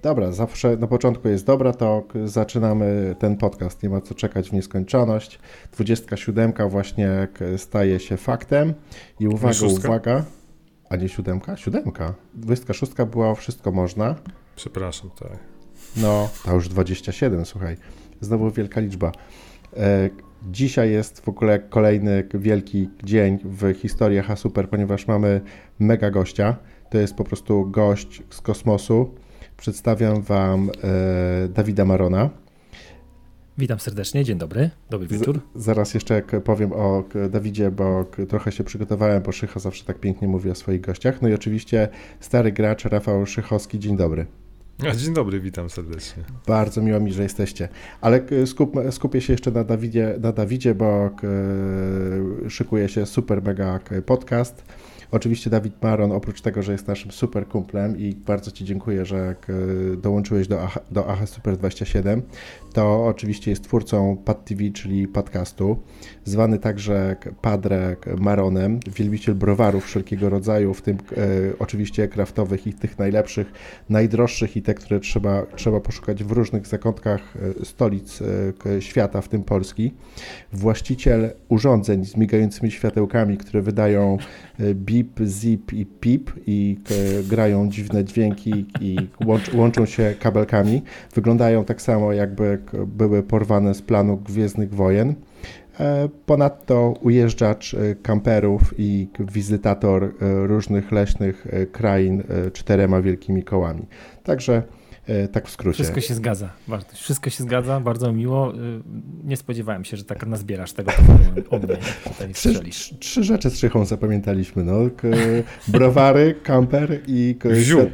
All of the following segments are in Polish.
Dobra, zawsze na początku jest dobra, to zaczynamy ten podcast, nie ma co czekać w nieskończoność. 27 właśnie staje się faktem i uwaga, a nie siódemka? Siódemka. 26 była Wszystko można. Przepraszam, tak. No, to już 27, słuchaj. Znowu wielka liczba. Dzisiaj jest w ogóle kolejny wielki dzień w historii Aha Super, ponieważ mamy mega gościa. To jest po prostu gość z kosmosu. Przedstawiam Wam Dawida Marona. Witam serdecznie, dzień dobry, dobry wieczór. Zaraz jeszcze powiem o Dawidzie, bo trochę się przygotowałem, bo Szycha zawsze tak pięknie mówi o swoich gościach. No i oczywiście stary gracz Rafał Szychowski, dzień dobry. Dzień dobry, witam serdecznie. Bardzo miło mi, że jesteście. Ale skupię się jeszcze na Dawidzie, bo szykuje się super mega podcast. Oczywiście Dawid Maron, oprócz tego, że jest naszym super kumplem i bardzo Ci dziękuję, że dołączyłeś do Aha Super 27, to oczywiście jest twórcą Pad TV, czyli podcastu, zwany także Padre Maronem, wielbiciel browarów wszelkiego rodzaju, w tym oczywiście kraftowych i tych najlepszych, najdroższych i te, które trzeba poszukać w różnych zakątkach stolic świata, w tym Polski. Właściciel urządzeń z migającymi światełkami, które wydają bip, zip i pip i grają dziwne dźwięki i łączą się kabelkami. Wyglądają tak samo, jakby były porwane z planu Gwiezdnych Wojen. Ponadto ujeżdżacz kamperów i wizytator różnych leśnych krain 4 wielkimi kołami. Także tak w skrócie. Wszystko się zgadza, Bartosz. Wszystko się zgadza, bardzo miło. Nie spodziewałem się, że tak nazbierasz tego towaru o mnie. Trzy rzeczy z Szychą zapamiętaliśmy. No. Browary, kamper i ziu.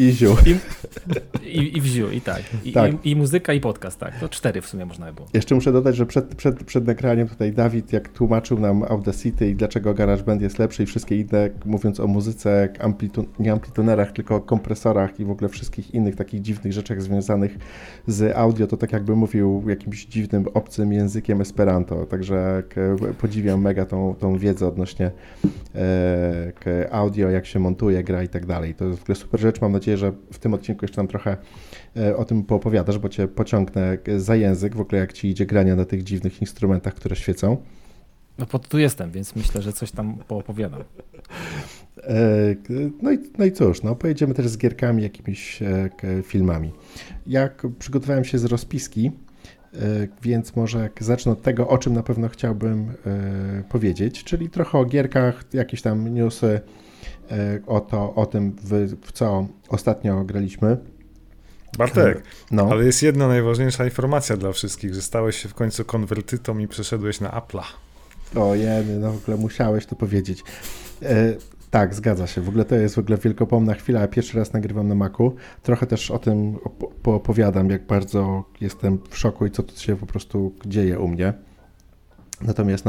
I wziu, i tak. I muzyka, i podcast, tak. To 4 w sumie można by było. Jeszcze muszę dodać, że przed nagraniem tutaj Dawid, jak tłumaczył nam Audacity i dlaczego GarageBand jest lepszy i wszystkie inne, mówiąc o muzyce, nie amplitunerach, tylko o kompresorach i w ogóle wszystkich innych takich dziwnych rzeczach związanych z audio, to tak jakby mówił jakimś dziwnym, obcym językiem Esperanto. Także podziwiam mega tą wiedzę odnośnie audio, jak się montuje, gra i tak dalej. To jest w ogóle super rzecz. Mam nadzieję, że w tym odcinku jeszcze nam trochę o tym poopowiadasz, bo Cię pociągnę za język, w ogóle jak Ci idzie granie na tych dziwnych instrumentach, które świecą. No po to tu jestem, więc myślę, że coś tam poopowiadam. No i cóż, pojedziemy też z gierkami, jakimiś filmami. Jak przygotowałem się z rozpiski, więc może zacznę od tego, o czym na pewno chciałbym powiedzieć, czyli trochę o gierkach, jakieś tam newsy o tym, w co ostatnio graliśmy. Bartek, ale jest jedna najważniejsza informacja dla wszystkich, że stałeś się w końcu konwertytą i przeszedłeś na Apple'a. Ojej, w ogóle musiałeś to powiedzieć. Tak, zgadza się. W ogóle to jest wielkopomna chwila. Ja pierwszy raz nagrywam na Macu. Trochę też o tym opowiadam, jak bardzo jestem w szoku i co tu się po prostu dzieje u mnie. Natomiast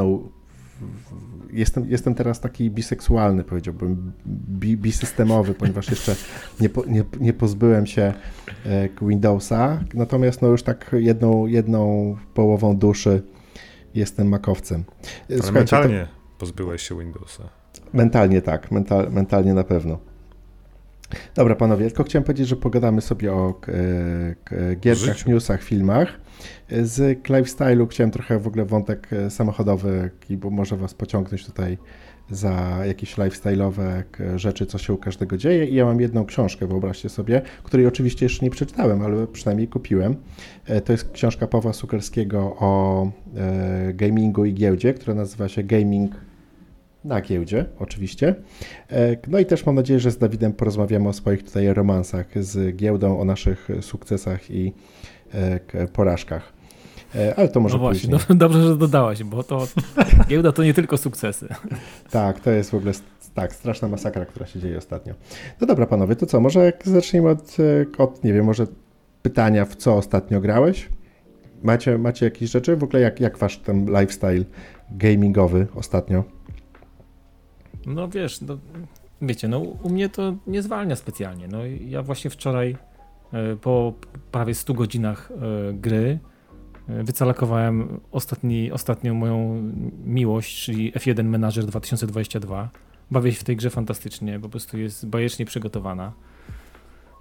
jestem teraz taki biseksualny, powiedziałbym, bisystemowy, ponieważ jeszcze nie pozbyłem się Windowsa. Natomiast już tak jedną połową duszy jestem makowcem. Ale mentalnie pozbyłeś się Windowsa. Mentalnie tak, mentalnie na pewno. Dobra, panowie, tylko chciałem powiedzieć, że pogadamy sobie o gierkach, newsach, filmach. Z lifestyle'u chciałem trochę w ogóle wątek samochodowy, bo może was pociągnąć tutaj za jakieś lifestyle'owe rzeczy, co się u każdego dzieje. I ja mam jedną książkę, wyobraźcie sobie, której oczywiście jeszcze nie przeczytałem, ale przynajmniej kupiłem. To jest książka Pawła Sukerskiego o gamingu i giełdzie, która nazywa się Gaming na giełdzie, oczywiście. No i też mam nadzieję, że z Dawidem porozmawiamy o swoich tutaj romansach z giełdą, o naszych sukcesach i porażkach. Ale to może właśnie, później. No, dobrze, że dodałaś, bo to giełda to nie tylko sukcesy. Tak, to jest w ogóle straszna masakra, która się dzieje ostatnio. No dobra, panowie, to co? Może zacznijmy od nie wiem, może pytania, w co ostatnio grałeś? Macie jakieś rzeczy? W ogóle jak wasz ten lifestyle gamingowy ostatnio? No wiesz, wiecie, u mnie to nie zwalnia specjalnie. No ja właśnie wczoraj po prawie 100 godzinach gry wycalakowałem ostatnią moją miłość, czyli F1 Manager 2022. Bawię się w tej grze fantastycznie, po prostu jest bajecznie przygotowana.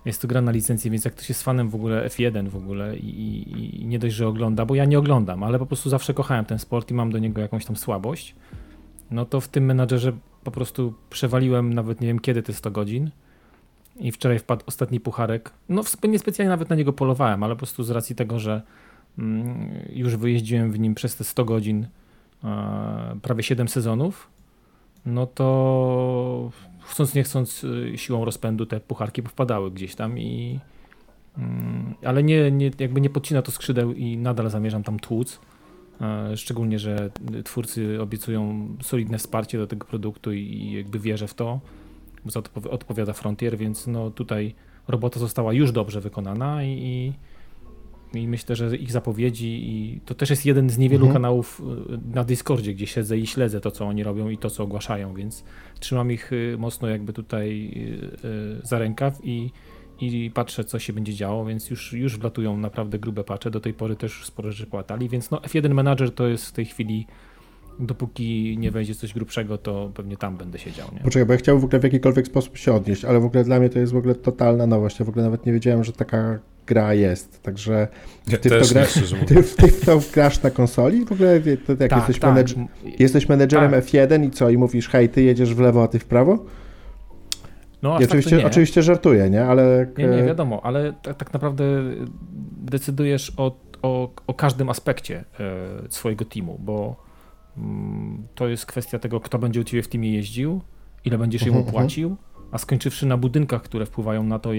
Jest to gra na licencję, więc jak ktoś jest fanem w ogóle F1 w ogóle i nie dość, że ogląda, bo ja nie oglądam, ale po prostu zawsze kochałem ten sport i mam do niego jakąś tam słabość, no to w tym menadżerze po prostu przewaliłem nawet nie wiem kiedy te 100 godzin i wczoraj wpadł ostatni pucharek. No niespecjalnie nawet na niego polowałem, ale po prostu z racji tego, że już wyjeździłem w nim przez te 100 godzin prawie 7 sezonów, no to chcąc nie chcąc siłą rozpędu te pucharki powpadały gdzieś tam ale jakby nie podcina to skrzydeł i nadal zamierzam tam tłuc. Szczególnie, że twórcy obiecują solidne wsparcie do tego produktu i jakby wierzę w to, bo za to odpowiada Frontier, więc no tutaj robota została już dobrze wykonana i myślę, że ich zapowiedzi i to też jest jeden z niewielu kanałów na Discordzie, gdzie siedzę i śledzę to, co oni robią i to, co ogłaszają, więc trzymam ich mocno jakby tutaj za rękaw i patrzę, co się będzie działo, więc już wlatują naprawdę grube patche, do tej pory też sporo rzeczy płatali, więc no F1 Manager to jest w tej chwili, dopóki nie wejdzie coś grubszego, to pewnie tam będę siedział. Nie? Poczekaj, bo ja chciałbym w ogóle w jakikolwiek sposób się odnieść, ale w ogóle dla mnie to jest w ogóle totalna nowość, ja w ogóle nawet nie wiedziałem, że taka gra jest, także ty w to grasz na konsoli? W ogóle jak jesteś menedżerem F1 i co? I mówisz, hej, ty jedziesz w lewo, a ty w prawo? No, oczywiście żartuję, nie? Ale... Nie, wiadomo, ale tak naprawdę decydujesz o każdym aspekcie swojego teamu, bo to jest kwestia tego, kto będzie u ciebie w teamie jeździł, ile będziesz jemu płacił, a skończywszy na budynkach, które wpływają na to,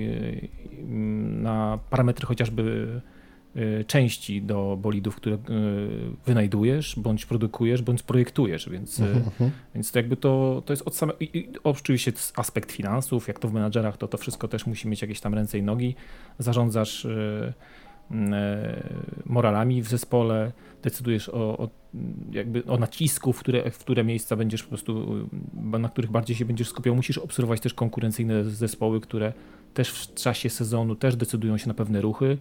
na parametry chociażby części do bolidów, które wynajdujesz, bądź produkujesz, bądź projektujesz, więc to jakby to jest od samego, oczywiście aspekt finansów, jak to w menadżerach, to wszystko też musi mieć jakieś tam ręce i nogi, zarządzasz moralami w zespole, decydujesz o nacisku, w które miejsca będziesz po prostu, na których bardziej się będziesz skupiał. Musisz obserwować też konkurencyjne zespoły, które też w czasie sezonu też decydują się na pewne ruchy.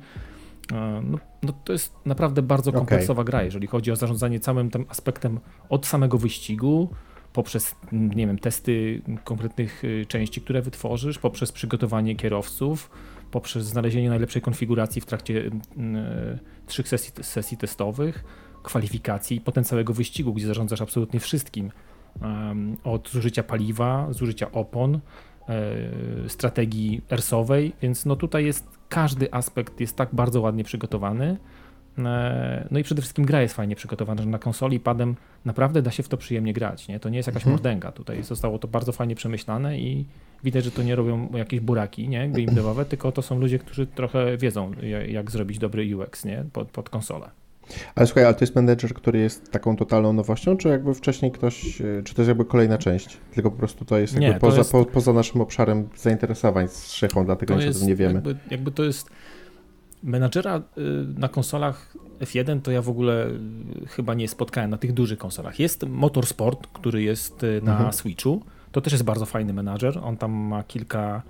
No to jest naprawdę bardzo kompleksowa gra, jeżeli chodzi o zarządzanie całym tym aspektem od samego wyścigu, poprzez, nie wiem, testy konkretnych części, które wytworzysz, poprzez przygotowanie kierowców, poprzez znalezienie najlepszej konfiguracji w trakcie 3 sesji testowych, kwalifikacji i potem całego wyścigu, gdzie zarządzasz absolutnie wszystkim, od zużycia paliwa, zużycia opon, strategii ersowej, więc no tutaj każdy aspekt jest tak bardzo ładnie przygotowany. No i przede wszystkim gra jest fajnie przygotowana, że na konsoli padem naprawdę da się w to przyjemnie grać, nie? To nie jest jakaś mordęga, tutaj zostało to bardzo fajnie przemyślane i widać, że to nie robią jakieś buraki, nie? Game devowe, tylko to są ludzie, którzy trochę wiedzą, jak zrobić dobry UX, nie? Pod konsolę. Ale słuchaj, ale to jest menedżer, który jest taką totalną nowością, czy jakby wcześniej czy to jest jakby kolejna część? Tylko po prostu to jest jakby poza naszym obszarem zainteresowań z Szychą, dlatego nic o tym nie wiemy. Jakby to jest menadżera na konsolach F1, to ja w ogóle chyba nie spotkałem na tych dużych konsolach. Jest Motorsport, który jest na Switchu. To też jest bardzo fajny menadżer. On tam ma kilka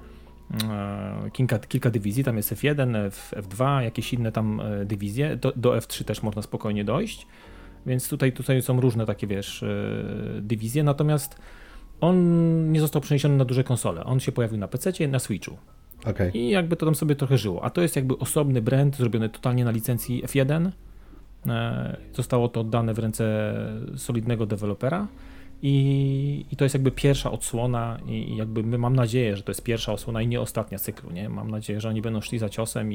dywizji. Tam jest F1, F2, jakieś inne tam dywizje. Do F3 też można spokojnie dojść. Więc tutaj są różne takie, dywizje. Natomiast on nie został przeniesiony na duże konsole. On się pojawił na PC-cie, na Switchu. Okay. I jakby to tam sobie trochę żyło. A to jest jakby osobny brand, zrobiony totalnie na licencji F1. Zostało to oddane w ręce solidnego dewelopera i to jest jakby pierwsza odsłona i jakby mam nadzieję, że to jest pierwsza odsłona i nie ostatnia cyklu, nie? Mam nadzieję, że oni będą szli za ciosem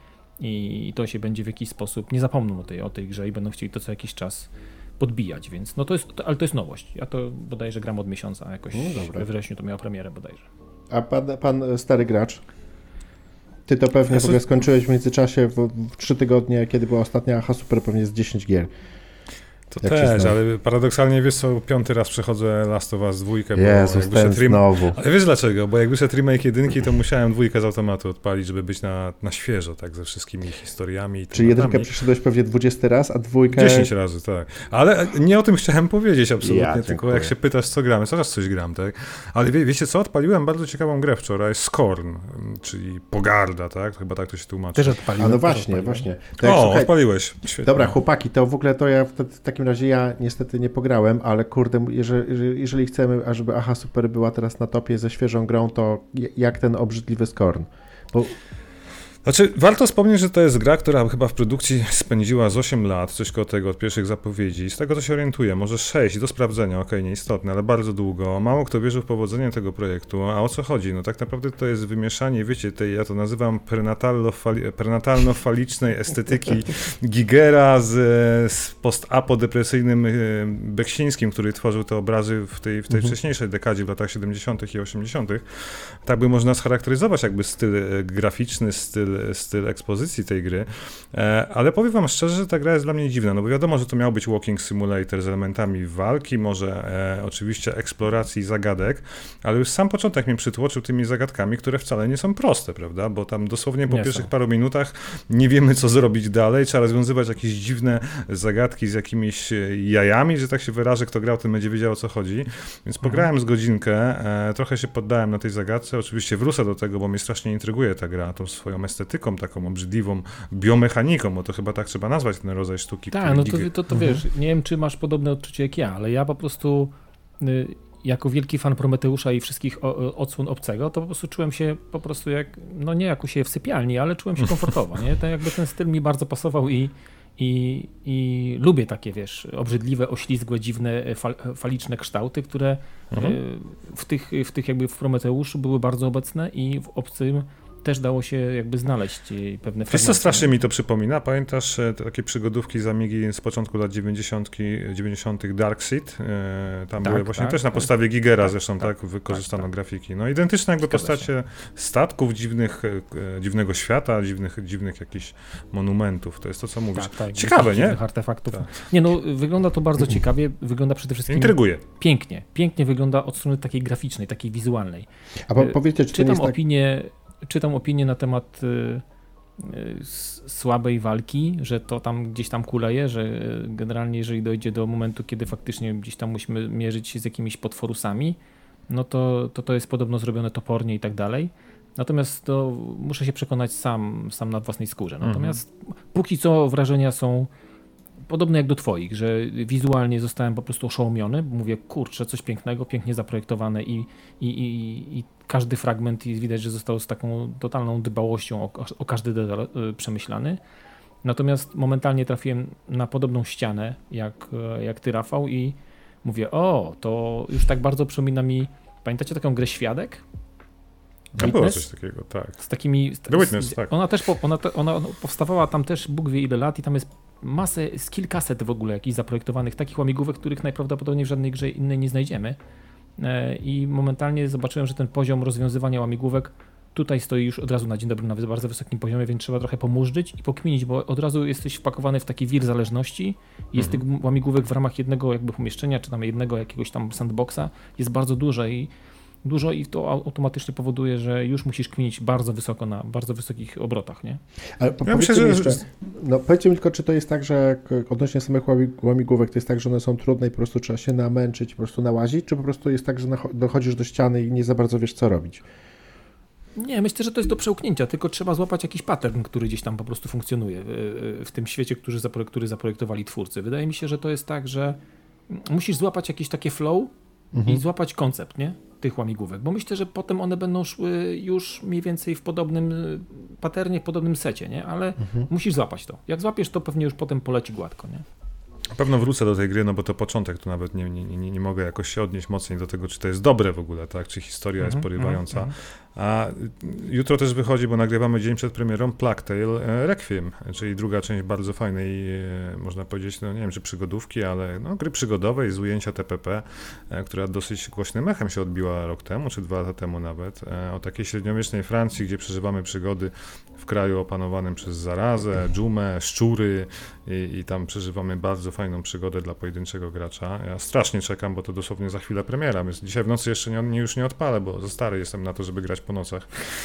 i to się będzie w jakiś sposób, nie zapomną o tej grze i będą chcieli to co jakiś czas podbijać, więc no ale to jest nowość. Ja to bodajże gram od miesiąca, jakoś we wrześniu to miało premierę bodajże. A pan stary gracz, ty to pewnie w ogóle skończyłeś w międzyczasie w 3 tygodnie, kiedy była ostatnia Aha Super, pewnie z 10 gier. To też, ale paradoksalnie wiesz co, 5. raz przechodzę Last of Us 2, bo Jezus, ten znowu. Ale wiesz dlaczego? Bo jak wyszedł remake 1, to musiałem 2 z automatu odpalić, żeby być na świeżo, tak, ze wszystkimi historiami. Czyli 1 przeszedłeś pewnie 20 raz, a 2... 10 razy, tak. Ale nie o tym chciałem powiedzieć absolutnie, tylko jak się pytasz, co gramy, zaraz coś gram, tak? Ale wiecie co, odpaliłem bardzo ciekawą grę wczoraj, Scorn, czyli pogarda, tak? Chyba tak to się tłumaczy. Też odpaliłem. A no właśnie. To odpaliłeś. Świetnie. Dobra, chłopaki, to w ogóle to ja takie takim razie ja niestety nie pograłem, ale kurde, jeżeli chcemy, ażeby Aha Super była teraz na topie ze świeżą grą, to jak ten obrzydliwy Scorn? Bo... Znaczy, warto wspomnieć, że to jest gra, która chyba w produkcji spędziła z 8 lat, coś koło tego, od pierwszych zapowiedzi. Z tego, co się orientuję, może 6, do sprawdzenia, nieistotne, ale bardzo długo. Mało kto wierzył w powodzenie tego projektu. A o co chodzi? No tak naprawdę to jest wymieszanie, wiecie, tej, ja to nazywam prenatalno-falicznej estetyki Gigera z post-apodepresyjnym Beksińskim, który tworzył te obrazy w tej wcześniejszej dekadzie, w latach 70. i 80. Tak by można scharakteryzować jakby styl graficzny, styl ekspozycji tej gry, ale powiem wam szczerze, że ta gra jest dla mnie dziwna, no bo wiadomo, że to miał być walking simulator z elementami walki, może oczywiście eksploracji zagadek, ale już sam początek mnie przytłoczył tymi zagadkami, które wcale nie są proste, prawda, bo tam dosłownie po pierwszych paru minutach nie wiemy, co zrobić dalej, trzeba rozwiązywać jakieś dziwne zagadki z jakimiś jajami, że tak się wyrażę, kto grał, ten będzie wiedział, o co chodzi, więc pograłem z godzinkę, trochę się poddałem na tej zagadce, oczywiście wrócę do tego, bo mnie strasznie intryguje ta gra, tą swoją estetyką, taką obrzydliwą biomechaniką, bo to chyba tak trzeba nazwać ten rodzaj sztuki. Tak, no to wiesz, nie wiem, czy masz podobne odczucie jak ja, ale ja po prostu jako wielki fan Prometeusza i wszystkich odsłon Obcego, to po prostu czułem się po prostu jak, no nie jak u siebie w sypialni, ale czułem się komfortowo, nie? To jakby ten styl mi bardzo pasował i lubię takie, wiesz, obrzydliwe, oślizgłe, dziwne, faliczne kształty, które w tych jakby w Prometeuszu były bardzo obecne i w Obcym też dało się jakby znaleźć pewne fragmenty. Wiesz co, strasznie mi to przypomina? Pamiętasz takie przygodówki z Amigi z początku lat 90. Darkseid? Tam były właśnie też na podstawie Gigera zresztą wykorzystano grafiki. No identyczne jakby postacie statków dziwnego świata, dziwnych jakichś monumentów. To jest to, co mówisz. Ciekawe, nie? Artefaktów. Nie, no wygląda to bardzo ciekawie, wygląda przede wszystkim intryguje. Pięknie wygląda od strony takiej graficznej, takiej wizualnej. A powiedzcie, czy czytam opinie na temat słabej walki, że to tam gdzieś tam kuleje, że generalnie jeżeli dojdzie do momentu, kiedy faktycznie gdzieś tam musimy mierzyć się z jakimiś potworusami, no to jest podobno zrobione topornie i tak dalej. Natomiast to muszę się przekonać sam na własnej skórze. Natomiast póki co wrażenia są podobne jak do twoich, że wizualnie zostałem po prostu oszołomiony, bo mówię, kurczę, coś pięknego, pięknie zaprojektowane i każdy fragment widać, że został z taką totalną dbałością o każdy detal przemyślany. Natomiast momentalnie trafiłem na podobną ścianę jak ty, Rafał, i mówię, to już tak bardzo przypomina mi, pamiętacie taką grę Świadek? Tam było coś takiego, tak. Z takimi... Witness, tak. Ona powstawała tam też Bóg wie ile lat i tam jest kilkaset w ogóle jakichś zaprojektowanych takich łamigłówek, których najprawdopodobniej w żadnej grze innej nie znajdziemy. I momentalnie zobaczyłem, że ten poziom rozwiązywania łamigłówek tutaj stoi już od razu na dzień dobry na bardzo wysokim poziomie, więc trzeba trochę pomurzyć i pokminić, bo od razu jesteś wpakowany w taki wir zależności. Jest tych łamigłówek w ramach jednego jakby pomieszczenia, czy tam jednego jakiegoś tam sandboxa jest bardzo dużo i to automatycznie powoduje, że już musisz kminić bardzo wysoko, na bardzo wysokich obrotach, nie? Ale powiedzcie mi tylko, czy to jest tak, że odnośnie samych łamigłówek, to jest tak, że one są trudne i po prostu trzeba się namęczyć, po prostu nałazić, czy po prostu jest tak, że dochodzisz do ściany i nie za bardzo wiesz, co robić? Nie, myślę, że to jest do przełknięcia, tylko trzeba złapać jakiś pattern, który gdzieś tam po prostu funkcjonuje w tym świecie, który zaprojektowali twórcy. Wydaje mi się, że to jest tak, że musisz złapać jakieś takie flow i złapać koncept, nie? Tych łamigłówek, bo myślę, że potem one będą szły już mniej więcej w podobnym patternie, w podobnym secie, nie? Ale musisz złapać to. Jak złapiesz, to pewnie już potem poleci gładko, nie? Na pewno wrócę do tej gry, no bo to początek, tu nawet nie mogę jakoś się odnieść mocniej do tego, czy to jest dobre w ogóle, tak? Czy historia jest porywająca. A jutro też wychodzi, bo nagrywamy dzień przed premierą, Plague Tale Requiem, czyli druga część bardzo fajnej, można powiedzieć, no nie wiem, czy przygodówki, ale no, gry przygodowej z ujęcia TPP, która dosyć głośnym echem się odbiła rok temu, czy 2 lata temu nawet, o takiej średniowiecznej Francji, gdzie przeżywamy przygody w kraju opanowanym przez zarazę, dżumę, szczury i tam przeżywamy bardzo fajną przygodę dla pojedynczego gracza. Ja strasznie czekam, bo to dosłownie za chwilę premiera, więc dzisiaj w nocy jeszcze już nie odpalę, bo za stary jestem na to, żeby grać po nocach.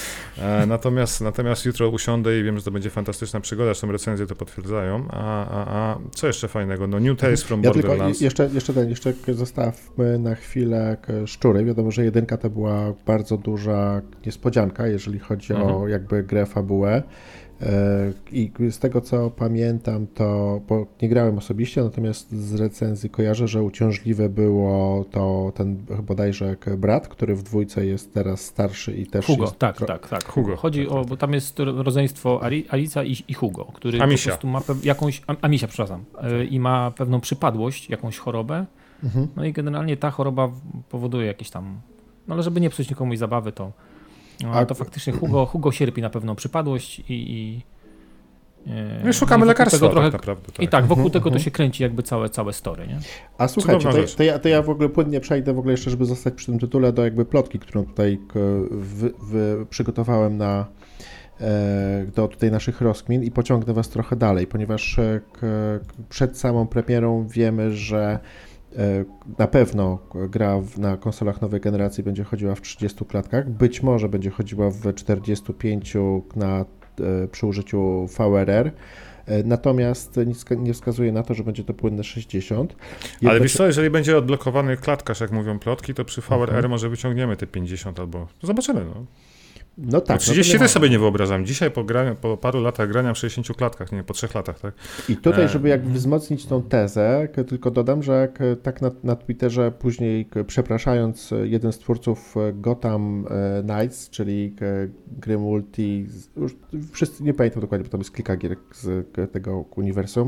Natomiast jutro usiądę i wiem, że to będzie fantastyczna przygoda, zresztą recenzje to potwierdzają. A co jeszcze fajnego? No New Tales from Borderlands. Jeszcze zostawmy na chwilę szczury. Wiadomo, że 1 to była bardzo duża niespodzianka, jeżeli chodzi o jakby grę, fabułę tytułę. I z tego co pamiętam, to bo nie grałem osobiście, natomiast z recenzji kojarzę, że uciążliwe było to ten bodajże brat, który w dwójce jest teraz starszy i też Hugo, jest... tak. Hugo. Chodzi o, bo tam jest rodzeństwo Alica i Hugo, który Amisia. po prostu ma jakąś... Amisia, przepraszam. I ma pewną przypadłość, jakąś chorobę. No i generalnie ta choroba powoduje jakieś tam... No ale żeby nie psuć nikomuś zabawy, to... No, to faktycznie Hugo cierpi na pewną przypadłość i szukamy lekarstwa trochę, tak naprawdę. Tak. I tak, wokół tego to się kręci jakby całe story, nie? A słuchajcie, to ja w ogóle płynnie przejdę w ogóle jeszcze, żeby zostać przy tym tytule, do jakby plotki, którą tutaj przygotowałem do tutaj naszych rozkmin i pociągnę was trochę dalej, ponieważ przed samą premierą wiemy, że na pewno gra na konsolach nowej generacji będzie chodziła w 30 klatkach, być może będzie chodziła w 45 przy użyciu VRR, natomiast nic nie wskazuje na to, że będzie to płynne 60. Ale wiesz co, jeżeli będzie odblokowany klatkarz, jak mówią plotki, to przy VRR może wyciągniemy te 50 albo... Zobaczymy, no. No tak. 30 też sobie nie wyobrażam. Dzisiaj po paru latach grania w 60 klatkach, nie, po 3 latach, tak? I tutaj, żeby jakby wzmocnić tą tezę, tylko dodam, że tak na Twitterze później, przepraszając jeden z twórców Gotham Knights, czyli gry multi, już wszyscy, nie pamiętam dokładnie, bo tam jest kilka gier z tego uniwersum,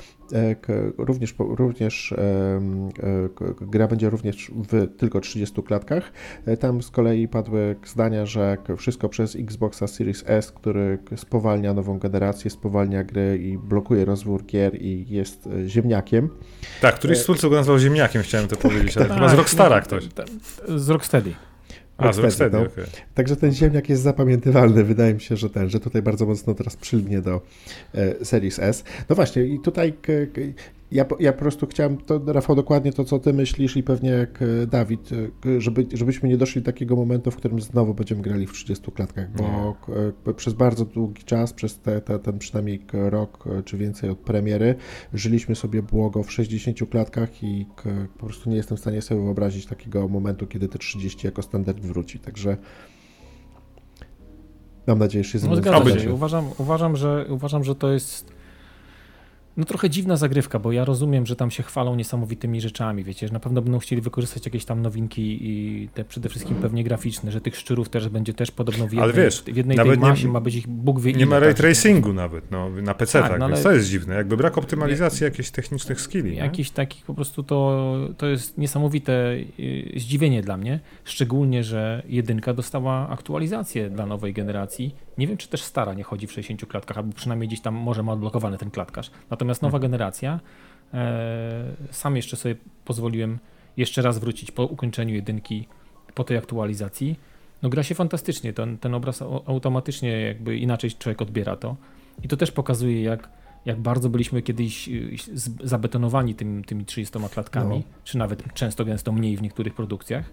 również gra będzie również w tylko 30 klatkach. Tam z kolei padły zdania, że wszystko przez Xboxa Series S, który spowalnia nową generację, spowalnia gry i blokuje rozwój gier i jest ziemniakiem. Tak, któryś z twórców go nazwał ziemniakiem, chciałem to powiedzieć, ale chyba z Rockstara ktoś. Z Rocksteady. Z Rocksteady, no. Okay. Także ten ziemniak jest zapamiętywalny. Wydaje mi się, że tutaj bardzo mocno teraz przylgnie do Series S. No właśnie, i tutaj ja po prostu chciałem, to Rafał, dokładnie to, co ty myślisz i pewnie jak Dawid, żebyśmy nie doszli do takiego momentu, w którym znowu będziemy grali w 30 klatkach, bo przez bardzo długi czas, przez ten przynajmniej rok czy więcej od premiery, żyliśmy sobie błogo w 60 klatkach i po prostu nie jestem w stanie sobie wyobrazić takiego momentu, kiedy te 30 jako standard wróci, także mam nadzieję, że się zgadza się. Uważam, że to jest trochę dziwna zagrywka, bo ja rozumiem, że tam się chwalą niesamowitymi rzeczami, wiecie, że na pewno będą chcieli wykorzystać jakieś tam nowinki i te przede wszystkim pewnie graficzne, że tych szczurów też będzie podobno w jednej tej masie ma być ich Bóg wie ile. Nie ma ray tracingu nawet, na PC-tach, tak, więc to jest dziwne, jakby brak optymalizacji jakichś technicznych skilli. Jakichś takich po prostu to jest niesamowite zdziwienie dla mnie, szczególnie, że jedynka dostała aktualizację dla nowej generacji. Nie wiem, czy też stara nie chodzi w 60 klatkach, albo przynajmniej gdzieś tam może ma odblokowany ten klatkarz. Natomiast nowa generacja, sam jeszcze sobie pozwoliłem jeszcze raz wrócić po ukończeniu jedynki, po tej aktualizacji. No gra się fantastycznie, ten obraz automatycznie jakby inaczej człowiek odbiera to. I to też pokazuje, jak bardzo byliśmy kiedyś zabetonowani tymi 30 klatkami, czy nawet często gęsto mniej w niektórych produkcjach.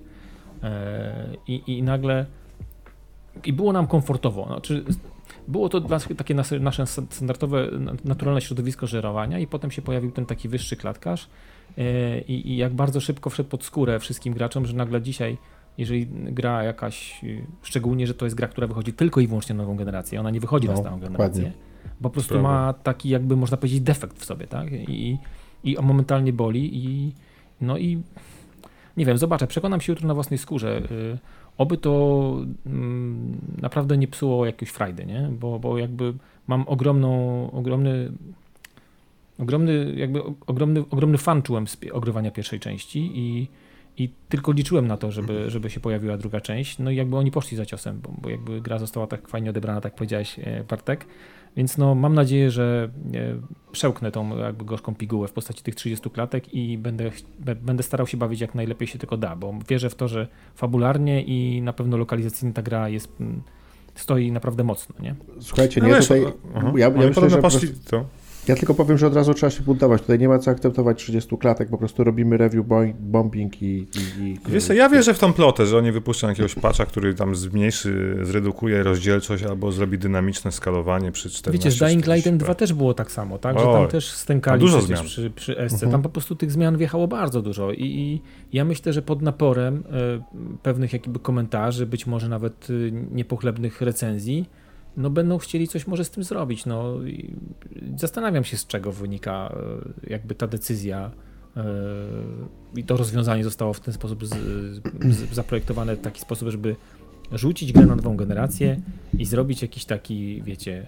I nagle... I było nam komfortowo. Znaczy, było to takie nasze standardowe, naturalne środowisko żerowania i potem się pojawił ten taki wyższy klatkarz i jak bardzo szybko wszedł pod skórę wszystkim graczom, że nagle dzisiaj, jeżeli gra jakaś, szczególnie, że to jest gra, która wychodzi tylko i wyłącznie na nową generację, ona nie wychodzi na starą generację, bo po prostu ma taki jakby, można powiedzieć, defekt w sobie, tak? I momentalnie boli i nie wiem, zobaczę, przekonam się jutro na własnej skórze. Oby to naprawdę nie psuło jakiejś frajdy, nie? Bo jakby mam ogromny fan czułem z ogrywania pierwszej części i tylko liczyłem na to, żeby się pojawiła druga część. No i jakby oni poszli za ciosem, bo jakby gra została tak fajnie odebrana, tak powiedziałeś, Bartek. Więc mam nadzieję, że przełknę tą jakby gorzką pigułę w postaci tych 30 klatek i będę starał się bawić jak najlepiej się tylko da, bo wierzę w to, że fabularnie i na pewno lokalizacyjnie ta gra stoi naprawdę mocno, nie? Słuchajcie, ja tylko powiem, że od razu trzeba się buntować. Tutaj nie ma co akceptować 30 klatek, po prostu robimy review bombing i Wiesz co, ja wierzę w tą plotę, że oni wypuszczą jakiegoś patcha, który tam zredukuje rozdzielczość albo zrobi dynamiczne skalowanie przy 14. Wiecie, z Dying Lightem 2 też było tak samo, tak? Że tam też stękali przy SC. Tam po prostu tych zmian wjechało bardzo dużo i ja myślę, że pod naporem pewnych jakby komentarzy, być może nawet niepochlebnych recenzji, no będą chcieli coś może z tym zrobić. No i zastanawiam się, z czego wynika jakby ta decyzja i to rozwiązanie zostało w ten sposób zaprojektowane w taki sposób, żeby rzucić grę na nową generację i zrobić jakiś taki, wiecie...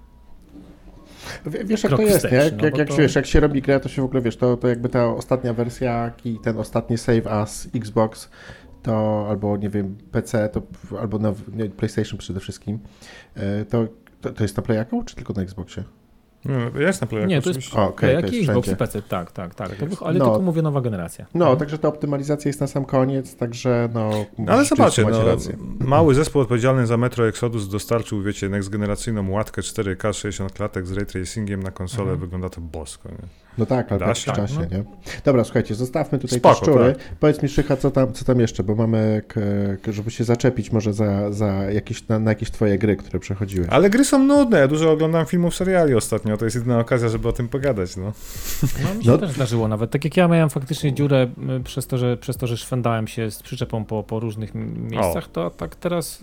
Wiesz, jak to jest, nie? Jak się robi grę, to się w ogóle, wiesz, to jakby ta ostatnia wersja i ten ostatni Save As Xbox, to albo, nie wiem, PC, to albo na PlayStation przede wszystkim, to jest na Playaku, czy tylko na Xboxie? No, jest na Playaku. Nie, to jest Playaki i Xbox i PC, tak. Ale tylko mówię nowa generacja. No, także ta optymalizacja jest na sam koniec, także ale zobaczcie, mały zespół odpowiedzialny za Metro Exodus dostarczył, wiecie, next-generacyjną łatkę 4K 60 klatek z ray tracingiem na konsolę, wygląda to bosko, nie? No tak, ale w czasie, nie? Dobra, słuchajcie, zostawmy tutaj te szczury. Tak. Powiedz mi, Szycha, co tam jeszcze, bo mamy, żeby się zaczepić może na jakieś twoje gry, które przechodziłeś. Ale gry są nudne, ja dużo oglądam filmów, seriali ostatnio, to jest jedyna okazja, żeby o tym pogadać, no. No mi się też zdarzyło nawet, tak jak ja miałem faktycznie dziurę przez to, że szwendałem się z przyczepą po różnych miejscach, to tak teraz...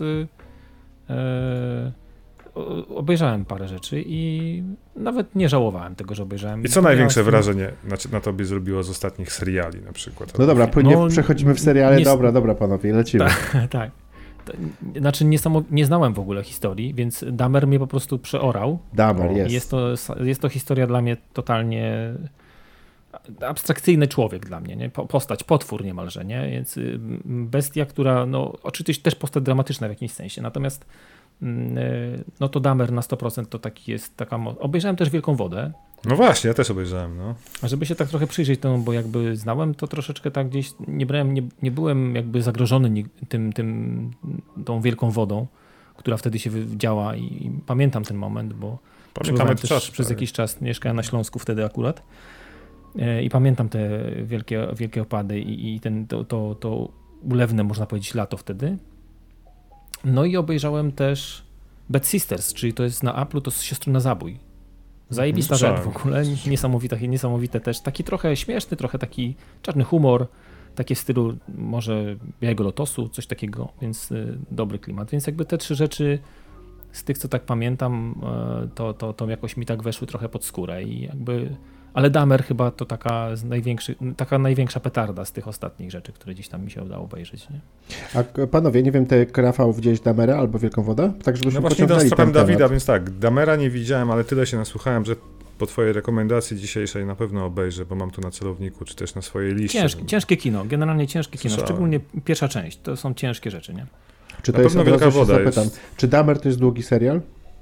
obejrzałem parę rzeczy i nawet nie żałowałem tego, że obejrzałem. I co największe wrażenie na tobie zrobiło z ostatnich seriali na przykład? No dobra, przechodzimy w seriale. Dobra panowie, lecimy. Tak. Znaczy nie znałem w ogóle historii, więc Dahmer mnie po prostu przeorał. Dahmer, jest. Jest to historia dla mnie totalnie abstrakcyjny człowiek dla mnie, nie? Postać, potwór niemalże, nie? Więc bestia, która, no oczywiście też postać dramatyczna w jakimś sensie, natomiast no to Dahmer na 100% to taki jest taka... Obejrzałem też Wielką Wodę. No właśnie, ja też obejrzałem, no. A żeby się tak trochę przyjrzeć temu, bo jakby znałem to troszeczkę tak gdzieś, nie byłem jakby zagrożony tą Wielką Wodą, która wtedy się działa i pamiętam ten moment, bo przebywałem też przez jakiś czas, mieszkałem na Śląsku wtedy akurat i pamiętam te wielkie opady i to ulewne, można powiedzieć, lato wtedy. No i obejrzałem też Bad Sisters, czyli to jest na Apple'u, to jest Siostry na zabój. Zajebista rzecz w ogóle, niesamowite też. Taki trochę śmieszny, trochę taki czarny humor, takie w stylu może Białego Lotosu, coś takiego, więc dobry klimat. Więc jakby te trzy rzeczy z tych, co tak pamiętam, to jakoś mi tak weszły trochę pod skórę i jakby... Ale Dahmer chyba to taka największa petarda z tych ostatnich rzeczy, które gdzieś tam mi się udało obejrzeć. Nie? A panowie, nie wiem, ty, Rafał, widziałeś Dahmera albo Wielką Wodę? Tak, żebyśmy no właśnie z tropem Dawida, więc tak, Dahmera nie widziałem, ale tyle się nasłuchałem, że po twojej rekomendacji dzisiejszej na pewno obejrzę, bo mam tu na celowniku, czy też na swojej liście. Ciężkie kino, generalnie ciężkie kino, szczególnie pierwsza część, to są ciężkie rzeczy, nie? Czy to jest, Wielka Woda jest... Czy Dahmer to jest długi serial?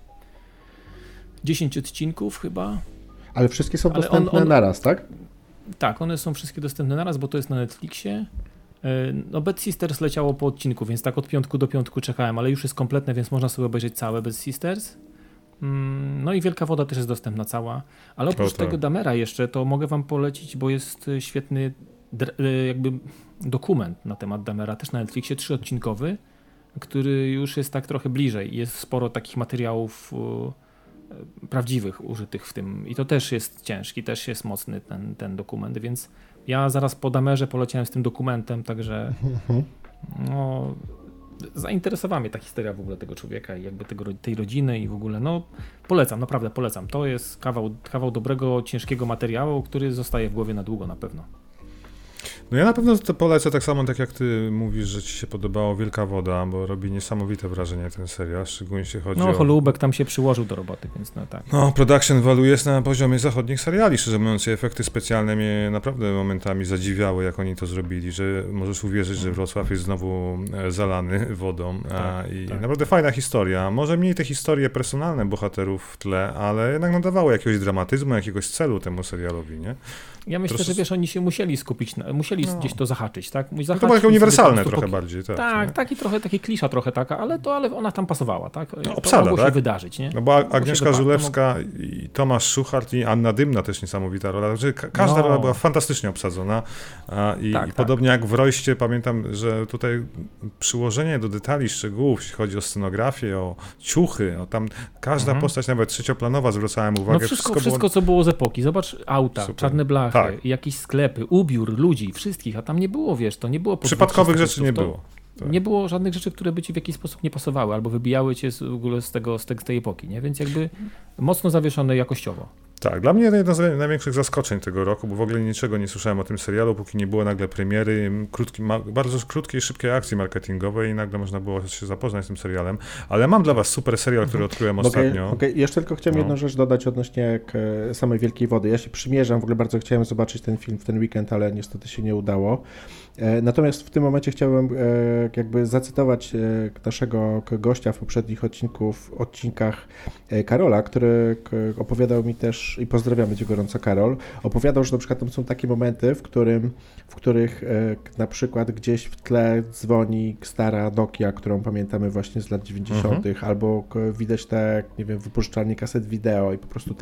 10 odcinków chyba. Ale wszystkie są dostępne naraz, tak? Tak, one są wszystkie dostępne naraz, bo to jest na Netflixie. No Bad Sisters leciało po odcinku, więc tak od piątku do piątku czekałem, ale już jest kompletne, więc można sobie obejrzeć całe Bad Sisters. No i Wielka Woda też jest dostępna cała. Ale oprócz tego Dahmera jeszcze, to mogę wam polecić, bo jest świetny jakby dokument na temat Dahmera, też na Netflixie, 3-odcinkowy, który już jest tak trochę bliżej. Jest sporo takich materiałów prawdziwych użytych w tym i to też jest ciężki, też jest mocny ten dokument, więc ja zaraz po Dahmerze poleciałem z tym dokumentem, także no, zainteresowała mnie ta historia w ogóle tego człowieka i jakby tej rodziny i w ogóle, no polecam, naprawdę polecam. To jest kawał dobrego, ciężkiego materiału, który zostaje w głowie na długo na pewno. No ja na pewno to polecę tak samo, tak jak ty mówisz, że ci się podobało Wielka Woda, bo robi niesamowite wrażenie ten serial, szczególnie jeśli chodzi o... No Holubek tam się przyłożył do roboty, więc no tak. No production value jest na poziomie zachodnich seriali, szczerze mówiąc, efekty specjalne mnie naprawdę momentami zadziwiały, jak oni to zrobili, że możesz uwierzyć, że Wrocław jest znowu zalany wodą i naprawdę fajna historia. Może mniej te historie personalne bohaterów w tle, ale jednak nadawało jakiegoś dramatyzmu, jakiegoś celu temu serialowi, nie? Ja myślę, że wiesz, oni się musieli skupić, gdzieś to zahaczyć, tak? To było takie uniwersalne trochę bardziej, tak. Tak, taki klisza trochę taka, ale ona tam pasowała, tak? No, obsada, to mogło tak? się wydarzyć, nie? No bo Agnieszka Żulewska i Tomasz Szuchart i Anna Dymna też niesamowita rola, także każda rola była fantastycznie obsadzona i podobnie jak w Rojście pamiętam, że tutaj przyłożenie do detali, szczegółów, jeśli chodzi o scenografię, o ciuchy, tam każda postać, nawet trzecioplanowa, zwracałem uwagę. No wszystko co było z epoki, zobacz auta, czarne blachy, jakieś sklepy, ubiór ludzi, wszystkich, a tam nie było, wiesz, to nie było przypadkowych rzeczy nie było. nie było żadnych rzeczy, które by ci w jakiś sposób nie pasowały, albo wybijały cię w ogóle z tej epoki, nie? Więc jakby mocno zawieszone jakościowo. Tak, dla mnie jedno z największych zaskoczeń tego roku, bo w ogóle niczego nie słyszałem o tym serialu, póki nie było nagle premiery, bardzo krótkiej, szybkiej akcji marketingowej i nagle można było się zapoznać z tym serialem. Ale mam dla was super serial, który odkryłem ostatnio. Jeszcze tylko chciałem jedną rzecz dodać odnośnie samej Wielkiej Wody. Ja się przymierzam, w ogóle bardzo chciałem zobaczyć ten film w ten weekend, ale niestety się nie udało. Natomiast w tym momencie chciałem jakby zacytować naszego gościa w poprzednich odcinkach Karola, który opowiadał mi też, i pozdrawiamy cię gorąco Karol, opowiadał, że na przykład tam są takie momenty, w których na przykład gdzieś w tle dzwoni stara Nokia, którą pamiętamy właśnie z lat 90., albo widać te, nie wiem, wypożyczalnie kaset wideo i po prostu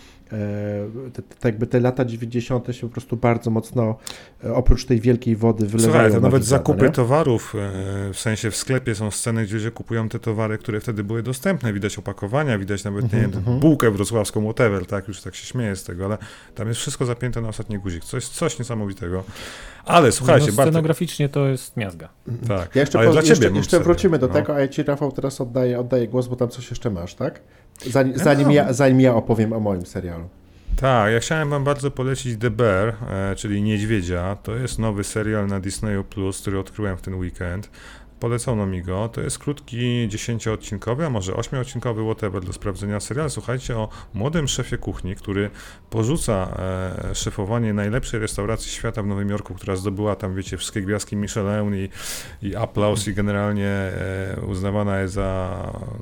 jakby te lata 90. się po prostu bardzo mocno oprócz tej Wielkiej Wody wylewają. Słuchaj, to nawet widza, zakupy nie? towarów, w sensie w sklepie są sceny, gdzie ludzie kupują te towary, które wtedy były dostępne, widać opakowania, widać nawet, nie wiem, bułkę wrocławską, whatever, tak, już tak się śmieję z tego, ale tam jest wszystko zapięte na ostatni guzik, coś niesamowitego. Ale słuchajcie, no, scenograficznie to jest miazga. Tak, ja ale dla ciebie jeszcze wrócimy do tego, a ja ci, Rafał, teraz oddaję głos, bo tam coś jeszcze masz, tak? Zanim ja opowiem o moim serialu. Tak, ja chciałem wam bardzo polecić The Bear, czyli Niedźwiedzia. To jest nowy serial na Disneyu+, który odkryłem w ten weekend. Polecono mi go. To jest krótki, 10-odcinkowy, a może 8-odcinkowy, whatever, do sprawdzenia serial. Słuchajcie o młodym szefie kuchni, który porzuca szefowanie najlepszej restauracji świata w Nowym Jorku, która zdobyła tam, wiecie, wszystkie gwiazdki Michelin i aplauz i generalnie uznawana jest za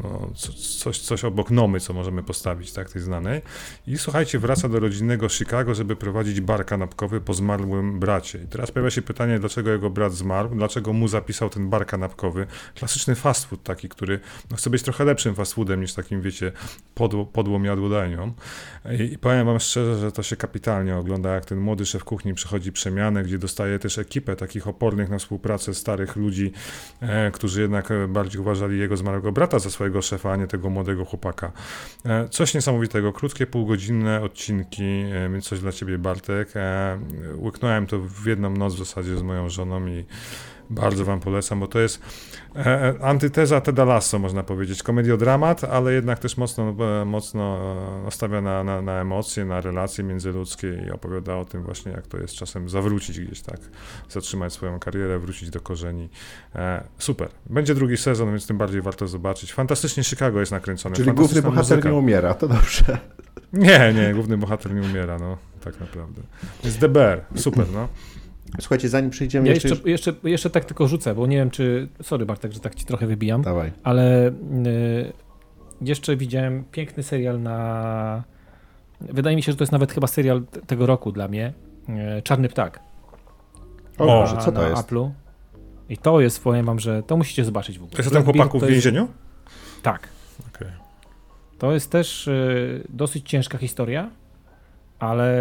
coś obok Nomy, co możemy postawić, tak, tej znanej. I słuchajcie, wraca do rodzinnego Chicago, żeby prowadzić bar kanapkowy po zmarłym bracie. I teraz pojawia się pytanie, dlaczego jego brat zmarł, dlaczego mu zapisał ten bar kanapkowy. Klasyczny fast food taki, który chce być trochę lepszym fast foodem niż takim, wiecie, podłą jadłodajnią. I powiem wam szczerze, że to się kapitalnie ogląda, jak ten młody szef kuchni przechodzi przemianę, gdzie dostaje też ekipę takich opornych na współpracę starych ludzi, którzy jednak bardziej uważali jego zmarłego brata za swojego szefa, a nie tego młodego chłopaka. Coś niesamowitego, krótkie, półgodzinne odcinki, więc coś dla ciebie, Bartek. Łyknąłem to w jedną noc w zasadzie z moją żoną i bardzo wam polecam, bo to jest antyteza Teda Lasso, można powiedzieć. Komediodramat, ale jednak też mocno nastawia na emocje, na relacje międzyludzkie i opowiada o tym właśnie, jak to jest czasem zawrócić gdzieś, tak, zatrzymać swoją karierę, wrócić do korzeni. Super. Będzie drugi sezon, więc tym bardziej warto zobaczyć. Fantastycznie Chicago jest nakręcone. Czyli główny bohater nie umiera, to dobrze. Nie, główny bohater nie umiera, no, tak naprawdę. Jest The Bear, super, no. Słuchajcie, zanim przejdziemy... Ja jeszcze tak tylko rzucę, bo nie wiem, czy... Sorry, Bartek, że tak ci trochę wybijam. Dawaj. Ale jeszcze widziałem piękny serial na... Wydaje mi się, że to jest nawet chyba serial tego roku dla mnie. Czarny Ptak. O Boże, co to jest? Apple'u. I to jest, powiem wam, że to musicie zobaczyć w ogóle. To jest o tym chłopaku w więzieniu? Tak. Okay. To jest też dosyć ciężka historia, ale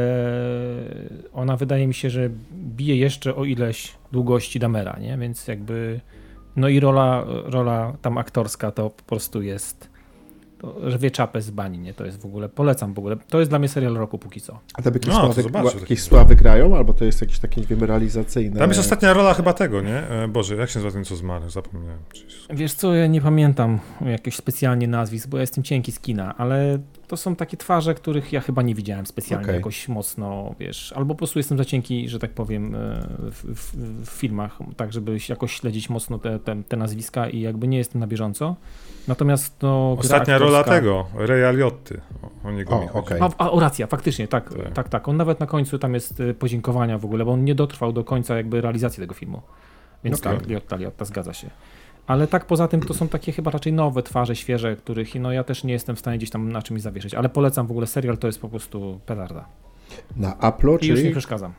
ona wydaje mi się, że bije jeszcze o ileś długości Damera, nie? Więc jakby, no i rola tam aktorska to po prostu jest, to rwie czapę z bani, nie? To jest w ogóle, polecam w ogóle, to jest dla mnie serial roku póki co. A tam jakieś sławy grają, albo to jest jakieś takie, nie wiem, realizacyjne? Tam jest ostatnia rola chyba tego, nie? Boże, jak się nazywa ten, co zmarł? Zapomniałem. Wiesz co, ja nie pamiętam jakichś specjalnie nazwisk, bo ja jestem cienki z kina, ale to są takie twarze, których ja chyba nie widziałem specjalnie jakoś mocno, wiesz, albo po prostu jestem za cienki, że tak powiem, w filmach, tak żeby jakoś śledzić mocno te nazwiska i jakby nie jestem na bieżąco. Natomiast no, ostatnia rola tego, Reya Liotty, o niego mi chodzi. Racja, faktycznie, tak. On nawet na końcu tam jest podziękowania w ogóle, bo on nie dotrwał do końca jakby realizacji tego filmu. Więc tak, Liotta, zgadza się. Ale tak poza tym to są takie chyba raczej nowe twarze, świeże, których no ja też nie jestem w stanie gdzieś tam na czymś zawieszać, ale polecam w ogóle serial, to jest po prostu petarda. Na Apple'u, czyli już nie przeszkadzam.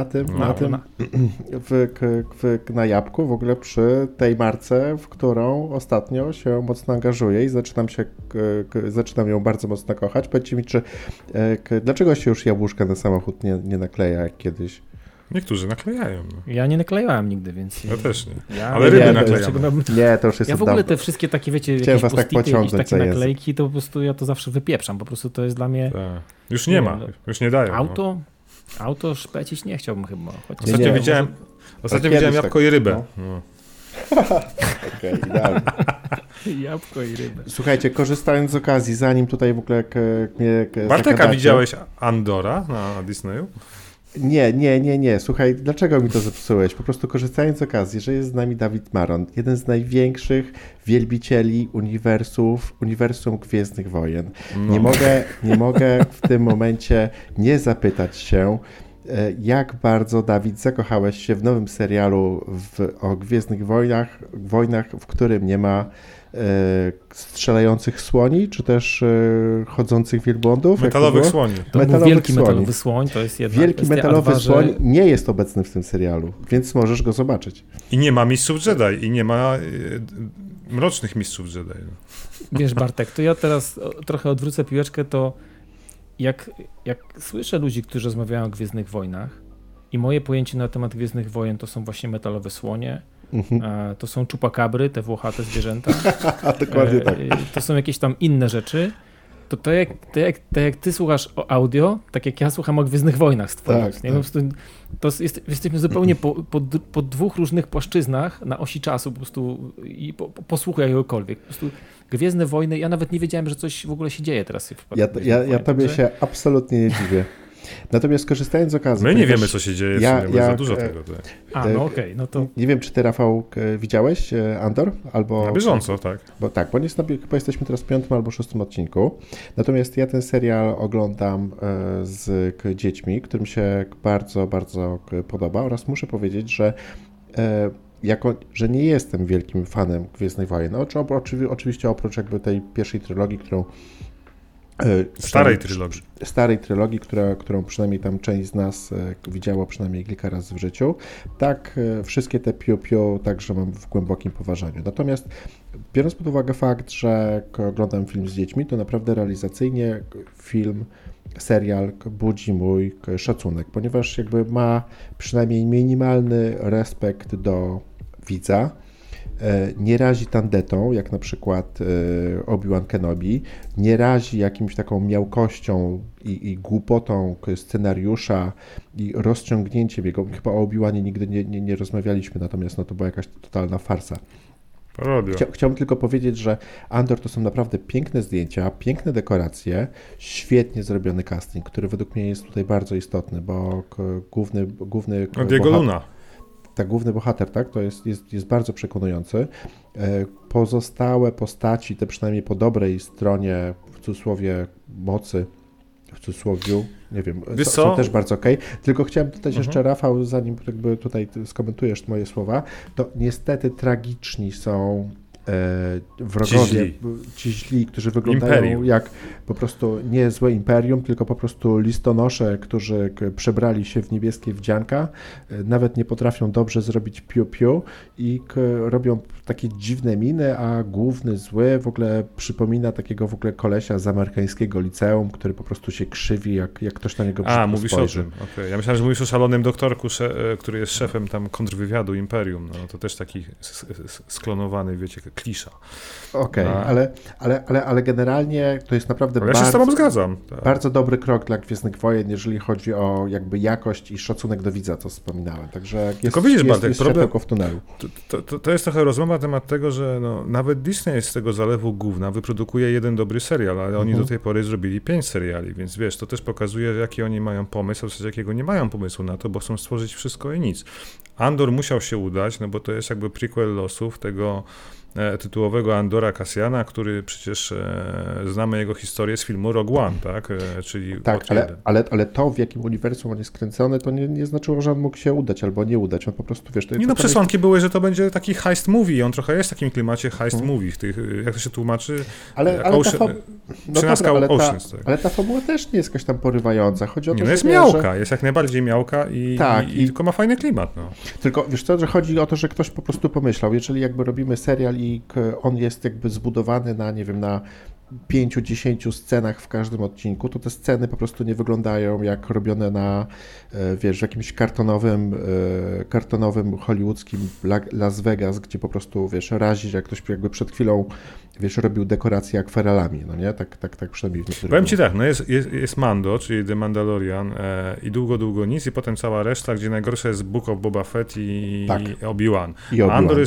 Na Jabłku, w ogóle przy tej marce, w którą ostatnio się mocno angażuję i zaczynam ją bardzo mocno kochać. Powiedzcie mi, dlaczego się już jabłuszka na samochód nie nakleja jak kiedyś? Niektórzy naklejają. No. Ja nie naklejałem nigdy, więc... Ja też nie. Ale ryby naklejamy. Nie, to już jest ja w ogóle te wszystkie takie, wiecie, jakieś post-ity, jakieś takie naklejki, to po prostu ja to zawsze wypieprzam. Po prostu to jest dla mnie... Tak. Już nie ma, już nie dają. Auto szpecić nie chciałbym chyba. Ostatnio widziałem jabłko i rybę. No. Okej, idealnie. Jabłko i rybę. Słuchajcie, korzystając z okazji, zanim tutaj w ogóle mnie Bartek, widziałeś Andora na Disneyu? Nie. Słuchaj, dlaczego mi to zepsułeś? Po prostu korzystając z okazji, że jest z nami Dawid Maron, jeden z największych wielbicieli uniwersum Gwiezdnych Wojen. No. Nie mogę w tym momencie nie zapytać się, jak bardzo, Dawid, zakochałeś się w nowym serialu o Gwiezdnych Wojnach, w którym nie ma strzelających słoni, czy też chodzących wielbłądów? Metalowych słoni. Metalowy słoń, to jest jedna Wielki metalowy słoń nie jest obecny w tym serialu, więc możesz go zobaczyć. I nie ma mistrzów Jedi, i nie ma mrocznych mistrzów Jedi. Wiesz, Bartek, to ja teraz trochę odwrócę piłeczkę, to jak słyszę ludzi, którzy rozmawiają o Gwiezdnych Wojnach i moje pojęcie na temat Gwiezdnych Wojen to są właśnie metalowe słonie, to są czupakabry, te włochate zwierzęta. Dokładnie tak. To są jakieś tam inne rzeczy. To jak ty słuchasz o audio, tak jak ja słucham o Gwiezdnych Wojnach stworzonych. Tak, nie? Po prostu jesteśmy zupełnie po dwóch różnych płaszczyznach na osi czasu po prostu i posłuchaj jakiegokolwiek. Po prostu Gwiezdne Wojny, ja nawet nie wiedziałem, że coś w ogóle się dzieje teraz. Ja tobie się absolutnie nie dziwię. Natomiast korzystając z okazji... My nie wiemy, co się dzieje, za dużo tego. No to... Nie wiem, czy ty, Rafał, widziałeś Andor? Albo... Na bieżąco, tak. Bo chyba jesteśmy teraz w 5. albo 6. odcinku. Natomiast ja ten serial oglądam z dziećmi, którym się bardzo, bardzo podoba oraz muszę powiedzieć, że że nie jestem wielkim fanem Gwiezdnych Wojen. Oczywiście oprócz jakby tej pierwszej trylogii, którą Starej trylogii, którą przynajmniej tam część z nas widziała przynajmniej kilka razy w życiu. Tak, wszystkie te piu-piu także mam w głębokim poważaniu. Natomiast biorąc pod uwagę fakt, że oglądam film z dziećmi, to naprawdę realizacyjnie serial budzi mój szacunek, ponieważ jakby ma przynajmniej minimalny respekt do widza. Nie razi tandetą, jak na przykład Obi-Wan Kenobi, nie razi jakimś taką miałkością i głupotą scenariusza i rozciągnięciem jego. Chyba o Obi-Wanie nigdy nie rozmawialiśmy, natomiast to była jakaś totalna farsa. Chciałbym tylko powiedzieć, że Andor to są naprawdę piękne zdjęcia, piękne dekoracje, świetnie zrobiony casting, który według mnie jest tutaj bardzo istotny, bo główny Diego Luna. Tak, główny bohater, tak, to jest bardzo przekonujący. Pozostałe postaci, te przynajmniej po dobrej stronie, w cudzysłowie mocy, w cudzysłowiu, nie wiem, są też bardzo okej. Tylko chciałem dodać jeszcze, Rafał, zanim jakby tutaj skomentujesz moje słowa, to niestety tragiczni są wrogowie, ci źli, którzy wyglądają jak po prostu nie złe imperium, tylko po prostu listonosze, którzy przebrali się w niebieskie wdzianka, nawet nie potrafią dobrze zrobić piu-piu i robią takie dziwne miny, a główny zły w ogóle przypomina takiego w ogóle kolesia z amerykańskiego liceum, który po prostu się krzywi, jak ktoś na niego mówisz spojrzy. o tym. Okay. Ja myślałem, że mówisz o szalonym doktorku, który jest szefem tam kontrwywiadu Imperium. No, to też taki sklonowany, wiecie, klisza. Okej, ale generalnie to jest naprawdę ja się z tobą zgadzam. Tak. Bardzo dobry krok dla Gwiezdnych Wojen, jeżeli chodzi o jakby jakość i szacunek do widza, co wspominałem. Także jest światełko w tunelu. To jest trochę rozmowa na temat tego, że nawet Disney z tego zalewu gówna wyprodukuje jeden dobry serial, ale oni do tej pory zrobili 5 seriali, więc wiesz, to też pokazuje, jaki oni mają pomysł, a w zasadzie jakiego nie mają pomysłu na to, bo chcą stworzyć wszystko i nic. Andor musiał się udać, bo to jest jakby prequel losów tego tytułowego Andora Cassiana, który przecież znamy jego historię z filmu Rogue One, tak? Czyli tak, ale to, w jakim uniwersum on jest kręcony, to nie znaczyło, że on mógł się udać albo nie udać. On po prostu, wiesz... przesłanki były, że to będzie taki heist movie. On trochę jest w takim klimacie heist movie. Jak to się tłumaczy? Ale ta fabuła też nie jest jakaś tam porywająca. Chodzi o to, że jest miałka, jest jak najbardziej miałka i tylko ma fajny klimat. Tylko, wiesz co, że chodzi o to, że ktoś po prostu pomyślał, jeżeli jakby robimy serial i on jest jakby zbudowany na, nie wiem, na 5-10 scenach w każdym odcinku, to te sceny po prostu nie wyglądają jak robione na, wiesz, w jakimś kartonowym hollywoodzkim Las Vegas, gdzie po prostu, wiesz, razi, że jak ktoś jakby przed chwilą, wiesz, robił dekoracje akwarelami, no nie? Tak przynajmniej w niektórych. Powiem ci tak, jest Mando, czyli The Mandalorian i długo nic i potem cała reszta, gdzie najgorsze jest Book of Boba Fett i Obi-Wan. Andor jest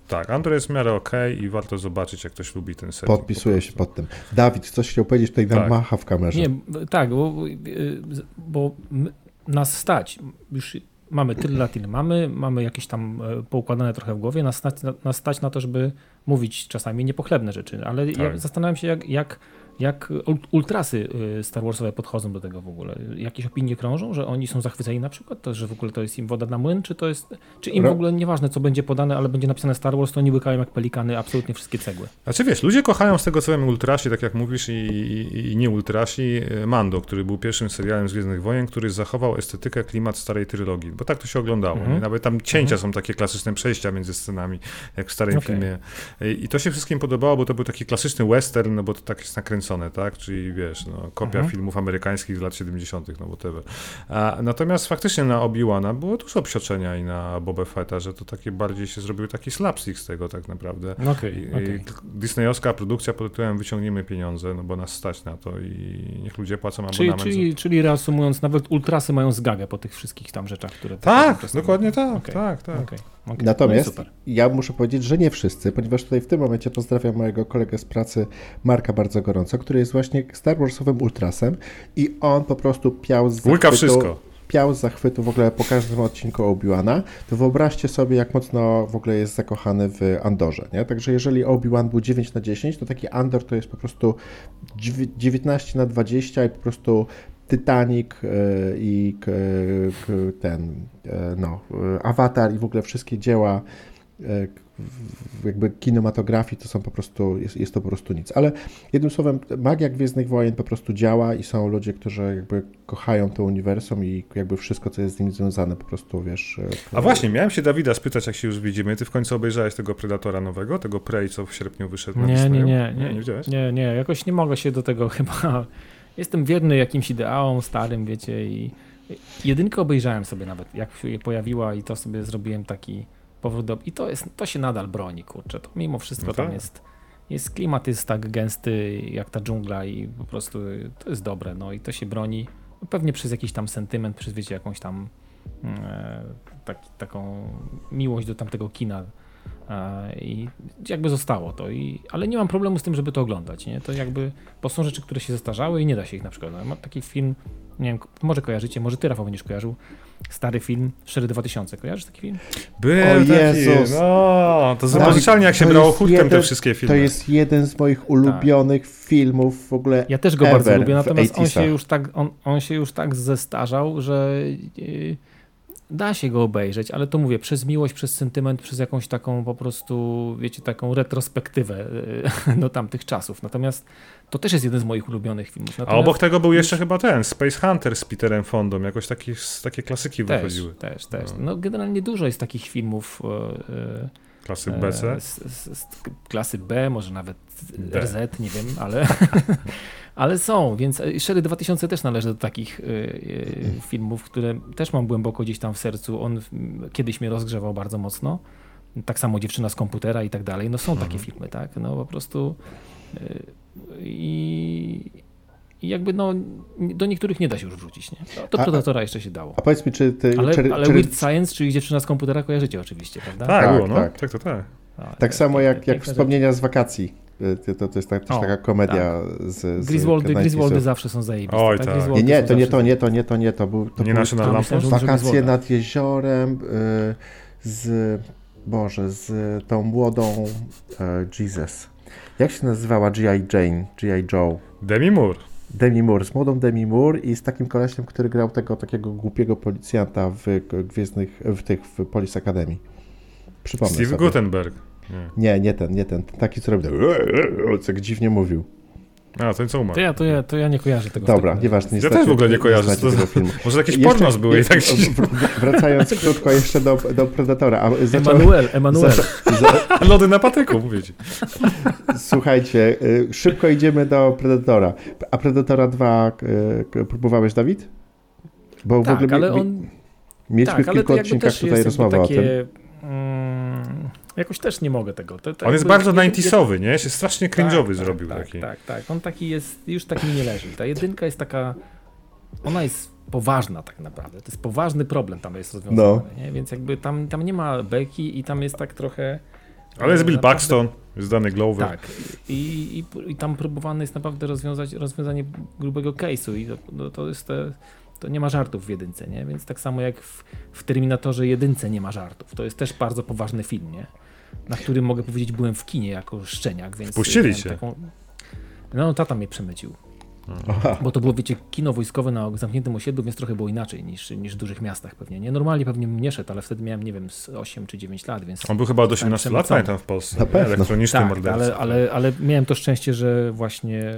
Tak, Andor jest w miarę okej i warto zobaczyć, jak ktoś lubi ten serial. Podpisuję się pod tym. Dawid, coś chciał powiedzieć, tutaj nam macha w kamerze. Nie, tak, bo nas stać, już mamy tyle lat, ile mamy jakieś tam poukładane trochę w głowie, nas stać na to, żeby mówić czasami niepochlebne rzeczy, ale ja zastanawiam się, jak ultrasy Star Warsowe podchodzą do tego w ogóle. Jakieś opinie krążą, że oni są zachwyceni na przykład, że w ogóle to jest im woda na młyn, czy im w ogóle nieważne, co będzie podane, ale będzie napisane Star Wars, to oni łykają jak pelikany absolutnie wszystkie cegły. Znaczy wiesz, ludzie kochają z tego co wiem ultrasi, tak jak mówisz, i nie ultrasi, Mando, który był pierwszym serialem z Gwiezdnych Wojen, który zachował estetykę, klimat starej trylogii, bo tak to się oglądało. Nawet tam cięcia są takie klasyczne przejścia między scenami, jak w starym filmie. I to się wszystkim podobało, bo to był taki klasyczny western, no bo to tak jest nakręcone, tak? Czyli wiesz, kopia filmów amerykańskich z lat 70., whatever. Natomiast faktycznie na Obi-Wana było dużo psioczenia i na Boba Fetta, że to takie bardziej się zrobił taki slapstick z tego tak naprawdę. Disneyowska produkcja pod tytułem wyciągniemy pieniądze, no bo nas stać na to i niech ludzie płacą abonament. Czyli reasumując, nawet ultrasy mają zgagę po tych wszystkich tam rzeczach, które... Tak, dokładnie tak. Natomiast ja muszę powiedzieć, że nie wszyscy, ponieważ tutaj w tym momencie pozdrawiam mojego kolegę z pracy Marka bardzo gorąco, który jest właśnie Star Warsowym ultrasem i on po prostu piał z zachwytu w ogóle po każdym odcinku Obi-Wana, to wyobraźcie sobie, jak mocno w ogóle jest zakochany w Andorze, nie? Także jeżeli Obi-Wan był 9/10, to taki Andor to jest po prostu 19/20 i po prostu Titanic i Avatar i w ogóle wszystkie dzieła jakby kinematografii to są po prostu, jest to po prostu nic. Ale jednym słowem, magia Gwiezdnych Wojen po prostu działa i są ludzie, którzy jakby kochają to uniwersum i jakby wszystko, co jest z nim związane, po prostu, wiesz... A właśnie, miałem się Dawida spytać, jak się już widzimy. Ty w końcu obejrzałeś tego Predatora nowego, tego Prey, co w sierpniu wyszedł na Disneyu? Nie widziałeś? Nie, jakoś nie mogę się do tego chyba... Jestem wierny jakimś ideałom starym, wiecie, i jedynkę obejrzałem sobie nawet, jak się pojawiła i to sobie zrobiłem taki powrót do... I to się nadal broni, kurczę, to mimo wszystko tam jest klimat jest tak gęsty jak ta dżungla i po prostu to jest dobre, no i to się broni, no pewnie przez jakiś tam sentyment, przez wiecie, jakąś tam taką miłość do tamtego kina i jakby zostało to, ale nie mam problemu z tym, żeby to oglądać, nie? To jakby, bo są rzeczy, które się zestarzały i nie da się ich na przykład. Mam taki film, nie wiem, może kojarzycie, może ty, Rafał, będziesz kojarzył, stary film, Sherry 2000, kojarzysz taki film? Był taki, to zobaczalnie jak się brało hurtem te wszystkie filmy. To jest jeden z moich ulubionych filmów w ogóle. Ja też go bardzo lubię, natomiast on się już tak zestarzał, że da się go obejrzeć, ale to mówię, przez miłość, przez sentyment, przez jakąś taką po prostu, wiecie, taką retrospektywę do tamtych czasów. Natomiast to też jest jeden z moich ulubionych filmów. A obok tego był jeszcze chyba ten Space Hunter z Peterem Fondą, jakoś takie klasyki wychodziły. Też. No generalnie dużo jest takich filmów klasy B, C? Klasy B, może nawet RZ, nie wiem, ale są, więc Sherry 2000 też należy do takich filmów, które też mam głęboko gdzieś tam w sercu. On kiedyś mnie rozgrzewał bardzo mocno. Tak samo Dziewczyna z komputera i tak dalej. No są takie filmy, tak? No po prostu i jakby do niektórych nie da się już wrócić, nie? Do Predatora jeszcze się dało. A powiedz mi, czy ty... Ale Weird Science, czyli Dziewczyna z komputera kojarzycie oczywiście, prawda? Tak, było, no. Tak. Tak samo jak wspomnienia z wakacji. To jest też taka komedia z Griswoldy zawsze są zajebiste. Oj, tak. Nie, to był National Lampoon? Wakacje nad jeziorem z tą młodą Jesus. Jak się nazywała G.I. Joe? Demi Moore, z młodą Demi Moore i z takim kolesiem, który grał tego takiego głupiego policjanta w Police Academy. Przypomnę Steve sobie. Guttenberg. Nie ten. Taki, co robił, co dziwnie mówił. A, ten co umarł. To ja nie kojarzę tego. Dobra, nieważne. Ja też w ogóle nie kojarzę tego filmu. Może jakieś pornos były i tak się... Wracając krótko jeszcze do Predatora. Emanuel. Lody na patyku, mówię ci. Słuchajcie, szybko idziemy do Predatora. A Predatora 2 próbowałeś, Dawid? Bo tak, w ogóle ale on... mieliśmy w kilku odcinkach tutaj rozmowę o tym. Jakoś też nie mogę tego. On jest bardzo 90-sowy, nie? Się strasznie cringe'owy zrobił taki. Tak. On taki jest, już tak mi nie leży. Ta jedynka jest taka, ona jest poważna tak naprawdę. To jest poważny problem tam jest rozwiązany, nie? Więc jakby tam nie ma beki i tam jest tak trochę, Ale jest Bill Paxton, jest Danny Glover. Tak. I tam próbowane jest naprawdę rozwiązanie grubego case'u i to jest to nie ma żartów w jedynce, nie? Więc tak samo jak w Terminatorze jedynce nie ma żartów. To jest też bardzo poważny film, nie? Na którym mogę powiedzieć byłem w kinie jako szczeniak, więc... Wpuścili cię. No, tata mnie przemycił. Aha. Bo to było, wiecie, kino wojskowe na zamkniętym osiedlu, więc trochę było inaczej niż w dużych miastach pewnie. Nie, normalnie pewnie nie szedł, ale wtedy miałem, nie wiem, z 8 czy 9 lat, więc... On był chyba od 18 lat, pamiętam, w Polsce. Na pewno. Elektroniczny tak, morderca. ale miałem to szczęście, że właśnie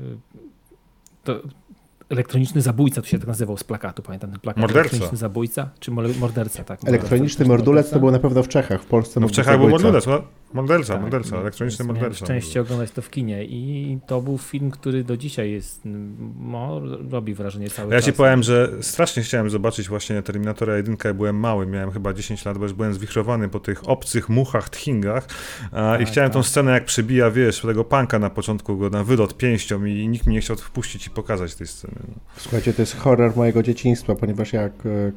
to elektroniczny zabójca, to się tak nazywał z plakatu, pamiętam ten plakat. Morderca. Elektroniczny zabójca, czy morderca, tak. Elektroniczny mordulec to było na pewno w Czechach, w Polsce No w Czechach był morderca, Tak, elektroniczny miałem morderca. szczęście oglądać to w kinie i to był film, który do dzisiaj jest, robi wrażenie cały czas. Ja ci powiem, że strasznie chciałem zobaczyć właśnie Terminatora 1, jak byłem mały, miałem chyba 10 lat, bo już byłem zwichrowany po tych obcych muchach, tchingach i chciałem tą scenę, jak przebija, wiesz, tego punka na początku go na wylot pięścią i nikt mi nie chciał wpuścić i pokazać tej sceny. No. Słuchajcie, to jest horror mojego dzieciństwa, ponieważ jak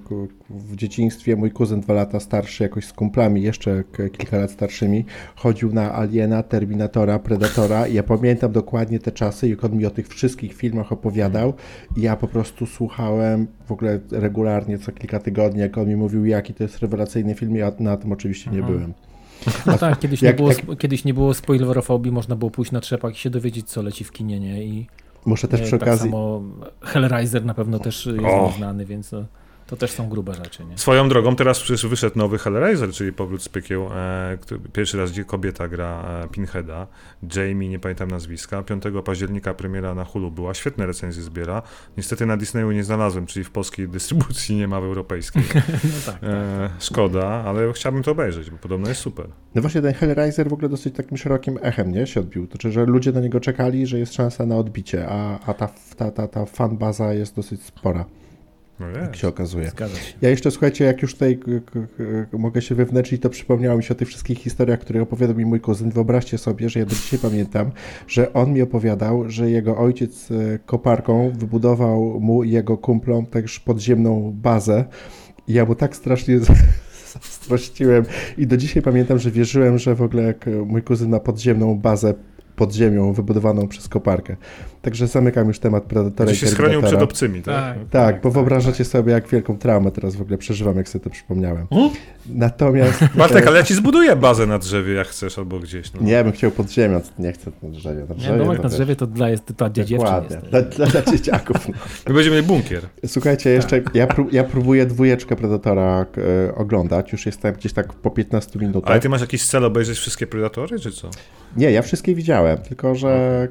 w dzieciństwie mój kuzyn 2 lata starszy, jakoś z kumplami, jeszcze kilka lat starszymi, chodził na Aliena, Terminatora, Predatora i ja pamiętam dokładnie te czasy, jak on mi o tych wszystkich filmach opowiadał i ja po prostu słuchałem w ogóle regularnie co kilka tygodni, jak on mi mówił, jaki to jest rewelacyjny film, ja na tym oczywiście nie byłem. No tak, kiedyś nie było spoilerofobii, można było pójść na trzepak i się dowiedzieć, co leci w kinie, nie? I muszę też przy tak okazji... samo Hellraiser na pewno też jest znany, więc to też są grube rzeczy, nie? Swoją drogą teraz przecież wyszedł nowy Hellraiser, czyli Powrót z piekieł, pierwszy raz, gdzie kobieta gra Pinheada, Jamie, nie pamiętam nazwiska, 5 października premiera na Hulu była, świetne recenzje zbiera, niestety na Disneyu nie znalazłem, czyli w polskiej dystrybucji nie ma, w europejskiej. No tak. Szkoda, ale chciałbym to obejrzeć, bo podobno jest super. No właśnie ten Hellraiser w ogóle dosyć takim szerokim echem, nie, się odbił, to znaczy, że ludzie na niego czekali, że jest szansa na odbicie, a ta fanbaza jest dosyć spora. No jak się okazuje. Zgadza się. Ja jeszcze, słuchajcie, jak już tutaj mogę się wewnętrznić, to przypomniało mi się o tych wszystkich historiach, które opowiadał mi mój kuzyn. Wyobraźcie sobie, że ja do dzisiaj pamiętam, że on mi opowiadał, że jego ojciec koparką wybudował mu i jego kumplom też podziemną bazę i ja mu tak strasznie zazdrościłem i do dzisiaj pamiętam, że wierzyłem, że w ogóle jak mój kuzyn ma podziemną bazę pod ziemią wybudowaną przez koparkę. Także zamykam już temat Predatora i się schronił przed obcymi, tak? Tak, bo wyobrażacie sobie, jak wielką traumę teraz w ogóle przeżywam, jak sobie to przypomniałem. Natomiast... Bartek, ale ja ci zbuduję bazę na drzewie, jak chcesz, albo gdzieś. No. Nie, ja bym chciał pod ziemią, nie chcę na drzewie. Domek na drzewie to dla dziewczyn dokładnie, jest. dla dzieciaków. No. My będziemy mieli bunkier. Słuchajcie, jeszcze ja próbuję 2 Predatora oglądać, już jestem gdzieś tak po 15 minutach. Ale ty masz jakiś cel obejrzeć wszystkie Predatory, czy co? Nie, ja wszystkie widziałem, tylko że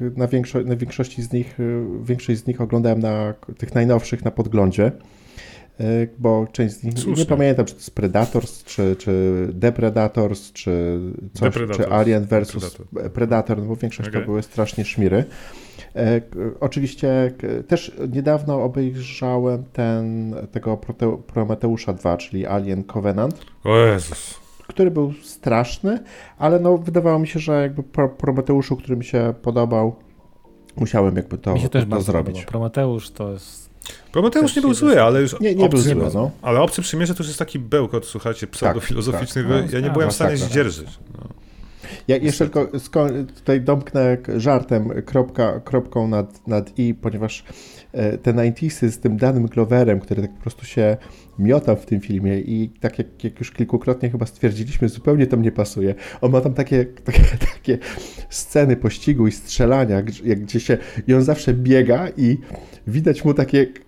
na większość z nich oglądałem na tych najnowszych na podglądzie, bo część z nich, nie pamiętam, czy to jest Predators, czy The Predators, czy coś, czy Alien vs. Predator, no bo większość to były strasznie szmiry. Oczywiście też niedawno obejrzałem tego Prometeusza 2, czyli Alien Covenant. O Jezus. Który był straszny, ale no wydawało mi się, że jakby Prometeuszu, który mi się podobał, musiałem jakby to mi się też to zrobić. Podoba. Prometeusz to jest... Prometeusz nie był zły, ale już nie był zły, no. Ale Obcy Przymierze to już jest taki bełkot, słuchajcie, pseudofilozoficznego, tak. ja nie byłem w stanie zdzierżyć. No. Ja jeszcze tylko tutaj domknę żartem kropką nad i, ponieważ te 90'sy z tym Danym Gloverem, który tak po prostu się miota w tym filmie i tak jak już kilkukrotnie chyba stwierdziliśmy, zupełnie to mnie pasuje. On ma tam takie sceny pościgu i strzelania, gdzie się i on zawsze biega i widać mu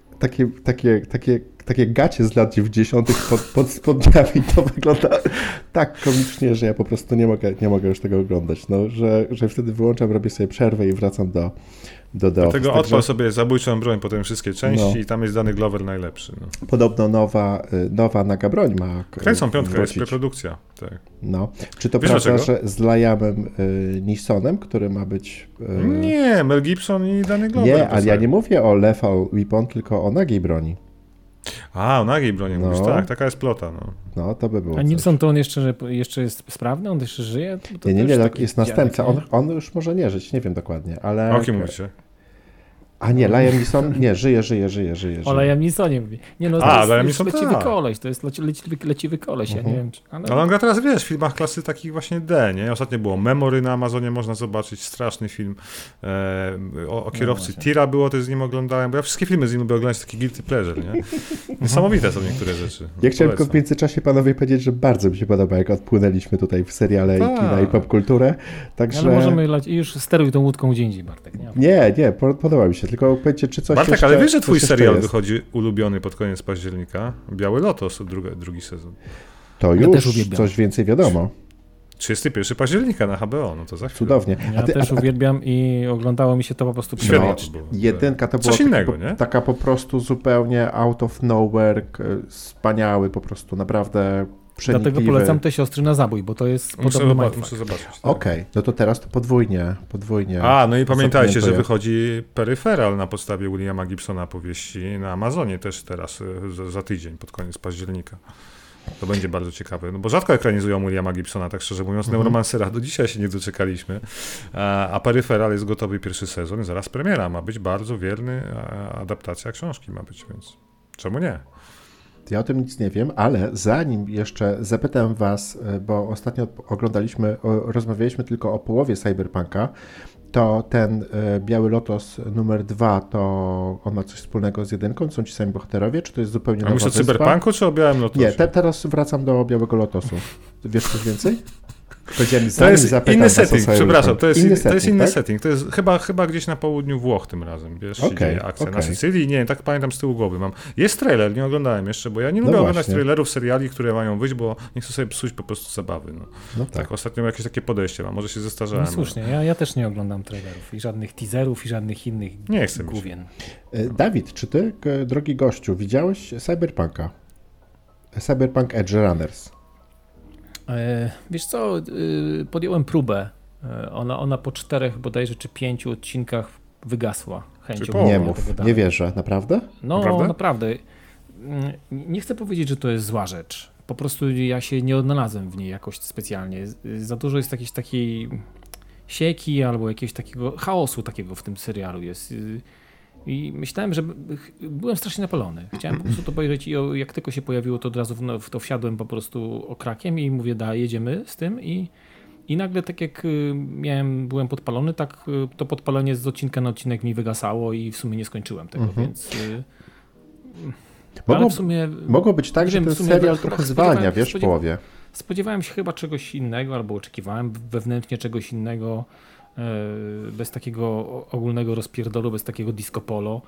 takie gacie z lat 90. pod spodniami. To wygląda tak komicznie, że ja po prostu nie mogę już tego oglądać. No, że wtedy wyłączam, robię sobie przerwę i wracam do Dlatego odpal sobie Zabójczą broń, potem wszystkie części i tam jest Danny Glover najlepszy. No. Podobno nowa naga broń ma Kręcą 5, jest preprodukcja. Tak. No. Czy to prawda, że z Liamem Neesonem, który ma być... Nie, Mel Gibson i Danny Glover. Nie, ale ja nie mówię o Lethal Weapon, tylko o nagiej broni. O nagiej broni mówisz, tak, taka jest plota. No, to by było. A Nilsson to on jeszcze jest sprawny? On jeszcze żyje? Nie, jest następca. On już może nie żyć, nie wiem dokładnie, ale... O kim mówicie? A nie, Liam Neeson, nie, żyje. O Liam Neesonie mówi. Nie no, to jest leciwy koleś, to jest leciwy koleś, ja nie wiem. Ale on gra teraz, w filmach klasy takich właśnie D, nie? Ostatnio było Memory na Amazonie, można zobaczyć, straszny film o kierowcy Tira było, to z nim oglądałem, bo ja wszystkie filmy z nim lubię oglądać, taki guilty pleasure, nie? Niesamowite są niektóre rzeczy. Ja chciałem tylko w międzyczasie panowie powiedzieć, że bardzo mi się podoba, jak odpłynęliśmy tutaj w seriale i kina i popkulturę, także... Ale możemy już steruj tą łódką gdzie indziej, Bartek. Nie, podoba mi się, tylko powiedzcie, czy coś Bartek, jeszcze, ale wiesz, że twój serial jest? wychodzi ulubiony pod koniec października? Biały Lotos, drugi sezon. To już coś więcej wiadomo. 31 października na HBO, no to za chwilę. Cudownie. Ja też uwielbiam i oglądało mi się to po prostu przyjemnie. Jedynka to była taka po prostu zupełnie out of nowhere, wspaniały po prostu, naprawdę przenikliwy. Dlatego polecam te Siostry na zabój, bo to jest podobny muszę zobaczyć. Tak. Okej, no to teraz to podwójnie. No i pamiętajcie, że wychodzi Peryferal na podstawie Williama Gibsona powieści na Amazonie też teraz za tydzień, pod koniec października. To będzie bardzo ciekawe, no bo rzadko ekranizują Williama Gibsona, tak szczerze mówiąc, Neuromancera do dzisiaj się nie doczekaliśmy, a Peryferal jest gotowy pierwszy sezon, zaraz premiera, ma być bardzo wierny, adaptacja książki ma być, więc czemu nie? Ja o tym nic nie wiem, ale zanim jeszcze zapytam was, bo ostatnio rozmawialiśmy tylko o połowie Cyberpunka, to ten Biały Lotos numer 2, to on ma coś wspólnego z jedynką? Są ci sami bohaterowie, czy to jest zupełnie nowa wyspa? A myślisz o Cyberpunku, czy o Białym Lotosie? Nie, teraz wracam do Białego Lotosu. Wiesz coś więcej? To jest inny setting, przepraszam, to jest inny setting. To jest chyba gdzieś na południu Włoch tym razem, wiesz, się dzieje akcja. Na Sycylii, nie, tak pamiętam z tyłu głowy mam. Jest trailer, nie oglądałem jeszcze, bo ja nie lubię oglądać trailerów seriali, które mają wyjść, bo nie chcę sobie psuć po prostu zabawy. No tak, ostatnio jakieś takie podejście mam, może się zestarzałem. No słusznie, ja też nie oglądam trailerów i żadnych teaserów i żadnych innych główien. Dawid, czy ty, drogi gościu, widziałeś Cyberpunka? Cyberpunk Edge Runners. Wiesz co, podjąłem próbę. Ona po 4 bodajże czy 5 odcinkach wygasła chęcią. Nie mów, nie wierzę, naprawdę? No, naprawdę. Nie chcę powiedzieć, że to jest zła rzecz. Po prostu ja się nie odnalazłem w niej jakoś specjalnie. Za dużo jest jakiejś takiej sieki albo jakiegoś takiego chaosu takiego w tym serialu jest. I myślałem, że byłem strasznie napalony. Chciałem po prostu to obejrzeć i jak tylko się pojawiło, to od razu w to wsiadłem po prostu okrakiem i mówię, jedziemy z tym i nagle tak jak byłem podpalony, tak to podpalenie z odcinka na odcinek mi wygasało i w sumie nie skończyłem tego, więc... Ale w sumie... Mogło być tak, że ten serial trochę zwalnia, wiesz, w połowie. Spodziewałem się chyba czegoś innego, albo oczekiwałem wewnętrznie czegoś innego, bez takiego ogólnego rozpierdolu, bez takiego disco polo.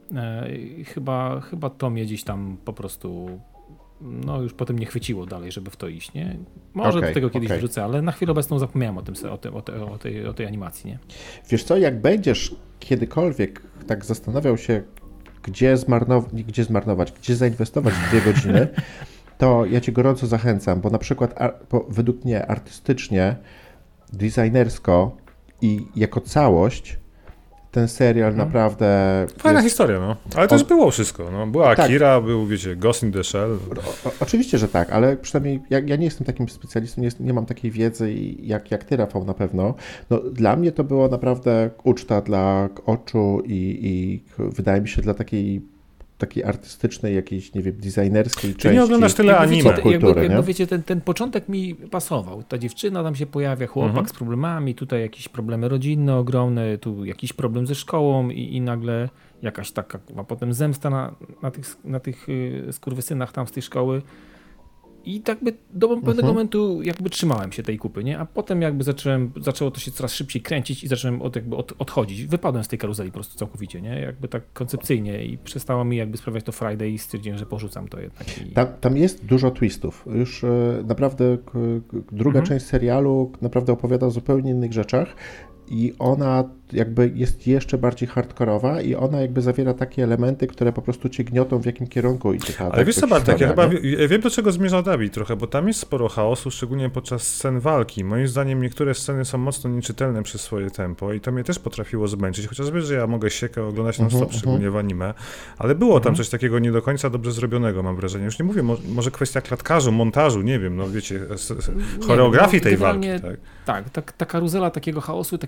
Chyba to mnie gdzieś tam po prostu już potem nie chwyciło dalej, żeby w to iść, nie? Może do tego kiedyś wrzucę, ale na chwilę obecną zapomniałem o tej animacji, nie? Wiesz co, jak będziesz kiedykolwiek tak zastanawiał się, gdzie zmarnować, gdzie zainwestować 2 godziny, to ja cię gorąco zachęcam, bo na przykład według mnie artystycznie, designersko i jako całość ten serial naprawdę... Fajna historia, no. Ale też było wszystko. No. Była Akira, był, wiecie, Ghost in the Shell. Oczywiście, że tak, ale przynajmniej ja nie jestem takim specjalistą, nie mam takiej wiedzy jak ty, Rafał, na pewno. No, dla mnie to było naprawdę uczta dla oczu i wydaje mi się dla takiej artystycznej, jakiejś, nie wiem, designerskiej części. Ty nie oglądasz tyle anime. Jakby wiecie, ten początek mi pasował. Ta dziewczyna tam się pojawia, chłopak z problemami, tutaj jakieś problemy rodzinne ogromne, tu jakiś problem ze szkołą i nagle jakaś taka, a potem zemsta na tych skurwysynach tam z tej szkoły. I tak by do pewnego momentu jakby trzymałem się tej kupy, nie? A potem jakby zaczęło to się coraz szybciej kręcić i zacząłem odchodzić. Wypadłem z tej karuzeli po prostu całkowicie, nie? Jakby tak koncepcyjnie i przestało mi jakby sprawiać to Friday i stwierdziłem, że porzucam to jednak. Tam jest dużo twistów. Już naprawdę druga część serialu naprawdę opowiada o zupełnie innych rzeczach. I ona jakby jest jeszcze bardziej hardkorowa i ona jakby zawiera takie elementy, które po prostu cię gniotą, w jakim kierunku idzie ta Ale wiesz co, Bartek, ja wiem, do czego zmierza Dawid trochę, bo tam jest sporo chaosu, szczególnie podczas scen walki. Moim zdaniem niektóre sceny są mocno nieczytelne przez swoje tempo i to mnie też potrafiło zmęczyć, chociaż wiesz, że ja mogę siekę oglądać non-stop, szczególnie w anime, ale było tam coś takiego nie do końca dobrze zrobionego, mam wrażenie. Już nie mówię, może kwestia klatkarzu, montażu, nie wiem, no wiecie, choreografii tej walki. Tak, ta karuzela takiego chaosu, takiego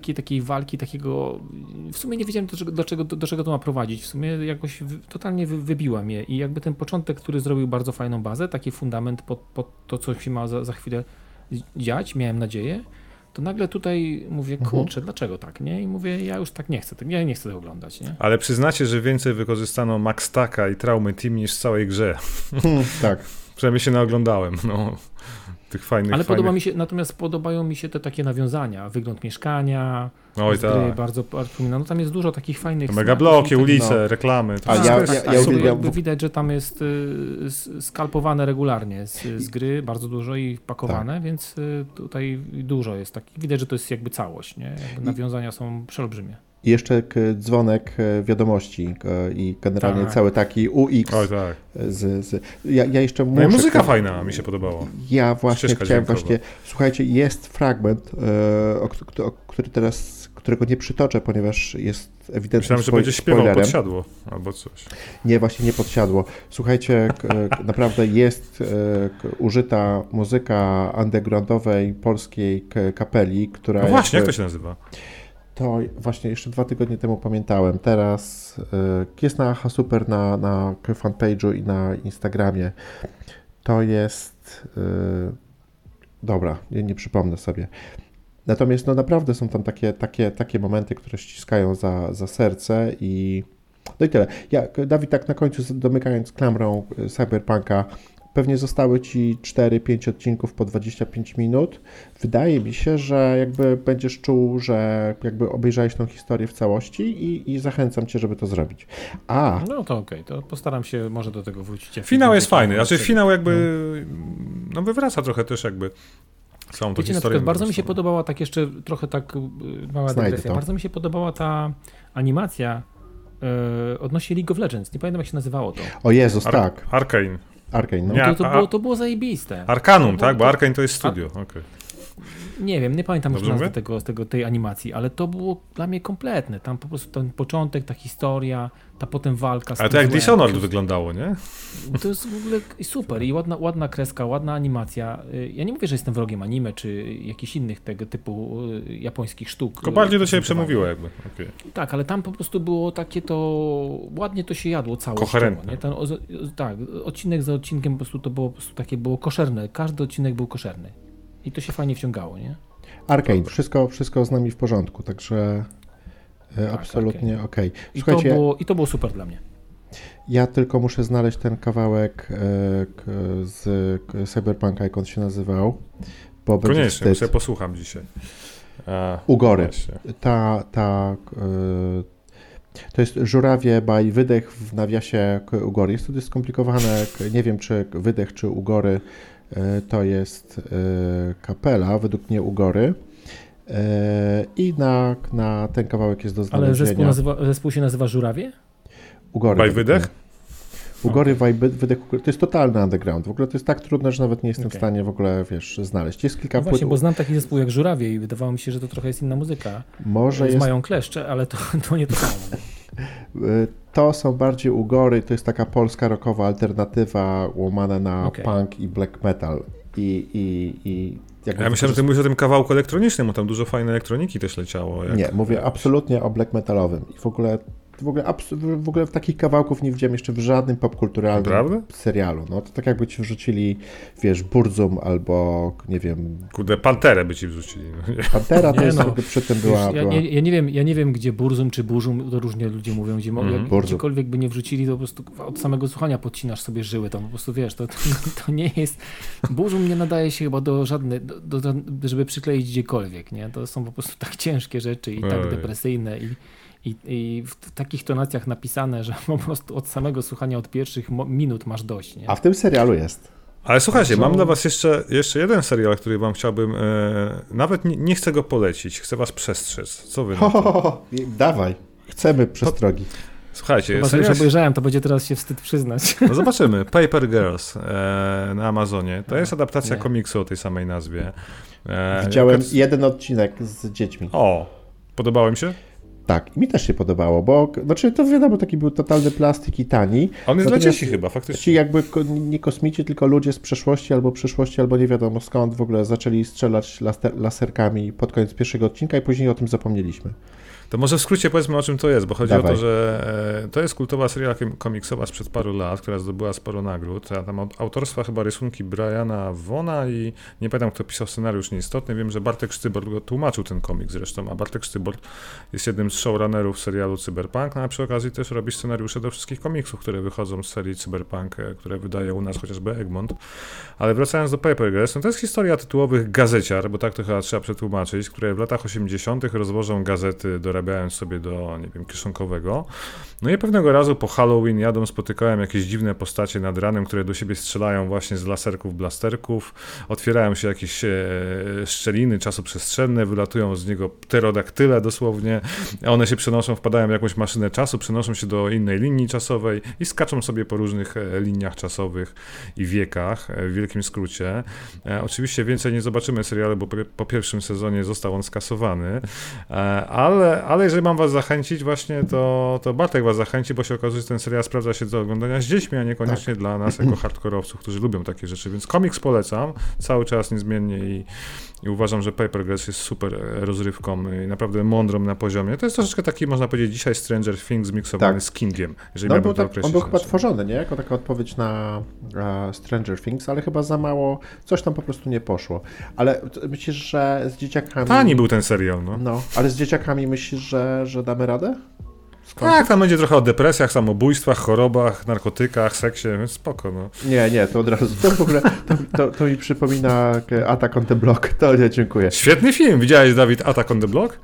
takiej walki, takiego, w sumie nie wiedziałem do czego to ma prowadzić, w sumie jakoś totalnie wybiła mnie i jakby ten początek, który zrobił bardzo fajną bazę, taki fundament pod to, co się ma za chwilę dziać, miałem nadzieję, to nagle tutaj mówię, kurczę, dlaczego tak, nie? I mówię, ja już tak nie chcę, ja nie chcę tego oglądać, nie? Ale przyznacie, że więcej wykorzystano Max Taka i Traumy Team niż w całej grze. Tak. Przynajmniej się naoglądałem, no. Tych fajnych. Ale natomiast podobają mi się te takie nawiązania, wygląd mieszkania, oj, tak. gry, bardzo przypomina. No tam jest dużo takich fajnych megabloki, ulice, reklamy. To ja uwielbiam. Widać, że tam jest skalpowane regularnie z gry, bardzo dużo i pakowane, więc tutaj dużo jest takich. Widać, że to jest jakby całość, nie? Jakby nawiązania są przeolbrzymie. I jeszcze dzwonek wiadomości i generalnie cały taki UX. Oj, tak. Ja jeszcze muszę... No i muzyka fajna, mi się podobało. Ja właśnie Ścieżka chciałem dźwiękowa. Słuchajcie, jest fragment, którego nie przytoczę, ponieważ jest ewidentnie Myślałem, że będzie śpiewał podsiadło albo coś. Nie, właśnie nie podsiadło. Słuchajcie, naprawdę jest użyta muzyka undergroundowej polskiej kapeli, która... No właśnie, jak to się nazywa? To właśnie jeszcze 2 tygodnie temu pamiętałem. Teraz jest na Super na fanpage'u i na Instagramie. To jest... dobra, nie przypomnę sobie. Natomiast no naprawdę są tam takie momenty, które ściskają za serce i... No i tyle. Dawid, tak na końcu domykając klamrą Cyberpunka, pewnie zostały ci 4-5 odcinków po 25 minut. Wydaje mi się, że jakby będziesz czuł, że jakby obejrzałeś tą historię w całości i zachęcam cię, żeby to zrobić. No to okej, to postaram się może do tego wrócić. Finał jest fajny, znaczy finał jakby no wywraca trochę też jakby całą tą historię. Bardzo mi się podobała, tak jeszcze trochę tak mała dygresja, bardzo mi się podobała ta animacja odnośnie League of Legends. Nie pamiętam, jak się nazywało to. O Jezus, tak. Arcane. No. Nie, to było zajebiste. Arcanum, tak? Bo Arcane to jest studio. Okay. Nie wiem, nie pamiętam już nazwy tej animacji, ale to było dla mnie kompletne. Tam po prostu ten początek, ta historia, ta potem walka. Ale to jak Dishonored wyglądało, nie? To jest w ogóle super i ładna kreska, ładna animacja. Ja nie mówię, że jestem wrogiem anime, czy jakichś innych tego typu japońskich sztuk. Tylko bardziej do ciebie przemówiło jakby. Okay. Tak, ale tam po prostu było takie to, ładnie to się jadło całościowo. Koherentne. Nie? Tak, odcinek za odcinkiem po prostu to było takie koszerne. Każdy odcinek był koszerny. I to się fajnie wciągało, nie? Arcane, wszystko z nami w porządku, także absolutnie okej. Słuchajcie, I to było super dla mnie. Ja tylko muszę znaleźć ten kawałek z Cyberpunka, jak on się nazywał. Bo koniecznie, sobie posłucham dzisiaj. Ugory. To jest żurawie by wydech w nawiasie Ugory. Jest to dość skomplikowane, nie wiem czy wydech, czy Ugory to jest kapela, według mnie Ugory. I na ten kawałek jest do znalezienia. Ale zespół się nazywa Żurawie? Ugory. By wydech? Ugory, wydech, to jest totalny underground. W ogóle to jest tak trudne, że nawet nie jestem w stanie w ogóle, znaleźć. Jest kilka płyt. Właśnie, bo znam taki zespół jak Żurawie i wydawało mi się, że to trochę jest inna muzyka. Może mają kleszcze, ale to nie to samo. To są bardziej Ugory, to jest taka polska rockowa alternatywa łamana na punk i black metal. Ja myślałem, że ty mówisz o tym kawałku elektronicznym, bo tam dużo fajnej elektroniki też leciało. Nie, mówię absolutnie o black metalowym. I w ogóle takich kawałków nie widziałem jeszcze w żadnym popkulturalnym serialu. No to tak jakby ci wrzucili, Burzum albo, nie wiem... Kurde, Panterę by ci wrzucili. Pantera to jest przy tym była... Ja nie wiem, gdzie Burzum czy Burzum, to różnie ludzie mówią, gdziekolwiek by nie wrzucili, to po prostu od samego słuchania podcinasz sobie żyły, to po prostu to nie jest... Burzum nie nadaje się chyba do żadnej, żeby przykleić gdziekolwiek, nie? To są po prostu tak ciężkie rzeczy i tak depresyjne i w takich tonacjach napisane, że po prostu od samego słuchania, od pierwszych minut masz dość. Nie? A w tym serialu jest. Ale słuchajcie, mam dla was jeszcze jeden serial, który wam chciałbym, nawet nie chcę go polecić, chcę was przestrzec. Co wy na to? Dawaj, chcemy przestrogi. Słuchajcie, już obejrzałem, to będzie teraz się wstyd przyznać. No zobaczymy. Paper Girls na Amazonie. To jest adaptacja komiksu o tej samej nazwie. Widziałem jeden odcinek z dziećmi. O, podobało mi się? Tak, mi też się podobało, bo znaczy to wiadomo, taki był totalny plastik i tani. On jest dla dzieci chyba, faktycznie. Ci jakby nie kosmici, tylko ludzie z przeszłości, albo nie wiadomo skąd w ogóle zaczęli strzelać laserkami pod koniec pierwszego odcinka i później o tym zapomnieliśmy. To może w skrócie powiedzmy, o czym to jest, bo chodzi Dawaj. o to, że to jest kultowa seria komiksowa sprzed paru lat, która zdobyła sporo nagród. A tam autorstwa chyba rysunki Briana Vona i nie pamiętam, kto pisał scenariusz, nieistotny. Wiem, że Bartek Sztybor tłumaczył ten komik zresztą, a Bartek Sztybor jest jednym z showrunnerów serialu Cyberpunk, no a przy okazji też robi scenariusze do wszystkich komiksów, które wychodzą z serii Cyberpunk, które wydaje u nas chociażby Egmont. Ale wracając do Paper Girls, no to jest historia tytułowych gazeciar, bo tak to chyba trzeba przetłumaczyć, które w latach 80. rozwożą gazety, dorabiając sobie do, nie wiem, kieszonkowego. No i pewnego razu po Halloween jadą, spotykałem jakieś dziwne postacie nad ranem, które do siebie strzelają właśnie z laserków, blasterków, otwierają się jakieś szczeliny czasoprzestrzenne, wylatują z niego pterodaktyle dosłownie, one się przenoszą, wpadają w jakąś maszynę czasu, przenoszą się do innej linii czasowej i skaczą sobie po różnych liniach czasowych i wiekach, w wielkim skrócie. Oczywiście więcej nie zobaczymy serialu, bo po pierwszym sezonie został on skasowany, ale jeżeli mam was zachęcić właśnie, to Bartek was zachęci, bo się okazuje, że ten serial sprawdza się do oglądania z dziećmi, a niekoniecznie dla nas jako hardkorowców, którzy lubią takie rzeczy, więc komiks polecam cały czas niezmiennie i uważam, że Paper Girls jest super rozrywką i naprawdę mądrą na poziomie. To jest troszeczkę taki, można powiedzieć, dzisiaj Stranger Things zmiksowany z Kingiem, jeżeli miałbym to określić. On był chyba tworzony, nie? Jako taka odpowiedź na Stranger Things, ale chyba za mało, coś tam po prostu nie poszło. Ale myślisz, że z dzieciakami... Tani był ten serial, No, ale z dzieciakami myślisz, że damy radę? Tak, tam będzie trochę o depresjach, samobójstwach, chorobach, narkotykach, seksie, więc spoko, no. Nie, to od razu, to w ogóle, to mi przypomina Attack on the Block, to nie, dziękuję. Świetny film, widziałeś, Dawid, Attack on the Block?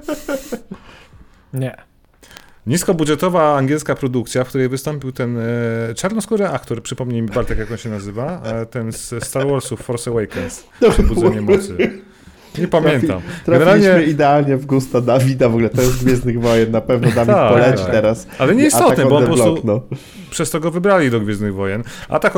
Nie. Niskobudżetowa angielska produkcja, w której wystąpił ten czarnoskóry aktor, przypomnij mi, Bartek, jak on się nazywa, ten z Star Warsów Force Awakens, Przebudzenie Mocy. Nie pamiętam. Trafiliśmy idealnie w gusta Dawida, w ogóle to jest Gwiezdnych Wojen, na pewno Dawid poleci teraz. Ale nie istotne, bo on po prostu no. przez to go wybrali do Gwiezdnych Wojen. Attack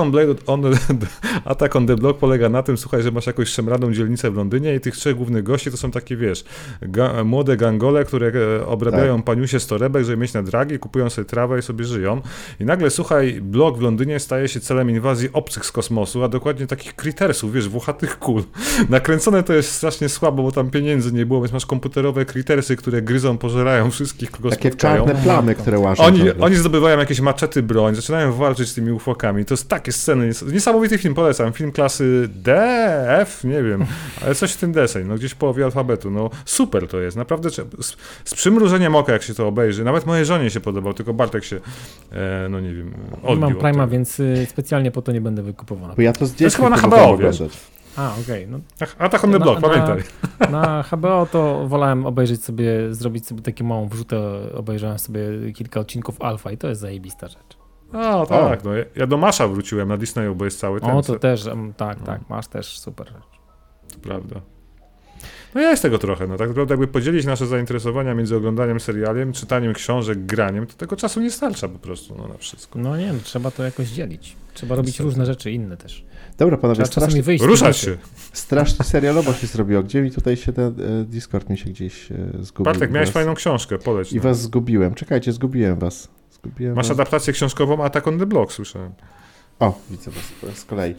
on the Block polega na tym, słuchaj, że masz jakąś szemraną dzielnicę w Londynie i tych trzech głównych gości to są takie, wiesz, młode gangole, które obrabiają paniusie z torebek, żeby mieć na dragi, kupują sobie trawę i sobie żyją. I nagle, słuchaj, blok w Londynie staje się celem inwazji obcych z kosmosu, a dokładnie takich Crittersów, wiesz, włochatych kul. Nakręcone to jest strasznie słabo, bo tam pieniędzy nie było, więc masz komputerowe Crittersy, które gryzą, pożerają wszystkich, kogo takie spotkają. Takie czarne plamy, które łażą. Oni zdobywają jakieś maczety, broń, zaczynają walczyć z tymi ufokami. To jest takie sceny, niesamowity film, polecam. Film klasy D, F, nie wiem, ale coś w tym deseń, no gdzieś w połowie alfabetu. No super to jest, naprawdę z przymrużeniem oka, jak się to obejrzy. Nawet mojej żonie się podobał, tylko Bartek się, no nie wiem, odbił. Mam Prime'a, więc specjalnie po to nie będę wykupował. Bo ja to z to jest chyba na HBO, wiesz? Okej. No. Attack on the Block, pamiętaj. Na HBO to wolałem zrobić sobie taką małą wrzutę, obejrzałem sobie kilka odcinków Alpha i to jest zajebista rzecz. O, tak, no ja do Masza wróciłem na Disneyu, bo jest cały ten... O, to też, tak, masz też super rzecz. To prawda. No jest tego trochę, no tak naprawdę jakby podzielić nasze zainteresowania między oglądaniem serialem, czytaniem książek, graniem, to tego czasu nie starcza po prostu, no na wszystko. No nie, trzeba to jakoś dzielić. Trzeba robić różne rzeczy inne też. Dobra, panowie, ruszać się. Strasznie serialowo się zrobiło. Gdzie mi tutaj się ten Discord mi się gdzieś zgubił. Bartek, miałeś fajną książkę, poleć. I was zgubiłem. Czekajcie, zgubiłem was. Masz adaptację książkową Attack on the Block, słyszałem. O, widzę was z kolei.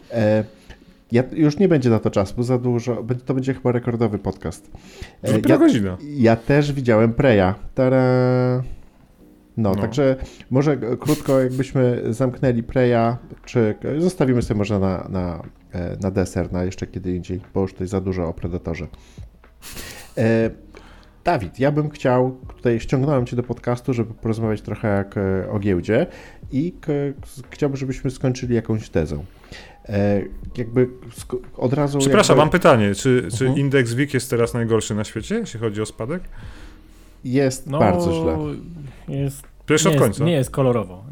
Już nie będzie na to czasu, bo za dużo. To będzie chyba rekordowy podcast. Godzina. Ja też widziałem Preya. No, także może krótko jakbyśmy zamknęli Preya, czy zostawimy sobie może na deser, na jeszcze kiedy indziej, bo już tutaj za dużo o Predatorze. Dawid, ja bym chciał, tutaj ściągnąłem Cię do podcastu, żeby porozmawiać trochę jak o giełdzie i chciałbym, żebyśmy skończyli jakąś tezą. Jakby od razu... Przepraszam, mam pytanie, czy indeks WIG jest teraz najgorszy na świecie, jeśli chodzi o spadek? Jest bardzo źle. Od końca. Nie jest kolorowo.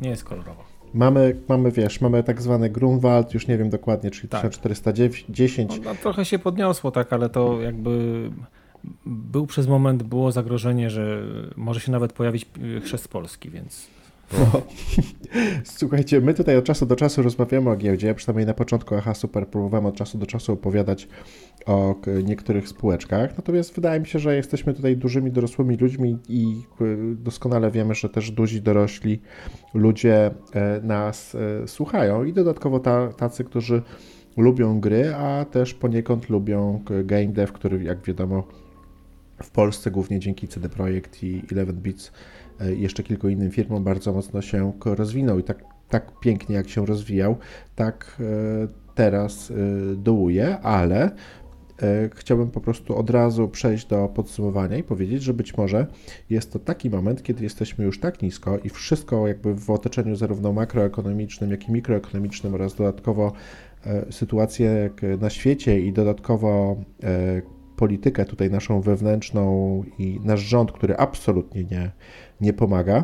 Mamy tak zwany Grunwald, już nie wiem dokładnie, czyli 1410. No, trochę się podniosło, tak, ale to jakby było zagrożenie, że może się nawet pojawić chrzest Polski, więc No. Słuchajcie, my tutaj od czasu do czasu rozmawiamy o giełdzie, przynajmniej na początku Aha Super próbowałem od czasu do czasu opowiadać o niektórych spółeczkach, natomiast wydaje mi się, że jesteśmy tutaj dużymi, dorosłymi ludźmi i doskonale wiemy, że też duzi, dorośli ludzie nas słuchają i dodatkowo tacy, którzy lubią gry, a też poniekąd lubią game dev, który jak wiadomo w Polsce głównie dzięki CD Projekt i 11bits jeszcze kilku innym firmom bardzo mocno się rozwinął i tak pięknie jak się rozwijał, tak teraz dołuje, ale chciałbym po prostu od razu przejść do podsumowania i powiedzieć, że być może jest to taki moment, kiedy jesteśmy już tak nisko i wszystko jakby w otoczeniu zarówno makroekonomicznym, jak i mikroekonomicznym oraz dodatkowo sytuację na świecie i dodatkowo politykę tutaj naszą wewnętrzną i nasz rząd, który absolutnie nie pomaga,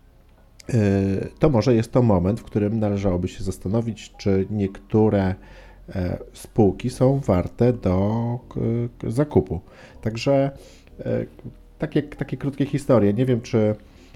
to może jest to moment, w którym należałoby się zastanowić, czy niektóre spółki są warte do zakupu. Także takie krótkie historie. Nie wiem, czy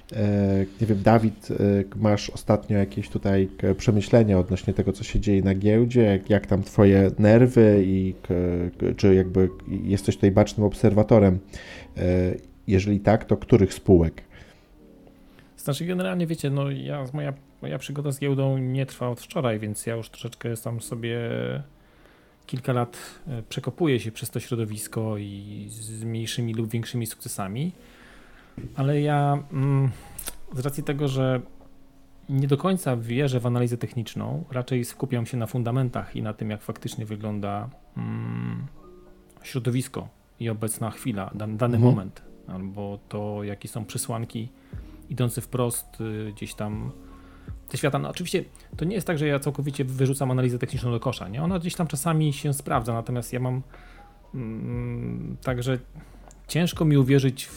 Dawid, masz ostatnio jakieś tutaj przemyślenia odnośnie tego, co się dzieje na giełdzie, jak tam twoje nerwy i czy jakby jesteś tutaj bacznym obserwatorem? Jeżeli tak, to których spółek? Znaczy generalnie wiecie, no moja przygoda z giełdą nie trwa od wczoraj, więc ja już troszeczkę tam sobie kilka lat przekopuję się przez to środowisko i z mniejszymi lub większymi sukcesami, ale ja z racji tego, że nie do końca wierzę w analizę techniczną, raczej skupiam się na fundamentach i na tym, jak faktycznie wygląda środowisko i obecna chwila, dany moment, albo to, jakie są przesłanki idące wprost gdzieś tam ze świata. No oczywiście to nie jest tak, że ja całkowicie wyrzucam analizę techniczną do kosza, nie? Ona gdzieś tam czasami się sprawdza, natomiast ja mam także ciężko mi uwierzyć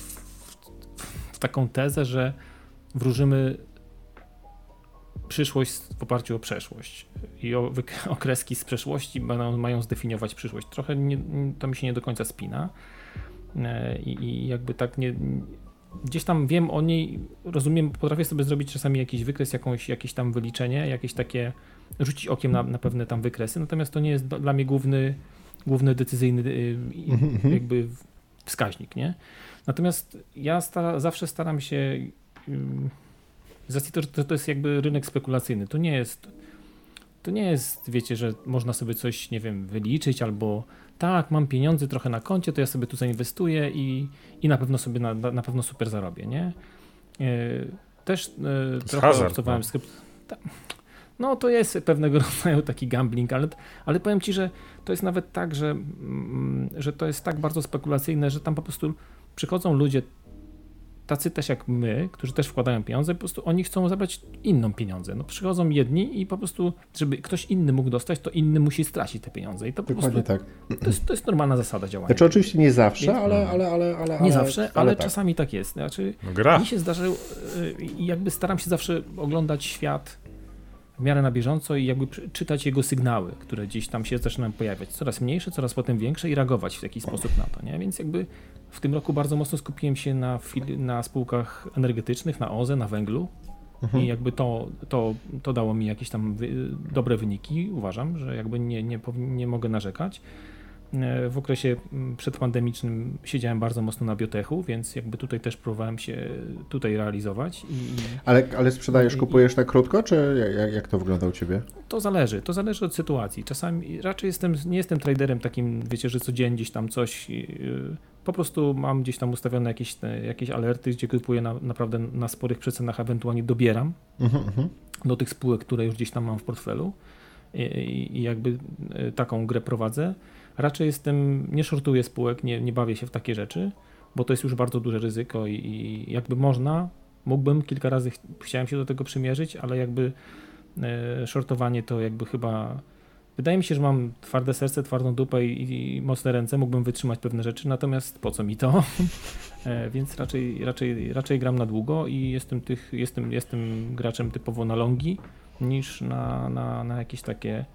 w taką tezę, że wróżymy przyszłość w oparciu o przeszłość i okreski z przeszłości mają zdefiniować przyszłość. Trochę to mi się nie do końca spina i jakby tak nie... Gdzieś tam wiem o niej, rozumiem, potrafię sobie zrobić czasami jakiś wykres, jakieś tam wyliczenie, jakieś takie, rzucić okiem na pewne tam wykresy, natomiast to nie jest dla mnie główny decyzyjny jakby wskaźnik, nie? Natomiast ja zawsze staram się, z racji tego, że to jest jakby rynek spekulacyjny, to nie jest, wiecie, że można sobie coś, nie wiem, wyliczyć albo tak, mam pieniądze trochę na koncie, to ja sobie tu zainwestuję i na pewno sobie na pewno super zarobię, nie? Też trochę obcowałem z no to jest pewnego rodzaju taki gambling, ale powiem ci, że to jest nawet tak, że to jest tak bardzo spekulacyjne, że tam po prostu przychodzą ludzie tacy też jak my, którzy też wkładają pieniądze, po prostu oni chcą zabrać inną pieniądze. No przychodzą jedni i po prostu, żeby ktoś inny mógł dostać, to inny musi stracić te pieniądze. I to dokładnie po prostu, tak. To jest normalna zasada działania. Znaczy oczywiście nie zawsze, ale nie zawsze, ale tak. czasami tak jest. Znaczy, mi się zdarzyło i jakby staram się zawsze oglądać świat w miarę na bieżąco i jakby czytać jego sygnały, które gdzieś tam się zaczynają pojawiać. Coraz mniejsze, coraz potem większe i reagować w jakiś sposób na to, nie? Więc jakby w tym roku bardzo mocno skupiłem się na spółkach energetycznych, na OZE, na węglu i jakby to dało mi jakieś tam dobre wyniki. Uważam, że jakby nie mogę narzekać. W okresie przedpandemicznym siedziałem bardzo mocno na biotechu, więc jakby tutaj też próbowałem się tutaj realizować. Ale sprzedajesz, kupujesz na krótko, czy jak to wygląda u ciebie? To zależy od sytuacji. Czasami raczej nie jestem traderem takim, wiecie, że codziennie gdzieś tam coś, po prostu mam gdzieś tam ustawione jakieś alerty, gdzie kupuję naprawdę na sporych przecenach, ewentualnie dobieram do tych spółek, które już gdzieś tam mam w portfelu i jakby taką grę prowadzę. Raczej nie shortuję spółek, nie bawię się w takie rzeczy, bo to jest już bardzo duże ryzyko i jakby mógłbym kilka razy, chciałem się do tego przymierzyć, ale jakby shortowanie to jakby chyba, wydaje mi się, że mam twarde serce, twardą dupę i mocne ręce, mógłbym wytrzymać pewne rzeczy, natomiast po co mi to? Więc raczej gram na długo i jestem graczem typowo na longi niż na jakieś takie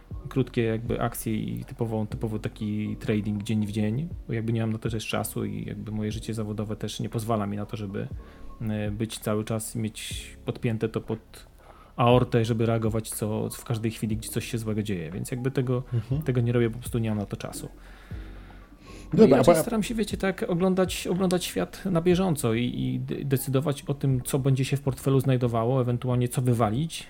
krótkie jakby akcje i typowo taki trading dzień w dzień, bo jakby nie mam na to też czasu i jakby moje życie zawodowe też nie pozwala mi na to, żeby być cały czas, mieć podpięte to pod aortę, żeby reagować w każdej chwili, gdzie coś się złego dzieje, więc jakby tego nie robię, po prostu nie mam na to czasu. No i raczej staram się, wiecie, tak oglądać świat na bieżąco i decydować o tym, co będzie się w portfelu znajdowało, ewentualnie co wywalić,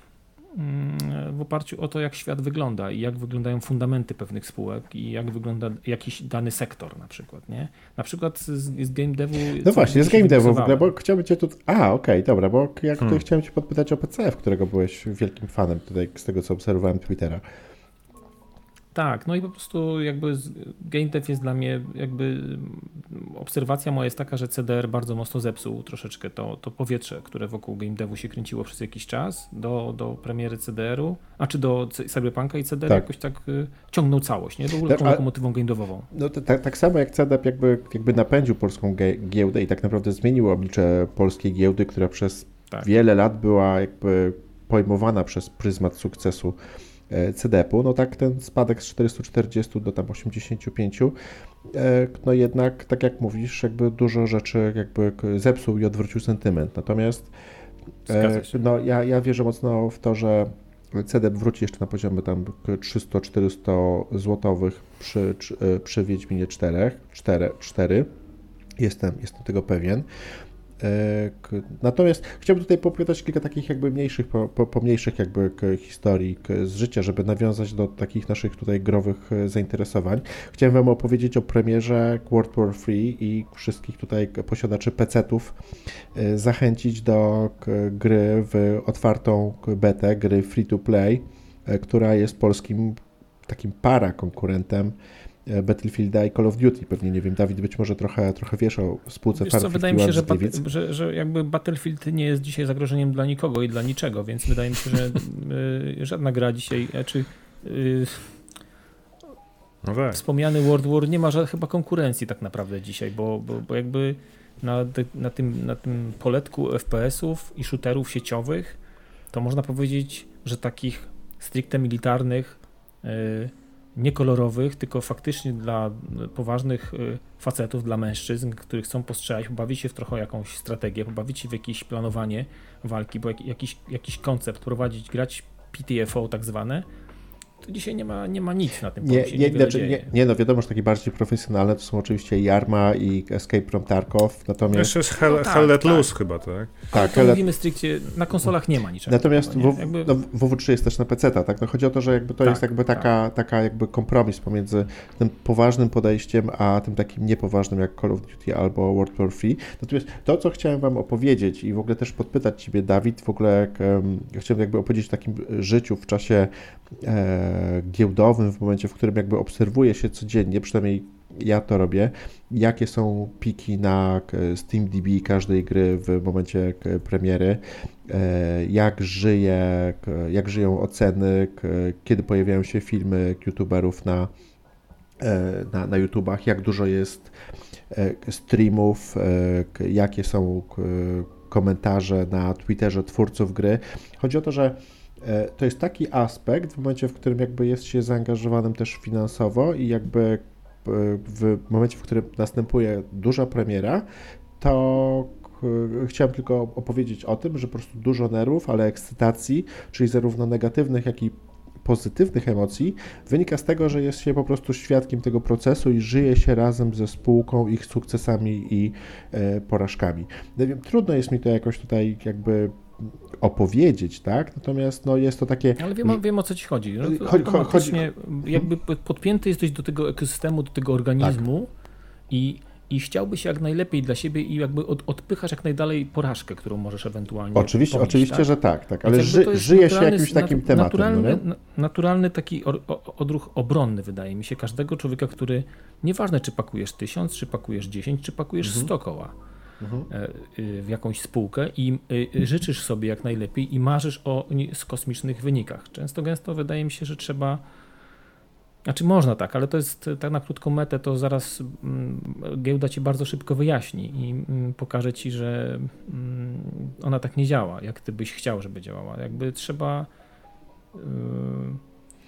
w oparciu o to, jak świat wygląda i jak wyglądają fundamenty pewnych spółek i jak wygląda jakiś dany sektor na przykład, nie? Na przykład z game devu... No właśnie, z game devu w ogóle, bo chciałbym cię tu... okej, dobra, bo ja tutaj chciałem cię podpytać o PCF, którego byłeś wielkim fanem tutaj, z tego co obserwowałem Twittera. Tak, no i po prostu jakby game dev jest dla mnie jakby obserwacja moja jest taka, że CDR bardzo mocno zepsuł troszeczkę to powietrze, które wokół game devu się kręciło przez jakiś czas do premiery CDR-u, a czy do Cyberpunka i CDR jakoś tak ciągnął całość, nie? W ogóle taką lokomotywą game devową. No to tak samo jak CDR jakby napędził polską giełdę i tak naprawdę zmienił oblicze polskiej giełdy, która przez wiele lat była jakby pojmowana przez pryzmat sukcesu CDP-u, no tak ten spadek z 440 do tam 85, no jednak, tak jak mówisz, jakby dużo rzeczy jakby zepsuł i odwrócił sentyment. Natomiast no ja wierzę mocno w to, że CDP wróci jeszcze na poziomie tam 300-400 złotowych przy Wiedźminie 4. Jestem tego pewien. Natomiast chciałbym tutaj popytać kilka takich jakby pomniejszych jakby historii z życia, żeby nawiązać do takich naszych tutaj growych zainteresowań. Chciałem wam opowiedzieć o premierze World War 3 i wszystkich tutaj posiadaczy PC-ów zachęcić do gry w otwartą betę, gry free to play, która jest polskim takim konkurentem Battlefielda i Call of Duty. Pewnie, nie wiem, Dawid, być może trochę wiesz o spółce Farming. Wydaje mi się, że jakby Battlefield nie jest dzisiaj zagrożeniem dla nikogo i dla niczego, więc wydaje mi się, że żadna gra dzisiaj, wspomniany World War nie ma chyba konkurencji tak naprawdę dzisiaj, bo jakby na tym poletku FPS-ów i shooterów sieciowych to można powiedzieć, że takich stricte militarnych niekolorowych, tylko faktycznie dla poważnych facetów, dla mężczyzn, którzy chcą postrzelać, pobawić się w trochę jakąś strategię, pobawić się w jakieś planowanie walki, bo jakiś koncept prowadzić, grać PTFO tak zwane, to dzisiaj nie ma nic na tym polu. Nie, no wiadomo, że takie bardziej profesjonalne to są oczywiście Jarma i Escape from Tarkov, natomiast... Jeszcze jest Hell Let Loose chyba, tak? Tak, to mówimy stricte, na konsolach nie ma niczego. Natomiast WW3 jest też na PC-ta, tak? No chodzi o to, że jakby to jest jakby taka jakby kompromis pomiędzy tym poważnym podejściem, a tym takim niepoważnym jak Call of Duty albo World War 3. Natomiast to, co chciałem wam opowiedzieć i w ogóle też podpytać ciebie, Dawid, w ogóle chciałem jakby opowiedzieć o takim życiu w czasie giełdowym, w momencie, w którym jakby obserwuje się codziennie, przynajmniej ja to robię, jakie są piki na SteamDB każdej gry w momencie premiery, jak żyją oceny, kiedy pojawiają się filmy youtuberów na YouTubach, jak dużo jest streamów, jakie są komentarze na Twitterze twórców gry. Chodzi o to, że to jest taki aspekt w momencie, w którym jakby jest się zaangażowanym też finansowo i jakby w momencie, w którym następuje duża premiera, to chciałem tylko opowiedzieć o tym, że po prostu dużo nerwów, ale ekscytacji, czyli zarówno negatywnych, jak i pozytywnych emocji, wynika z tego, że jest się po prostu świadkiem tego procesu i żyje się razem ze spółką, ich sukcesami i porażkami. No wiem, trudno jest mi to jakoś tutaj jakby opowiedzieć, tak? Natomiast no, jest to takie... Ale wiem o co ci chodzi. Jakby podpięty jesteś do tego ekosystemu, do tego organizmu i chciałbyś jak najlepiej dla siebie i jakby odpychasz jak najdalej porażkę, którą możesz ewentualnie Oczywiście, że tak, ale żyje się jakimś takim tematem. Naturalny taki odruch obronny, wydaje mi się, każdego człowieka, który nieważne czy pakujesz 1000, czy pakujesz 10, czy pakujesz 100 koła w jakąś spółkę i życzysz sobie jak najlepiej i marzysz o kosmicznych wynikach. Gęsto wydaje mi się, że trzeba, znaczy można tak, ale to jest tak na krótką metę, to zaraz giełda ci bardzo szybko wyjaśni i pokaże ci, że ona tak nie działa, jak ty byś chciał, żeby działała. Jakby trzeba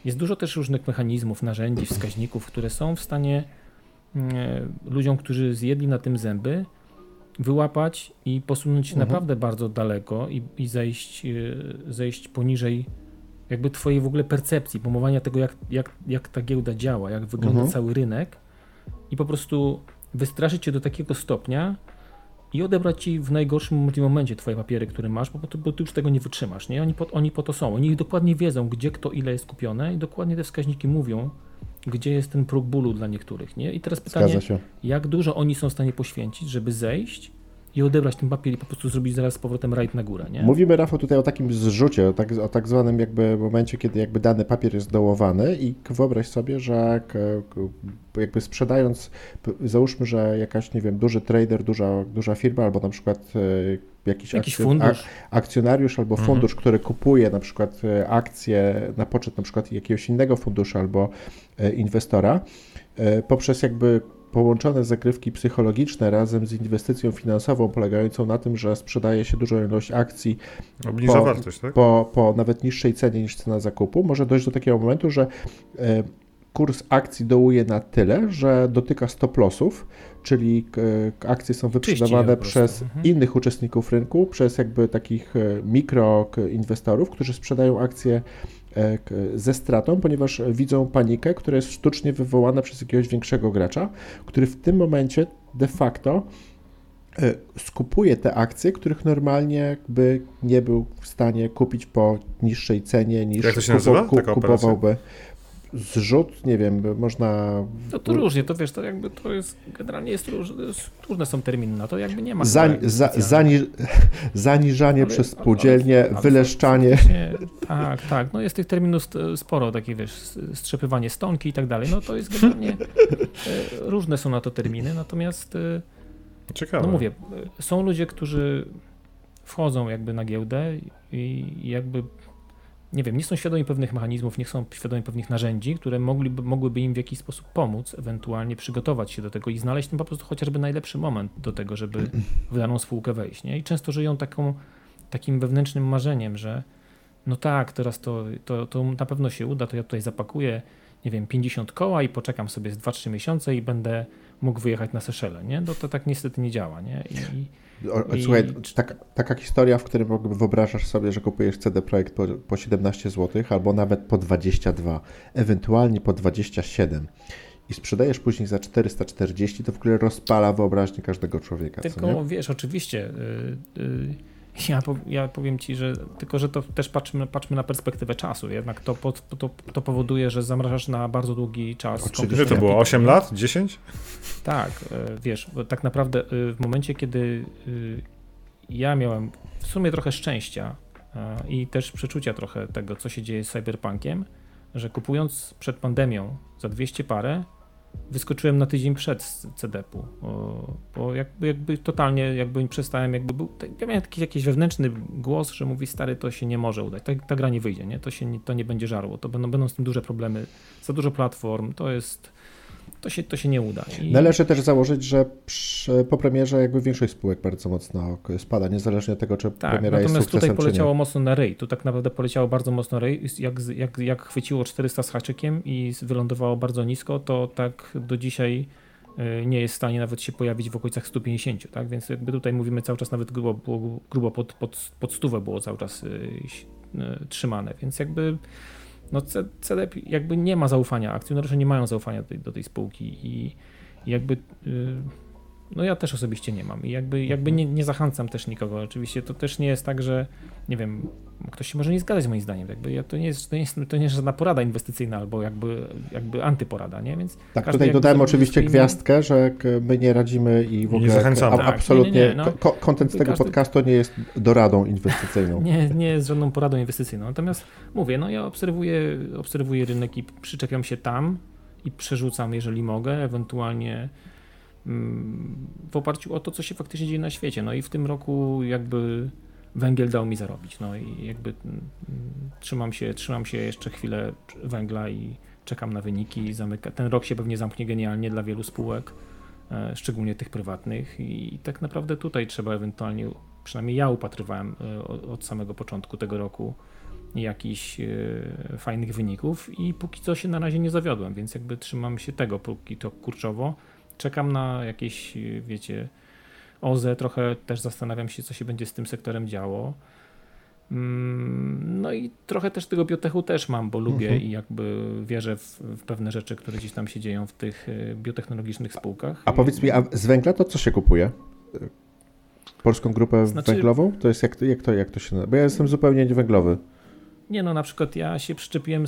jest dużo też różnych mechanizmów, narzędzi, wskaźników, które są w stanie ludziom, którzy zjedli na tym zęby, wyłapać i posunąć się naprawdę bardzo daleko i zejść poniżej jakby twojej w ogóle percepcji, pojmowania tego, jak ta giełda działa, jak wygląda cały rynek i po prostu wystraszyć cię do takiego stopnia i odebrać ci w najgorszym możliwym momencie twoje papiery, które masz, bo ty już tego nie wytrzymasz, nie? Oni po to są. Oni dokładnie wiedzą, gdzie kto ile jest kupione i dokładnie te wskaźniki mówią, gdzie jest ten próg bólu dla niektórych, nie? I teraz pytanie, jak dużo oni są w stanie poświęcić, żeby zejść i odebrać ten papier i po prostu zrobić zaraz z powrotem rajd na górę, nie? Mówimy, Rafał, tutaj o takim zrzucie, o tak zwanym jakby momencie, kiedy jakby dany papier jest dołowany i wyobraź sobie, że jakby sprzedając, załóżmy, że jakaś, nie wiem, duży trader, duża firma albo na przykład jakiś fundusz. Akcjonariusz albo fundusz, który kupuje na przykład akcje na poczet na przykład jakiegoś innego funduszu albo inwestora, poprzez jakby połączone zagrywki psychologiczne razem z inwestycją finansową polegającą na tym, że sprzedaje się dużą ilość akcji obniża wartość, tak? po nawet niższej cenie niż cena zakupu, może dojść do takiego momentu, że kurs akcji dołuje na tyle, że dotyka stop lossów, czyli akcje są wyprzedawane przez innych uczestników rynku, przez jakby takich mikroinwestorów, którzy sprzedają akcje ze stratą, ponieważ widzą panikę, która jest sztucznie wywołana przez jakiegoś większego gracza, który w tym momencie de facto skupuje te akcje, których normalnie by nie był w stanie kupić po niższej cenie niż jak to się nazywa? kupowałby. Zrzut, nie wiem, można... To różnie, to wiesz, to jakby to jest, generalnie jest różne są terminy na to, jakby nie ma... Zaniżanie przez spółdzielnię, wyleszczanie. Tak, no jest tych terminów sporo, takie wiesz, strzepywanie stonki i tak dalej, no to jest generalnie, różne są na to terminy, natomiast ciekawe. No mówię, są ludzie, którzy wchodzą jakby na giełdę i jakby nie wiem, nie są świadomi pewnych mechanizmów, nie są świadomi pewnych narzędzi, które mogłyby im w jakiś sposób pomóc, ewentualnie przygotować się do tego i znaleźć ten po prostu chociażby najlepszy moment do tego, żeby w daną spółkę wejść, nie? I często żyją takim wewnętrznym marzeniem, że no tak, teraz to na pewno się uda, to ja tutaj zapakuję, nie wiem, 50 koła i poczekam sobie z 2-3 miesiące i będę mógł wyjechać na Seszele, nie? No to tak niestety nie działa, nie? Słuchaj, taka historia, w której wyobrażasz sobie, że kupujesz CD Projekt po 17 zł albo nawet po 22, ewentualnie po 27 i sprzedajesz później za 440, to w ogóle rozpala wyobraźnię każdego człowieka. Tylko wiesz, oczywiście, ja powiem ci, że tylko, że to też patrzmy na perspektywę czasu, jednak to powoduje, że zamrażasz na bardzo długi czas. Oczywiście, to było 8 lat? 10? Tak, wiesz, bo tak naprawdę w momencie, kiedy ja miałem w sumie trochę szczęścia i też przeczucia trochę tego, co się dzieje z Cyberpunkiem, że kupując przed pandemią za 200 parę, wyskoczyłem na tydzień przed CDP-u, bo jakby totalnie jakby przestałem, ja miałem jakiś wewnętrzny głos, że mówi stary, to się nie może udać, ta gra nie wyjdzie, nie? To nie będzie żarło, to będą z tym duże problemy, za dużo platform, to się nie uda. Należy też założyć, że po premierze jakby większość spółek bardzo mocno spada, niezależnie od tego, czy premiera jest sukcesem, natomiast tutaj poleciało mocno na ryj, tu tak naprawdę poleciało bardzo mocno ryj, jak chwyciło 400 z haczykiem i wylądowało bardzo nisko, to tak do dzisiaj nie jest w stanie nawet się pojawić w okolicach 150, tak, więc jakby tutaj mówimy cały czas nawet grubo pod 100 było cały czas trzymane, więc jakby no CDP jakby nie ma zaufania, akcjonariusze nie mają zaufania do tej spółki i jakby no ja też osobiście nie mam i jakby nie zachęcam też nikogo. Oczywiście to też nie jest tak, że nie wiem, ktoś się może nie zgadzać moim zdaniem, jakby to nie jest żadna porada inwestycyjna albo jakby antyporada, nie? Więc tak, tutaj dodałem oczywiście gwiazdkę, że my nie radzimy i w ogóle absolutnie kontent tego podcastu nie jest doradą inwestycyjną. Nie jest żadną poradą inwestycyjną. Natomiast mówię, no ja obserwuję rynek i przyczepiam się tam i przerzucam, jeżeli mogę, ewentualnie w oparciu o to, co się faktycznie dzieje na świecie. No i w tym roku jakby węgiel dał mi zarobić. No i jakby trzymam się jeszcze chwilę węgla i czekam na wyniki. Ten rok się pewnie zamknie genialnie dla wielu spółek, szczególnie tych prywatnych i tak naprawdę tutaj trzeba ewentualnie, przynajmniej ja upatrywałem od samego początku tego roku jakichś fajnych wyników i póki co się na razie nie zawiodłem, więc jakby trzymam się tego póki to kurczowo. Czekam na jakieś, wiecie, OZE, trochę też zastanawiam się, co się będzie z tym sektorem działo. No i trochę też tego biotechu też mam, bo lubię i jakby wierzę w pewne rzeczy, które gdzieś tam się dzieją w tych biotechnologicznych spółkach. A powiedz mi, a z węgla to co się kupuje? Polską grupę węglową? To jest jak to się nazywa? Bo ja jestem zupełnie niewęglowy. Nie no, na przykład ja się przyczepiłem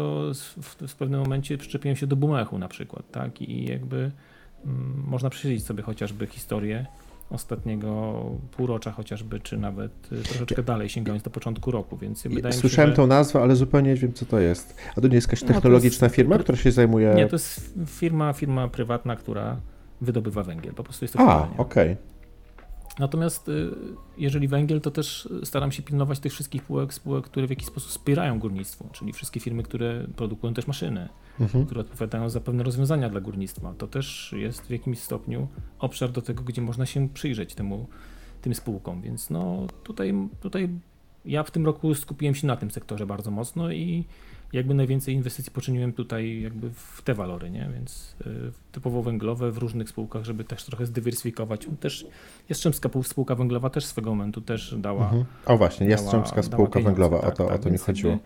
w pewnym momencie przyczepiłem się do Bumechu na przykład, tak? I jakby można prześledzić sobie chociażby historię ostatniego półrocza chociażby, czy nawet troszeczkę dalej sięgając do początku roku, więc wydaje mi się, słyszałem że... tą nazwę, ale zupełnie nie wiem, co to jest. A to nie jest jakaś technologiczna firma, która się zajmuje... Nie, to jest firma prywatna, która wydobywa węgiel. Po prostu jest to okej. Okay. Natomiast jeżeli węgiel, to też staram się pilnować tych wszystkich spółek, które w jakiś sposób wspierają górnictwo, czyli wszystkie firmy, które produkują też maszyny, które odpowiadają za pewne rozwiązania dla górnictwa. To też jest w jakimś stopniu obszar do tego, gdzie można się przyjrzeć tym spółkom, więc no tutaj ja w tym roku skupiłem się na tym sektorze bardzo mocno i jakby najwięcej inwestycji poczyniłem tutaj jakby w te walory, nie? Więc typowo węglowe w różnych spółkach, żeby też trochę zdywersyfikować. Też Jastrzębska spółka węglowa też swego momentu też dała. O właśnie, Jastrzębska spółka węglowa, tak, o to mi chodziło.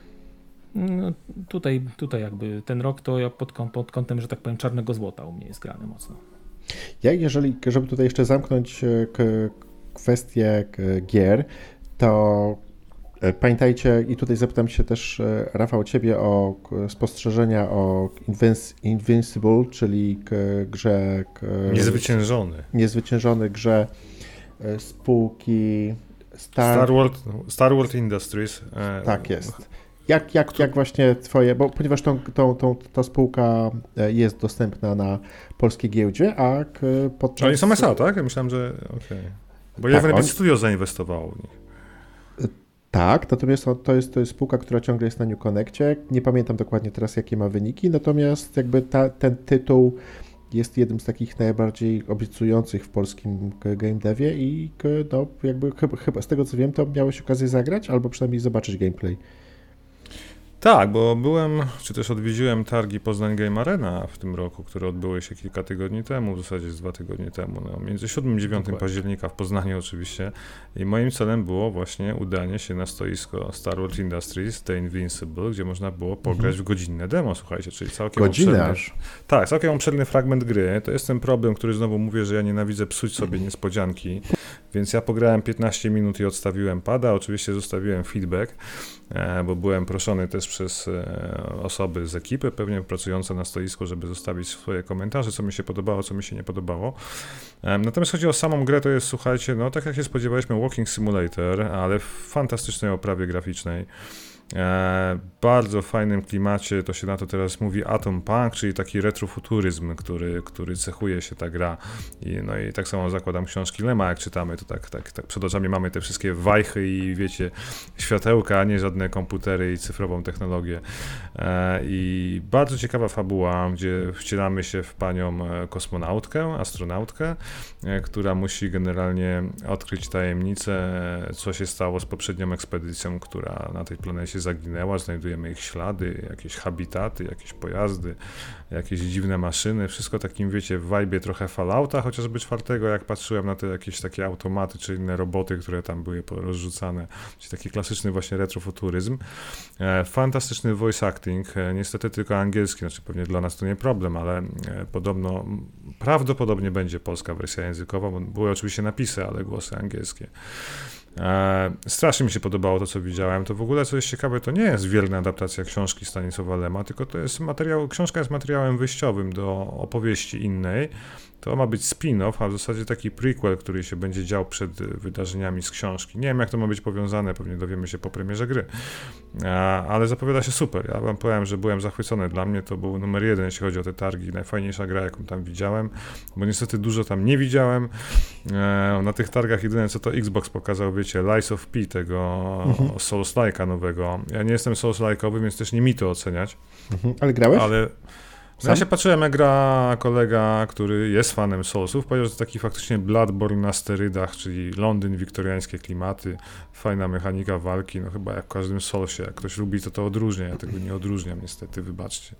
No, tutaj jakby ten rok to ja pod kątem, że tak powiem, czarnego złota u mnie jest grany mocno. Ja żeby tutaj jeszcze zamknąć kwestię gier, to pamiętajcie, i tutaj zapytam się też, Rafał, ciebie o spostrzeżenia o Invincible, czyli grze... Niezwyciężony grze spółki Star World Industries. Tak jest. Jak właśnie twoje, bo ponieważ ta spółka jest dostępna na polskiej giełdzie, a podczas... Oni są SA, tak? Ja myślałem, że okej. Bo tak, Eleven Studio zainwestowało w nich. Tak, natomiast to jest spółka, która ciągle jest na New Connectie. Nie pamiętam dokładnie teraz, jakie ma wyniki, natomiast jakby ten tytuł jest jednym z takich najbardziej obiecujących w polskim game devie i no, jakby chyba z tego co wiem, to miałeś okazję zagrać albo przynajmniej zobaczyć gameplay. Tak, bo czy też odwiedziłem targi Poznań Game Arena w tym roku, które odbyły się kilka tygodni temu, w zasadzie 2 tygodnie temu, między 7 i 9 października w Poznaniu oczywiście. I moim celem było właśnie udanie się na stoisko Star Wars Industries, The Invincible, gdzie można było pograć w godzinne demo, słuchajcie, czyli całkiem obszerny fragment gry. To jest ten problem, który znowu mówię, że ja nienawidzę psuć sobie niespodzianki, więc ja pograłem 15 minut i odstawiłem pada, oczywiście zostawiłem feedback, bo byłem proszony też przez osoby z ekipy, pewnie pracujące na stoisku, żeby zostawić swoje komentarze, co mi się podobało, co mi się nie podobało. Natomiast chodzi o samą grę, to jest, słuchajcie, no tak jak się spodziewaliśmy, walking simulator, ale w fantastycznej oprawie graficznej. Bardzo fajnym klimacie, to się na to teraz mówi atom punk, czyli taki retrofuturyzm, który cechuje się ta gra. I tak samo zakładam książki Lema, jak czytamy, to tak przed oczami mamy te wszystkie wajchy i wiecie, światełka, a nie żadne komputery i cyfrową technologię. I bardzo ciekawa fabuła, gdzie wcielamy się w panią kosmonautkę, astronautkę, która musi generalnie odkryć tajemnicę, co się stało z poprzednią ekspedycją, która na tej planecie zaginęła, znajdujemy ich ślady, jakieś habitaty, jakieś pojazdy, jakieś dziwne maszyny, wszystko takim, wiecie, w vibe'ie trochę Fallouta, chociażby 4, jak patrzyłem na te jakieś takie automaty, czy inne roboty, które tam były rozrzucane, czyli taki klasyczny właśnie retrofuturyzm. Fantastyczny voice acting, niestety tylko angielski, znaczy pewnie dla nas to nie problem, ale prawdopodobnie będzie polska wersja językowa, bo były oczywiście napisy, ale głosy angielskie. Strasznie mi się podobało to, co widziałem. To w ogóle, co jest ciekawe, to nie jest wierna adaptacja książki Stanisława Lema, tylko to jest książka jest materiałem wyjściowym do opowieści innej. To ma być spin-off, a w zasadzie taki prequel, który się będzie dział przed wydarzeniami z książki. Nie wiem, jak to ma być powiązane, pewnie dowiemy się po premierze gry. Ale zapowiada się super. Ja wam powiem, że byłem zachwycony. Dla mnie to był numer 1, jeśli chodzi o te targi. Najfajniejsza gra, jaką tam widziałem, bo niestety dużo tam nie widziałem. Na tych targach jedyne, co to Xbox pokazał, wiecie, Lies of P, tego Souls-like'a nowego. Ja nie jestem Souls-like'owy, więc też nie mi to oceniać. Ale grałeś? Ja się patrzyłem, jak gra kolega, który jest fanem Soulsów, powiedział, że to taki faktycznie Bloodborne na sterydach, czyli Londyn, wiktoriańskie klimaty, fajna mechanika walki, no chyba jak w każdym Soulsie, jak ktoś lubi, to odróżnia, ja tego nie odróżniam niestety, wybaczcie.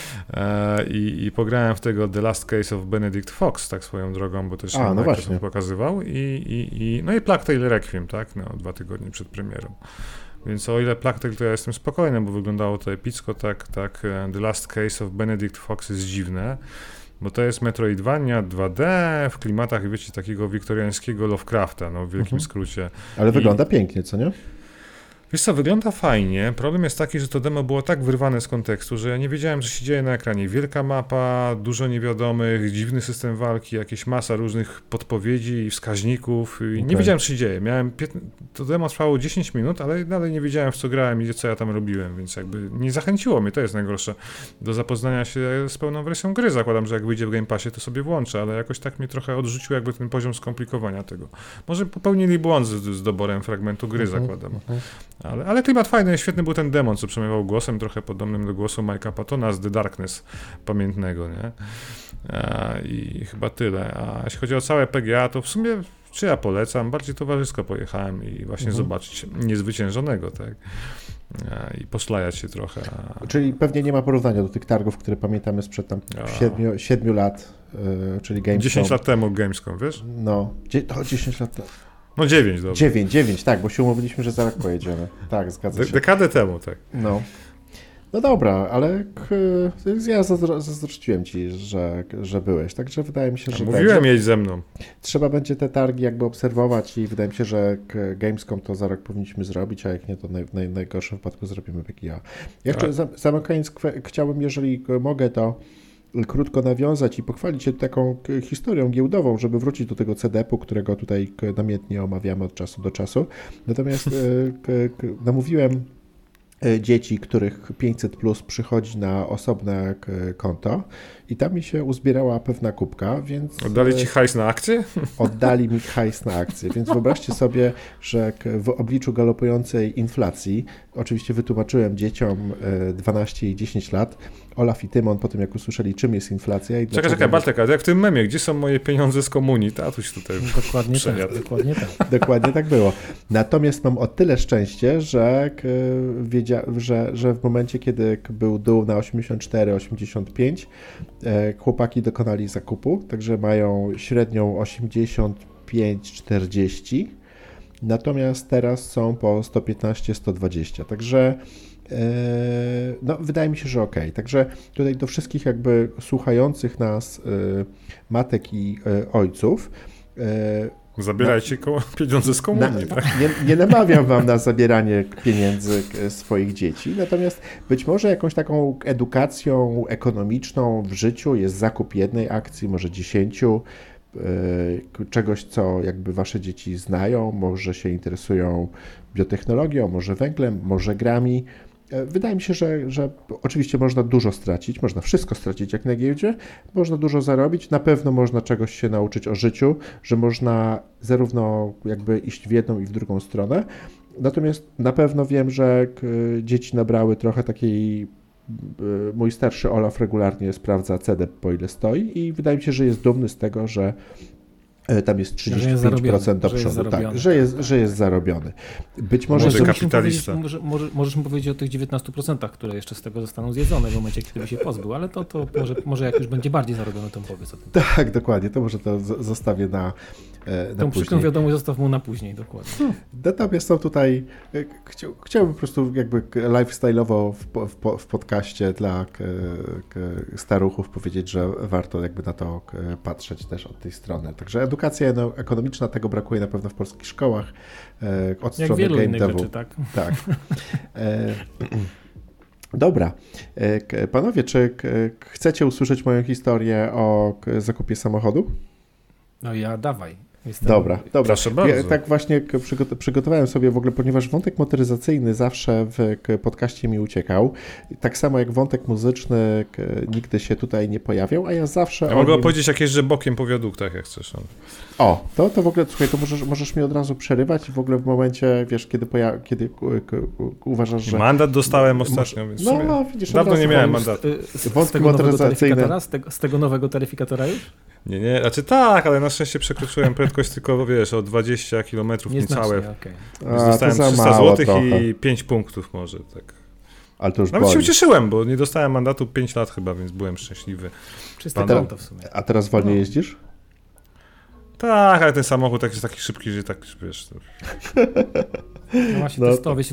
I pograłem w tego The Last Case of Benedict Fox, tak swoją drogą, bo też Microsoft pokazywał i Plague Tale Requiem, tak, no 2 tygodnie przed premierą. Więc o ile Plague Tale, to ja jestem spokojny, bo wyglądało to epicko, tak The Last Case of Benedict Fox jest dziwne, bo to jest Metroidvania 2D w klimatach, wiecie, takiego wiktoriańskiego Lovecrafta, no w wielkim skrócie. Ale wygląda pięknie, co nie? Wiesz co, wygląda fajnie. Problem jest taki, że to demo było tak wyrwane z kontekstu, że ja nie wiedziałem, co się dzieje na ekranie. Wielka mapa, dużo niewiadomych, dziwny system walki, jakieś masa różnych podpowiedzi i wskaźników. I nie wiedziałem, co się dzieje. To demo trwało 10 minut, ale dalej nie wiedziałem, w co grałem i co ja tam robiłem, więc jakby nie zachęciło mnie, to jest najgorsze, do zapoznania się z pełną wersją gry. Zakładam, że jak wyjdzie w Game Passie, to sobie włączę, ale jakoś tak mnie trochę odrzucił jakby ten poziom skomplikowania tego. Może popełnili błąd z doborem fragmentu gry, zakładam. Ale klimat fajny, świetny był ten demon, co przemawiał głosem trochę podobnym do głosu Mike'a Pattona z The Darkness pamiętnego, nie? I chyba tyle. A jeśli chodzi o całe PGA, to w sumie czy ja polecam, bardziej towarzysko pojechałem i właśnie zobaczyć niezwyciężonego, tak? I poszlajać się trochę. Czyli pewnie nie ma porównania do tych targów, które pamiętamy sprzed tam 7 lat, czyli Gamescom. 10 lat temu Gamescom, wiesz? No, 10 lat temu. No 9, dobrze. 9, tak, bo się umówiliśmy, że za rok pojedziemy. Tak, zgadza się. Dekadę temu, tak. No dobra, ale ja zazdrościłem ci, że byłeś, także wydaje mi się, że... Mówiłem jedź ze mną. Trzeba będzie te targi jakby obserwować i wydaje mi się, że Gamescom to za rok powinniśmy zrobić, a jak nie, to w najgorszym wypadku zrobimy PGA. Jeszcze zamykając, chciałbym, jeżeli mogę, to krótko nawiązać i pochwalić się taką historią giełdową, żeby wrócić do tego CDP-u, którego tutaj namiętnie omawiamy od czasu do czasu. Natomiast namówiłem dzieci, których 500 plus przychodzi na osobne konto i tam mi się uzbierała pewna kubka, więc... Oddali ci hajs na akcję? Oddali mi hajs na akcję, więc wyobraźcie sobie, że w obliczu galopującej inflacji, oczywiście wytłumaczyłem dzieciom 12 i 10 lat, Olaf i Tymon po tym, jak usłyszeli, czym jest inflacja i Czekaj, Bartek, ale jak w tym memie, gdzie są moje pieniądze z komunii? Tatuś tutaj dokładnie tak. Dokładnie tak było. Natomiast mam o tyle szczęście, że że w momencie, kiedy był dół na 84-85, chłopaki dokonali zakupu, także mają średnią 85-40, natomiast teraz są po 115-120, także no, wydaje mi się, że okej. Także tutaj do wszystkich jakby słuchających nas matek i ojców, zabierajcie pieniądze z komunii. Tak? Nie namawiam wam na zabieranie pieniędzy swoich dzieci, natomiast być może jakąś taką edukacją ekonomiczną w życiu jest zakup jednej akcji, może 10, czegoś, co jakby wasze dzieci znają, może się interesują biotechnologią, może węglem, może grami. Wydaje mi się, że oczywiście można dużo stracić, można wszystko stracić jak na giełdzie, można dużo zarobić, na pewno można czegoś się nauczyć o życiu, że można zarówno jakby iść w jedną i w drugą stronę, natomiast na pewno wiem, że dzieci nabrały trochę takiej, mój starszy Olaf regularnie sprawdza CDP, po ile stoi i wydaje mi się, że jest dumny z tego, że tam jest 35% do przodu. Tak, że jest zarobiony. Być może kapitalista. Możesz mu powiedzieć o tych 19%, które jeszcze z tego zostaną zjedzone w momencie, kiedy by się pozbył, ale to może jak już będzie bardziej zarobiony, to powiedz o tym. Tak, dokładnie. To może to zostawię na tą przykrą wiadomość zostaw mu na później, dokładnie. Natomiast są tutaj, chciałbym po prostu jakby lifestyle'owo w podcaście dla staruchów powiedzieć, że warto jakby na to patrzeć też od tej strony. Także edukacja ekonomiczna, tego brakuje na pewno w polskich szkołach. Od jak strony wielu game innych devu. rzeczy, tak? Tak. Dobra. Panowie, czy chcecie usłyszeć moją historię o zakupie samochodu? No ja dawaj. Jestem... Dobra. Proszę bardzo. Ja tak właśnie przygotowałem sobie w ogóle, ponieważ wątek motoryzacyjny zawsze w podcaście mi uciekał. Tak samo jak wątek muzyczny nigdy się tutaj nie pojawiał, a ja zawsze... Ja mogę opowiedzieć, jak jeżdżę bokiem po wiaduktach, jak chcesz. To w ogóle, słuchaj, to możesz mi od razu przerywać i w ogóle w momencie, wiesz, kiedy uważasz, że... Mandat dostałem ostatnio, więc widzisz, dawno nie miałem mandatu. Wątki motoryzacyjne. Z tego nowego taryfikatora już? Nie, znaczy tak, ale na szczęście przekroczyłem prędkość tylko, wiesz, o 20 km niecałe. Okay. Więc dostałem 300 zł i 5 punktów może, tak. Ale to już nawet się ucieszyłem, bo nie dostałem mandatu 5 lat chyba, więc byłem szczęśliwy. Czyste konto w sumie. A teraz wolniej jeździsz? Tak, ale ten samochód jest taki szybki, że tak, wiesz... No właśnie,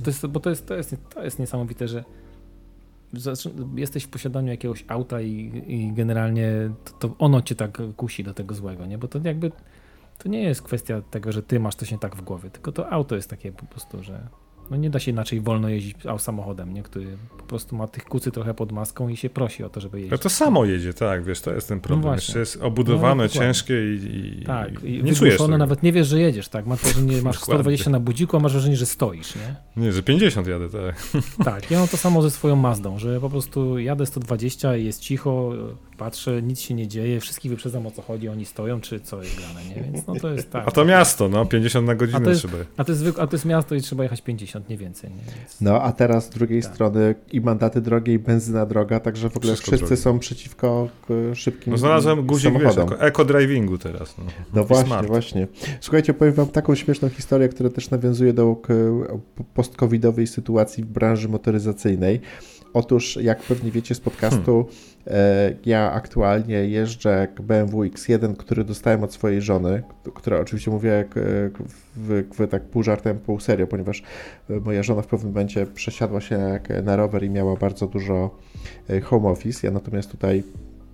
to jest niesamowite, że jesteś w posiadaniu jakiegoś auta i generalnie to ono cię tak kusi do tego złego, nie? Bo to jakby to nie jest kwestia tego, że ty masz coś nie tak w głowie, tylko to auto jest takie po prostu, że no nie da się inaczej wolno jeździć samochodem, nie? Który po prostu ma tych kucy trochę pod maską i się prosi o to, żeby jeździć. No to samo jedzie, tak, wiesz, to jest ten problem. Jeszcze jest obudowane, ciężkie i tak, i nie czujesz tego. Nawet nie wiesz, że jedziesz, tak? Masz wrażenie, masz 120 na budziku, a masz wrażenie, że stoisz, nie? Nie, że 50 jadę, tak. Tak, ja mam to samo ze swoją Mazdą, że po prostu jadę 120 i jest cicho, patrzę, nic się nie dzieje, wszystkich wyprzedzam, o co chodzi, oni stoją, czy co jest grane, nie? Więc no to jest tak. A to miasto, no, 50 na godzinę trzeba. A to jest miasto i trzeba jechać 50, nie więcej. Nie? Więc... No, a teraz z drugiej strony i mandaty drogie, i benzyna droga, także w ogóle wszyscy drogie. Są przeciwko szybkim No znalazłem guzik, wiesz, eco-drivingu teraz. No właśnie. Słuchajcie, powiem wam taką śmieszną historię, która też nawiązuje do post-covidowej sytuacji w branży motoryzacyjnej. Otóż, jak pewnie wiecie z podcastu, ja aktualnie jeżdżę BMW X1, który dostałem od swojej żony, która oczywiście mówię tak pół żartem, pół serio, ponieważ moja żona w pewnym momencie przesiadła się na rower i miała bardzo dużo home office. Ja natomiast tutaj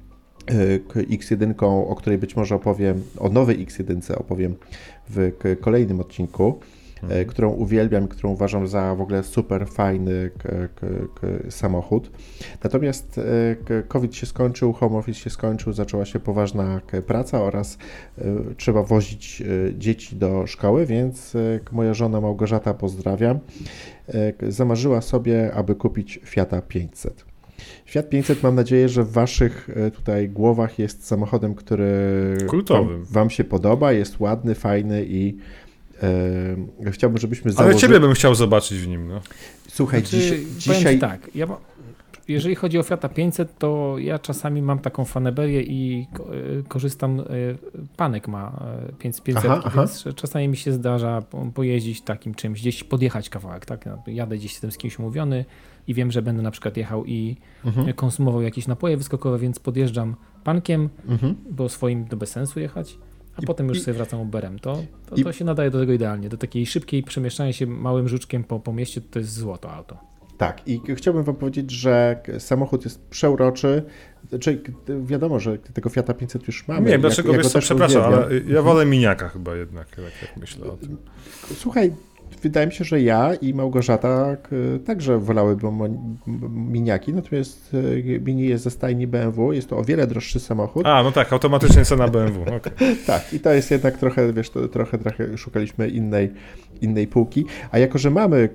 X1, o której być może opowiem, o nowej X1 opowiem w kolejnym odcinku, którą uwielbiam, którą uważam za w ogóle super fajny samochód. Natomiast COVID się skończył, home office się skończył, zaczęła się poważna praca oraz trzeba wozić dzieci do szkoły, więc moja żona Małgorzata, pozdrawiam, zamarzyła sobie, aby kupić Fiata 500. Fiat 500, mam nadzieję, że w waszych tutaj głowach jest samochodem, który wam się podoba, jest ładny, fajny i chciałbym, żebyśmy założyli... Ale ciebie bym chciał zobaczyć w nim, no. Słuchaj, dzisiaj... tak, jeżeli chodzi o Fiata 500, to ja czasami mam taką fanaberię i korzystam, Panek ma 500, więc czasami mi się zdarza pojeździć takim czymś, gdzieś podjechać kawałek, tak? Jadę gdzieś, jestem z kimś umówiony i wiem, że będę na przykład jechał i konsumował jakieś napoje wyskokowe, więc podjeżdżam Pankiem, bo swoim to bez sensu jechać. A potem już sobie wracam Uberem. To się nadaje do tego idealnie. Do takiej szybkiej przemieszczania się małym żuczkiem po mieście, to jest złoto auto. Tak, i chciałbym wam powiedzieć, że samochód jest przeuroczy. Znaczy, wiadomo, że tego Fiata 500 już mamy. Nie, dlaczego, przepraszam, ale ja wolę miniaka chyba jednak, jak myślę o tym. Słuchaj, wydaje mi się, że ja i Małgorzata także wolałyby miniaki, natomiast mini jest ze stajni BMW, jest to o wiele droższy samochód. A, no tak, automatycznie cena BMW. Okay. Tak, i to jest jednak trochę, wiesz, trochę szukaliśmy innej półki, a jako, że mamy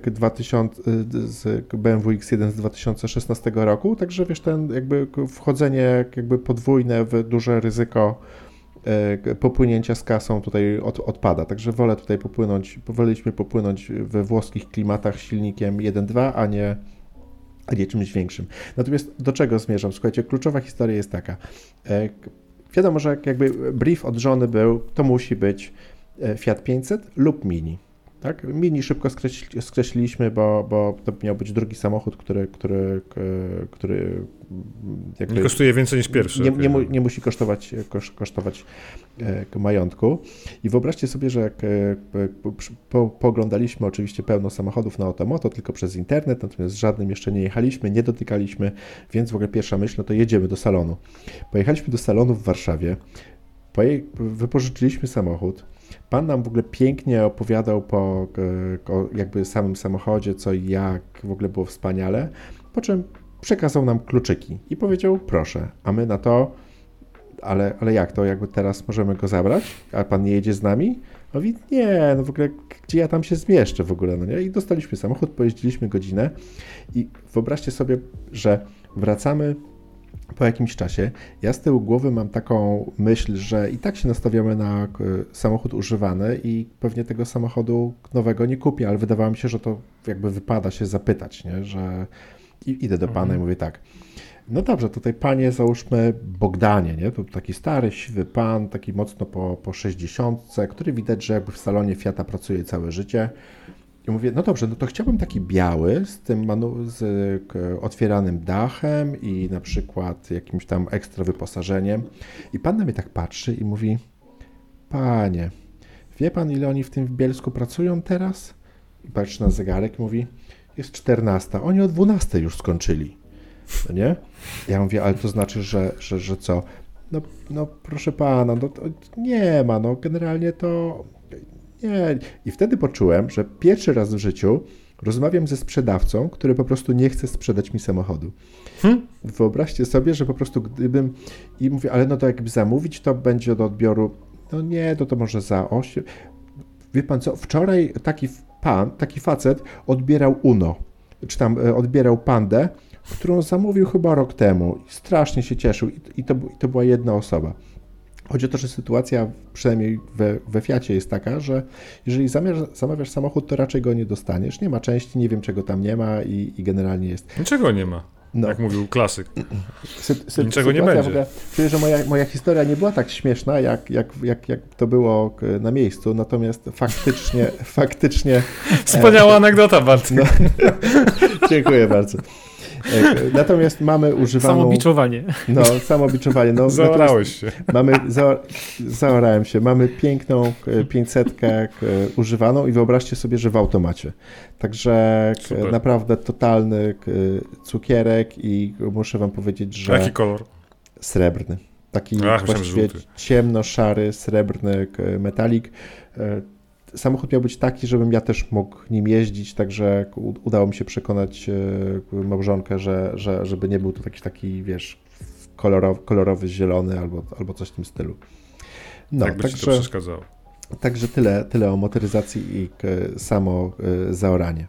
BMW X1 z 2016 roku, także wiesz, ten jakby wchodzenie jakby podwójne w duże ryzyko popłynięcia z kasą tutaj odpada. Także woleliśmy popłynąć we włoskich klimatach silnikiem 1.2, a nie czymś większym. Natomiast do czego zmierzam? Słuchajcie, kluczowa historia jest taka. Wiadomo, że jakby brief od żony był, to musi być Fiat 500 lub Mini. Tak? Mini szybko skreśliliśmy, bo to miał być drugi samochód, który nie kosztuje więcej niż pierwszy. Nie musi kosztować majątku. I wyobraźcie sobie, że jak pooglądaliśmy oczywiście pełno samochodów na Automoto, tylko przez internet, natomiast żadnym jeszcze nie jechaliśmy, nie dotykaliśmy, więc w ogóle pierwsza myśl, no to jedziemy do salonu. Pojechaliśmy do salonu w Warszawie, wypożyczyliśmy samochód. Pan nam w ogóle pięknie opowiadał o jakby samym samochodzie, co i jak, w ogóle było wspaniale, po czym przekazał nam kluczyki i powiedział, proszę, a my na to, ale jak to, jakby teraz możemy go zabrać, a pan nie jedzie z nami? On mówi, nie, no w ogóle, gdzie ja tam się zmieszczę w ogóle, no nie? I dostaliśmy samochód, pojeździliśmy godzinę i wyobraźcie sobie, że wracamy po jakimś czasie. Ja z tyłu głowy mam taką myśl, że i tak się nastawiamy na samochód używany i pewnie tego samochodu nowego nie kupię, ale wydawało mi się, że to jakby wypada się zapytać, nie? Że idę do pana i mówię tak, no dobrze, tutaj panie załóżmy Bogdanie, nie? To taki stary, siwy pan, taki mocno po 60, który widać, że jakby w salonie Fiata pracuje całe życie. I mówię, no dobrze, no to chciałbym taki biały z tym otwieranym dachem i na przykład jakimś tam ekstra wyposażeniem. I pan na mnie tak patrzy i mówi, panie, wie pan, ile oni w tym w Bielsku pracują teraz? I patrzy na zegarek i mówi, jest 14, oni o 12 już skończyli. No nie? Ja mówię, ale to znaczy, że co? No proszę pana, no to nie ma, no generalnie to nie. I wtedy poczułem, że pierwszy raz w życiu rozmawiam ze sprzedawcą, który po prostu nie chce sprzedać mi samochodu. Wyobraźcie sobie, że po prostu gdybym... I mówię, ale no to jakby zamówić, to będzie do odbioru... No nie, to może za 8... Wie pan co, wczoraj taki facet odbierał Uno, czy tam odbierał Pandę, którą zamówił chyba rok temu. I strasznie się cieszył i to była jedna osoba. Chodzi o to, że sytuacja przynajmniej we Fiacie jest taka, że jeżeli zamawiasz samochód, to raczej go nie dostaniesz. Nie ma części, nie wiem czego tam nie ma i generalnie jest. Niczego nie ma, jak mówił klasyk. Niczego nie będzie. będzie. W ogóle, czuję, że moja historia nie była tak śmieszna, jak to było na miejscu, natomiast faktycznie... Wspaniała anegdota, Bartek. No, dziękuję bardzo. Natomiast mamy używaną... Samobiczowanie. No, samobiczowanie. No, zaorałeś się. Zaorałem się. Mamy piękną 500 używaną i wyobraźcie sobie, że w automacie. Także super. Naprawdę totalny cukierek i muszę wam powiedzieć, że... Jaki kolor? Srebrny. Taki właściwie ciemno-szary, srebrny metalik. Samochód miał być taki, żebym ja też mógł nim jeździć, także udało mi się przekonać małżonkę, żeby nie był to taki wiesz, kolorowy, zielony albo coś w tym stylu. No, tak by ci to przeszkadzało. Także tyle o motoryzacji i samo zaoranie.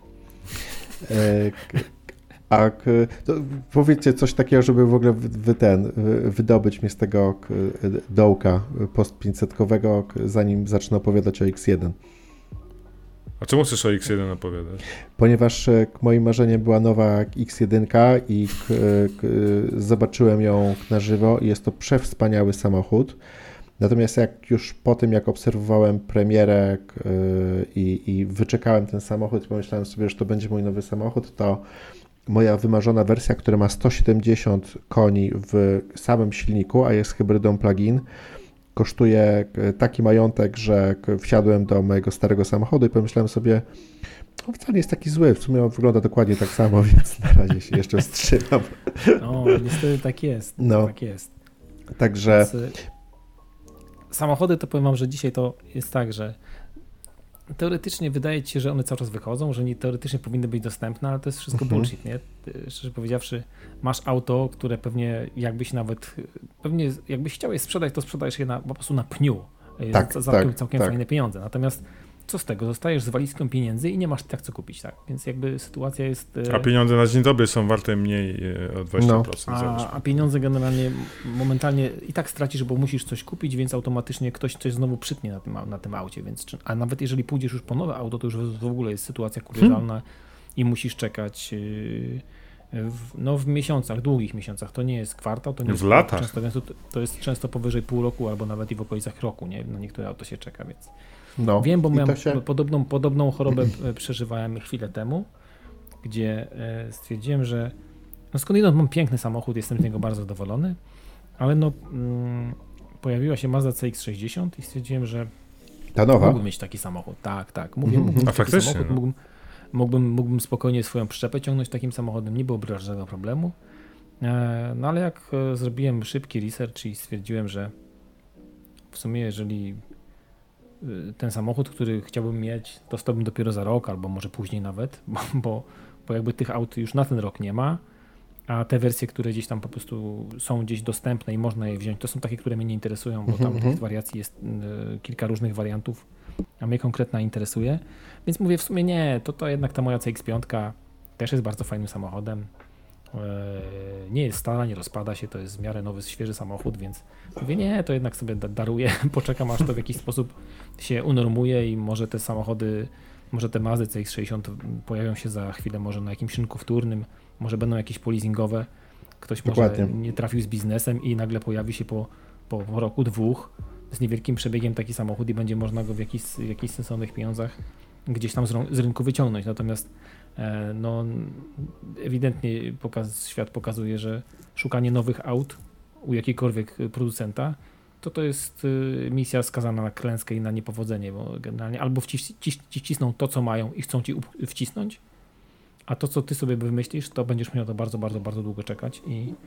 A powiedzcie coś takiego, żeby w ogóle wydobyć mnie z tego dołka post-500-kowego, zanim zacznę opowiadać o X1. A czemu chcesz o X1 opowiadać? Ponieważ moim marzeniem była nowa X1 i zobaczyłem ją na żywo i jest to przewspaniały samochód. Natomiast po tym, jak obserwowałem premierę i wyczekałem ten samochód i pomyślałem sobie, że to będzie mój nowy samochód, to moja wymarzona wersja, która ma 170 koni w samym silniku, a jest hybrydą plug-in, kosztuje taki majątek, że wsiadłem do mojego starego samochodu i pomyślałem sobie, on wcale nie jest taki zły, w sumie on wygląda dokładnie tak samo, więc na razie się jeszcze wstrzymam. No, niestety tak jest. No. Tak jest. Także... Samochody, to powiem wam, że dzisiaj to jest tak, że teoretycznie wydaje ci się, że one cały czas wychodzą, że nie teoretycznie powinny być dostępne, ale to jest wszystko bullshit, nie? Szczerze powiedziawszy, masz auto, które pewnie jakbyś chciał je sprzedać, to sprzedajesz je po prostu na pniu. Za całkiem fajne pieniądze. Natomiast co z tego? Zostajesz z walizką pieniędzy i nie masz tak co kupić, tak? Więc jakby sytuacja jest... A pieniądze na dzień dobry są warte mniej o 20%. A pieniądze generalnie momentalnie i tak stracisz, bo musisz coś kupić, więc automatycznie ktoś coś znowu przytnie na tym aucie. A nawet jeżeli pójdziesz już po nowe auto, to już w ogóle jest sytuacja kuriozalna i musisz czekać w miesiącach, długich miesiącach. To nie jest kwartał, to nie jest... W latach. To jest często powyżej pół roku albo nawet i w okolicach roku, nie? Na niektóre auto się czeka, więc... No, wiem, bo miałem podobną chorobę przeżywałem chwilę temu, gdzie stwierdziłem, że skądinąd mam piękny samochód, jestem z niego bardzo zadowolony, ale pojawiła się Mazda CX-60 i stwierdziłem, że ta nowa? Mógłbym mieć taki samochód. Tak. Mógłbym mieć taki samochód, mógłbym spokojnie swoją przyczepę ciągnąć takim samochodem, nie byłoby żadnego problemu. No ale jak zrobiłem szybki research i stwierdziłem, że w sumie jeżeli ten samochód, który chciałbym mieć, dostałbym dopiero za rok, albo może później nawet, bo jakby tych aut już na ten rok nie ma, a te wersje, które gdzieś tam po prostu są gdzieś dostępne i można je wziąć, to są takie, które mnie nie interesują, bo tam tych wariacji jest kilka różnych wariantów, a mnie konkretna interesuje. Więc mówię w sumie nie, to jednak ta moja CX-5 też jest bardzo fajnym samochodem. Nie jest stara, nie rozpada się, to jest w miarę nowy, świeży samochód, więc mówię nie, to jednak sobie daruję, poczekam aż to w jakiś sposób się unormuje i może te samochody, może te Mazdy CX-60 pojawią się za chwilę może na jakimś rynku wtórnym, może będą jakieś polizingowe, ktoś Dokładnie. może nie trafił z biznesem i nagle pojawi się po roku, dwóch z niewielkim przebiegiem taki samochód i będzie można go w jakichś sensownych pieniądzach gdzieś tam z rynku wyciągnąć. Natomiast no, ewidentnie świat pokazuje, że szukanie nowych aut u jakiejkolwiek producenta to jest misja skazana na klęskę i na niepowodzenie, bo generalnie albo wcisną to, co mają i chcą ci wcisnąć, a to, co ty sobie wymyślisz, to będziesz miał to bardzo, bardzo, bardzo długo czekać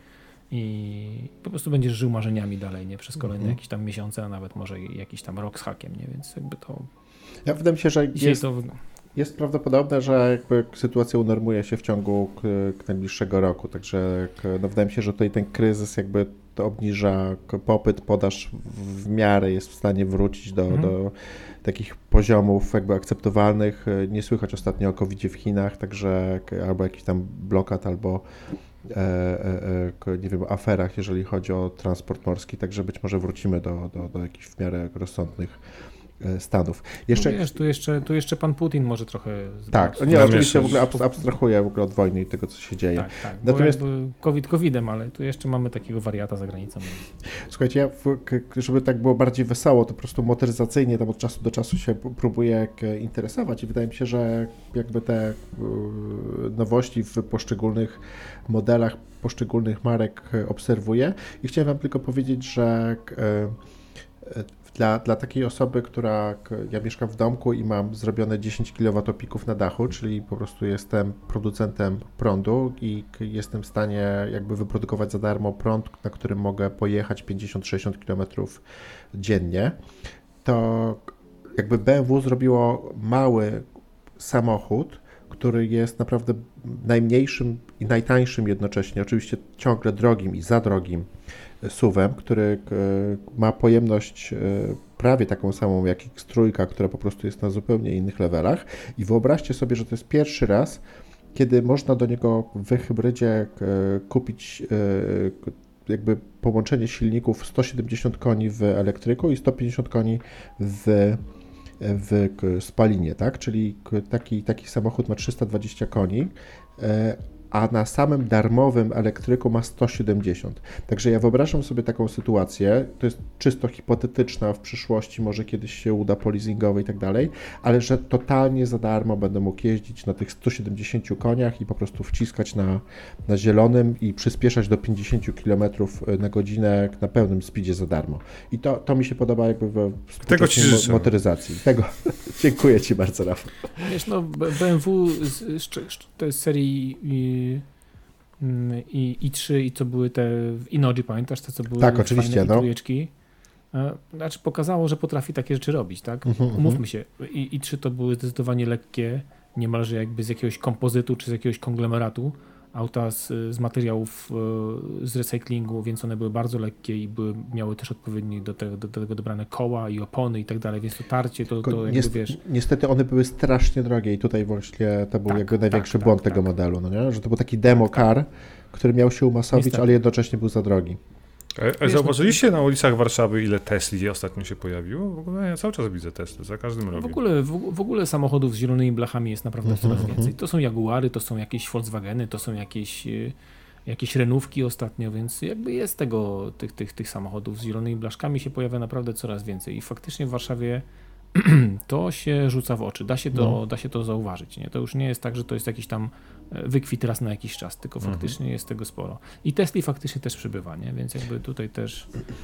i po prostu będziesz żył marzeniami dalej, nie? Przez kolejne jakieś tam miesiące, a nawet może jakiś tam rok z hakiem, nie? Więc jakby to... Ja wydaje mi się, że jest prawdopodobne, że jakby sytuacja unormuje się w ciągu najbliższego roku, także wydaje mi się, że tutaj ten kryzys jakby to obniża popyt, podaż w miarę jest w stanie wrócić do takich poziomów jakby akceptowalnych. Nie słychać ostatnio o COVID-zie w Chinach, także albo jakiś tam blokad, albo nie wiem, aferach, jeżeli chodzi o transport morski, także być może wrócimy do jakichś w miarę rozsądnych stanów. Jeszcze... No wiesz, tu jeszcze pan Putin może trochę... Tak, nie, oczywiście w ogóle abstrahuję w ogóle od wojny i tego, co się dzieje. Tak, natomiast COVID-em, ale tu jeszcze mamy takiego wariata za granicą. Słuchajcie, ja, żeby tak było bardziej wesoło, to po prostu motoryzacyjnie tam od czasu do czasu się próbuję interesować i wydaje mi się, że jakby te nowości w poszczególnych modelach, poszczególnych marek obserwuję i chciałem wam tylko powiedzieć, że dla takiej osoby, ja mieszkam w domku i mam zrobione 10 kWp na dachu, czyli po prostu jestem producentem prądu i jestem w stanie jakby wyprodukować za darmo prąd, na którym mogę pojechać 50-60 km dziennie, to jakby BMW zrobiło mały samochód, który jest naprawdę najmniejszym i najtańszym jednocześnie, oczywiście ciągle drogim i za drogim SUV-em, który ma pojemność prawie taką samą jak X3, która po prostu jest na zupełnie innych levelach i wyobraźcie sobie, że to jest pierwszy raz, kiedy można do niego w hybrydzie kupić jakby połączenie silników 170 koni w elektryku i 150 koni w spalinie, tak? Czyli taki samochód ma 320 koni, a na samym darmowym elektryku ma 170. Także ja wyobrażam sobie taką sytuację, to jest czysto hipotetyczna, w przyszłości może kiedyś się uda po leasingowej i tak dalej, ale że totalnie za darmo będę mógł jeździć na tych 170 koniach i po prostu wciskać na zielonym i przyspieszać do 50 km na godzinę na pełnym speedzie za darmo. I to mi się podoba jakby we współczesnej motoryzacji. Dziękuję Ci bardzo, Rafał. Wiesz, no BMW to jest serii i3 i co były te w Inoji, pamiętasz te, co były tak, oczywiście, fajne trójeczki? Znaczy pokazało, że potrafi takie rzeczy robić, tak? Umówmy się, i3 to były zdecydowanie lekkie, niemalże jakby z jakiegoś kompozytu czy z jakiegoś konglomeratu, auta z materiałów z recyklingu, więc one były bardzo lekkie i miały też odpowiednie do tego dobrane koła i opony i tak dalej, więc to tarcie to jakby wiesz... Niestety one były strasznie drogie i tutaj właśnie to był jakby największy błąd tego modelu, no nie? Że to był taki demo car, który miał się umasowić, niestety, ale jednocześnie był za drogi. A zauważyliście na ulicach Warszawy, ile Tesli ostatnio się pojawiło? W ogóle ja cały czas widzę Tesla, za każdym razem. W ogóle samochodów z zielonymi blachami jest naprawdę coraz więcej. To są Jaguary, to są jakieś Volkswageny, to są jakieś Renówki ostatnio, więc jakby jest tych samochodów z zielonymi blaszkami się pojawia naprawdę coraz więcej i faktycznie w Warszawie to się rzuca w oczy, da się to zauważyć. Nie? To już nie jest tak, że to jest jakiś tam wykwit raz na jakiś czas, tylko faktycznie jest tego sporo. I Tesli faktycznie też przybywa, nie? Więc jakby tutaj też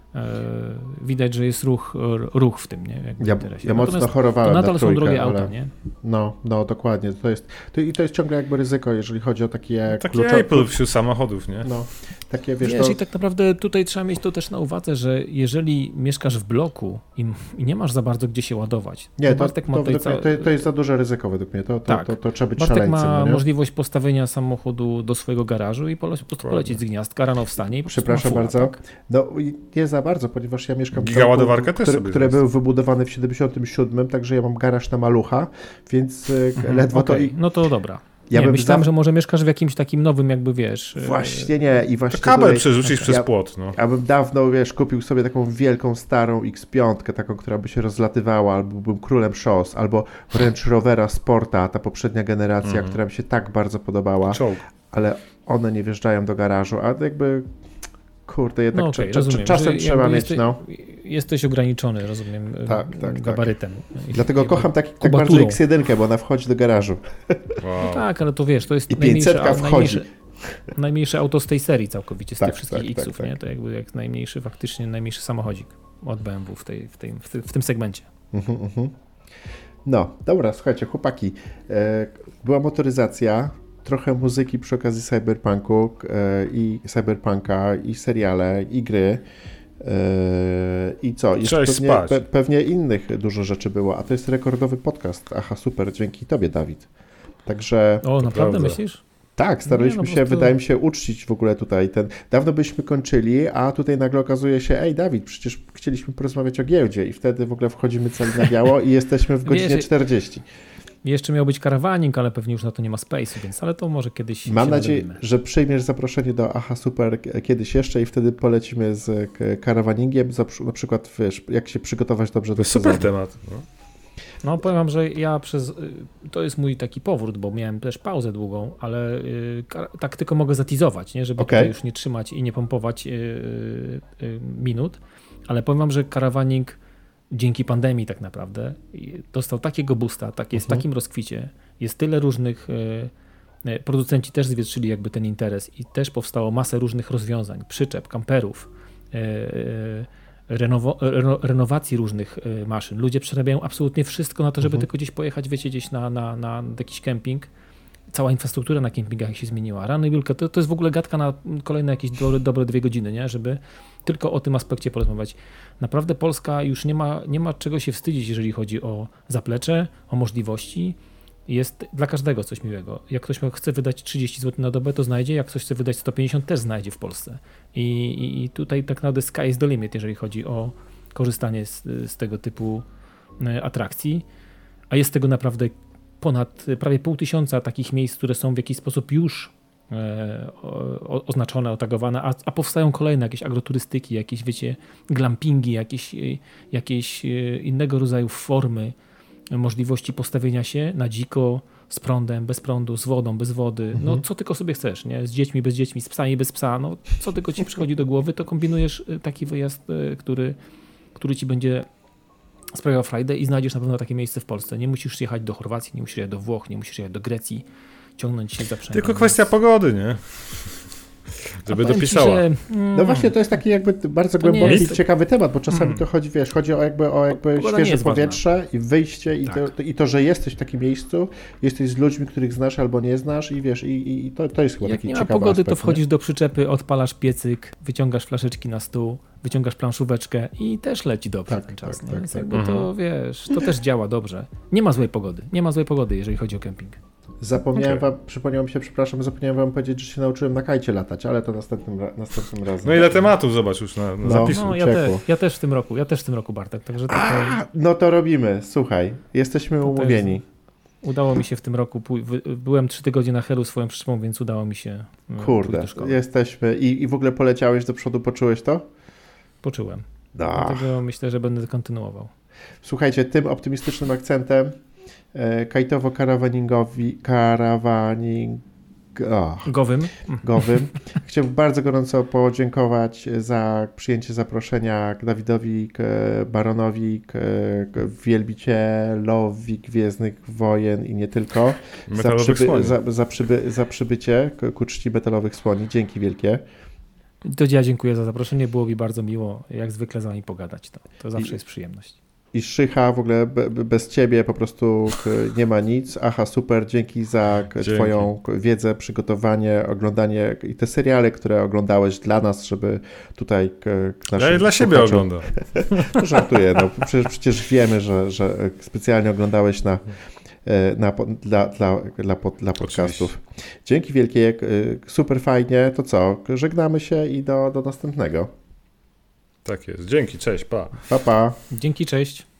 widać, że jest ruch w tym, nie? Ja mocno chorowałem to nadal na są trójkę, drogie ale... auta, nie? No, dokładnie. To jest ciągle jakby ryzyko, jeżeli chodzi o takie Taki Apple wśród samochodów, nie? No, takie Wiesz, i tak naprawdę tutaj trzeba mieć to też na uwadze, że jeżeli mieszkasz w bloku i nie masz za bardzo gdzie się ładować, nie, to jest za duże ryzyko według mnie. To trzeba być Bartek szaleńcem. ma no możliwość postawienia samochodu do swojego garażu i po prostu polecieć z gniazdka, rano wstanie i po prostu Przepraszam fuła, bardzo. tak? No nie za bardzo, ponieważ ja mieszkam w Gigaładowarkę też sobie które były wybudowane w 77, także ja mam garaż na malucha, więc ledwo to... No to dobra. Ja myślałem, że może mieszkasz w jakimś takim nowym jakby, wiesz... Właśnie nie. I właśnie to kabel przerzucisz przez płot, no. Ja bym dawno, kupił sobie taką wielką, starą X5, taką, która by się rozlatywała, albo bym królem szos, albo Range Rovera Sporta, ta poprzednia generacja, która mi się tak bardzo podobała. Czołg. Ale one nie wjeżdżają do garażu, a jakby... Kurde, jednak rozumiem, czasem trzeba mieć, Jesteś ograniczony, rozumiem, gabarytem. Tak. Dlatego kocham tak bardzo X1, bo ona wchodzi do garażu. Wow. No tak, ale to wiesz, to jest najmniejsze auto z tej serii całkowicie, z tych wszystkich X-ów, nie? To jakby jak najmniejszy samochodzik od BMW w tym segmencie. No, dobra, słuchajcie, chłopaki, była motoryzacja, trochę muzyki przy okazji Cyberpunka i seriale, i gry. I co? Jeszcze pewnie innych dużo rzeczy było, a to jest rekordowy podcast. Aha, super, dzięki tobie, Dawid. Także... O, naprawdę myślisz? Tak, staraliśmy się, wydaje mi się, uczcić w ogóle tutaj Dawno byśmy kończyli, a tutaj nagle okazuje się, ej Dawid, przecież chcieliśmy porozmawiać o giełdzie i wtedy w ogóle wchodzimy cali na biało i jesteśmy w godzinie 40. Jeszcze miał być karawaning, ale pewnie już na to nie ma space'u, więc ale to może kiedyś Mam nadzieję, że przyjmiesz zaproszenie do Aha Super kiedyś jeszcze i wtedy polecimy z karawaningiem, na przykład wiesz, jak się przygotować dobrze do sezonu. Super temat. No powiem wam, że to jest mój taki powrót, bo miałem też pauzę długą, ale tak tylko mogę zatizować, nie? Żeby tutaj już nie trzymać i nie pompować minut, ale powiem wam, że karawaning dzięki pandemii tak naprawdę dostał takiego boosta, jest w takim rozkwicie, jest tyle różnych, producenci też zwietrzyli jakby ten interes i też powstało masę różnych rozwiązań, przyczep, kamperów, renowacji różnych maszyn. Ludzie przerabiają absolutnie wszystko na to, żeby tylko gdzieś pojechać, wiecie, gdzieś na jakiś kemping. Cała infrastruktura na kempingach się zmieniła. Rano i Julka, to jest w ogóle gadka na kolejne jakieś dobre 2 godziny, nie? Żeby tylko o tym aspekcie porozmawiać. Naprawdę Polska już nie ma czego się wstydzić, jeżeli chodzi o zaplecze, o możliwości. Jest dla każdego coś miłego. Jak ktoś chce wydać 30 zł na dobę, to znajdzie. Jak ktoś chce wydać 150, też znajdzie w Polsce. I tutaj tak naprawdę sky is the limit, jeżeli chodzi o korzystanie z tego typu atrakcji. A jest tego naprawdę ponad prawie 500 takich miejsc, które są w jakiś sposób już oznaczone, otagowane, a powstają kolejne jakieś agroturystyki, jakieś, wiecie, glampingi, jakieś innego rodzaju formy możliwości postawienia się na dziko, z prądem, bez prądu, z wodą, bez wody, no co tylko sobie chcesz, nie? Z dziećmi, bez dziećmi, z psami, bez psa, no co tylko ci przychodzi do głowy, to kombinujesz taki wyjazd, który ci będzie sprawiał frajdę i znajdziesz na pewno takie miejsce w Polsce. Nie musisz jechać do Chorwacji, nie musisz jechać do Włoch, nie musisz jechać do Grecji, ciągnąć się za sprzętem. Tylko kwestia pogody, nie? Żeby dopisała. No właśnie, to jest taki jakby bardzo głęboki i ciekawy temat, bo czasami to chodzi o jakby świeże powietrze i wyjście i to, że jesteś w takim miejscu, jesteś z ludźmi, których znasz albo nie znasz i wiesz, i to jest chyba taki ciekawy aspekt. Jak nie ma pogody, to wchodzisz do przyczepy, odpalasz piecyk, wyciągasz flaszeczki na stół, wyciągasz planszóweczkę i też leci dobrze ten czas. Więc jakby to, wiesz, to też działa dobrze. Nie ma złej pogody, jeżeli chodzi o kemping. Przypomniało mi się, zapomniałem wam powiedzieć, że się nauczyłem na kajcie latać, ale to następnym razem. No ile tematów, zobacz już na zapisu. No, ja też w tym roku, Bartek, także no to robimy, słuchaj, jesteśmy umówieni. Udało mi się w tym roku, byłem 3 tygodnie na Helu swoją przyczepą, więc udało mi się Kurde, jesteśmy i w ogóle poleciałeś do przodu, poczułeś to? Poczułem, dlatego myślę, że będę kontynuował. Słuchajcie, tym optymistycznym akcentem kajtowo-karawaningowym. Chciałbym bardzo gorąco podziękować za przyjęcie zaproszenia Dawidowi Baronowi, wielbicielowi Gwiezdnych Wojen i nie tylko, za przybycie ku czci metalowych słoni. Dzięki wielkie. To ja dziękuję za zaproszenie, było mi bardzo miło, jak zwykle z wami pogadać, to zawsze jest przyjemność. I Szycha, w ogóle bez ciebie po prostu nie ma nic. Aha, super, dzięki za twoją wiedzę, przygotowanie, oglądanie i te seriale, które oglądałeś dla nas, żeby tutaj ja je dla siebie oglądam. Żartuję, no przecież wiemy, że specjalnie oglądałeś dla podcastów. Oczywiście. Dzięki wielkie, super fajnie. To co, żegnamy się i do następnego. Tak jest. Dzięki, cześć, pa. Pa, pa. Dzięki, cześć.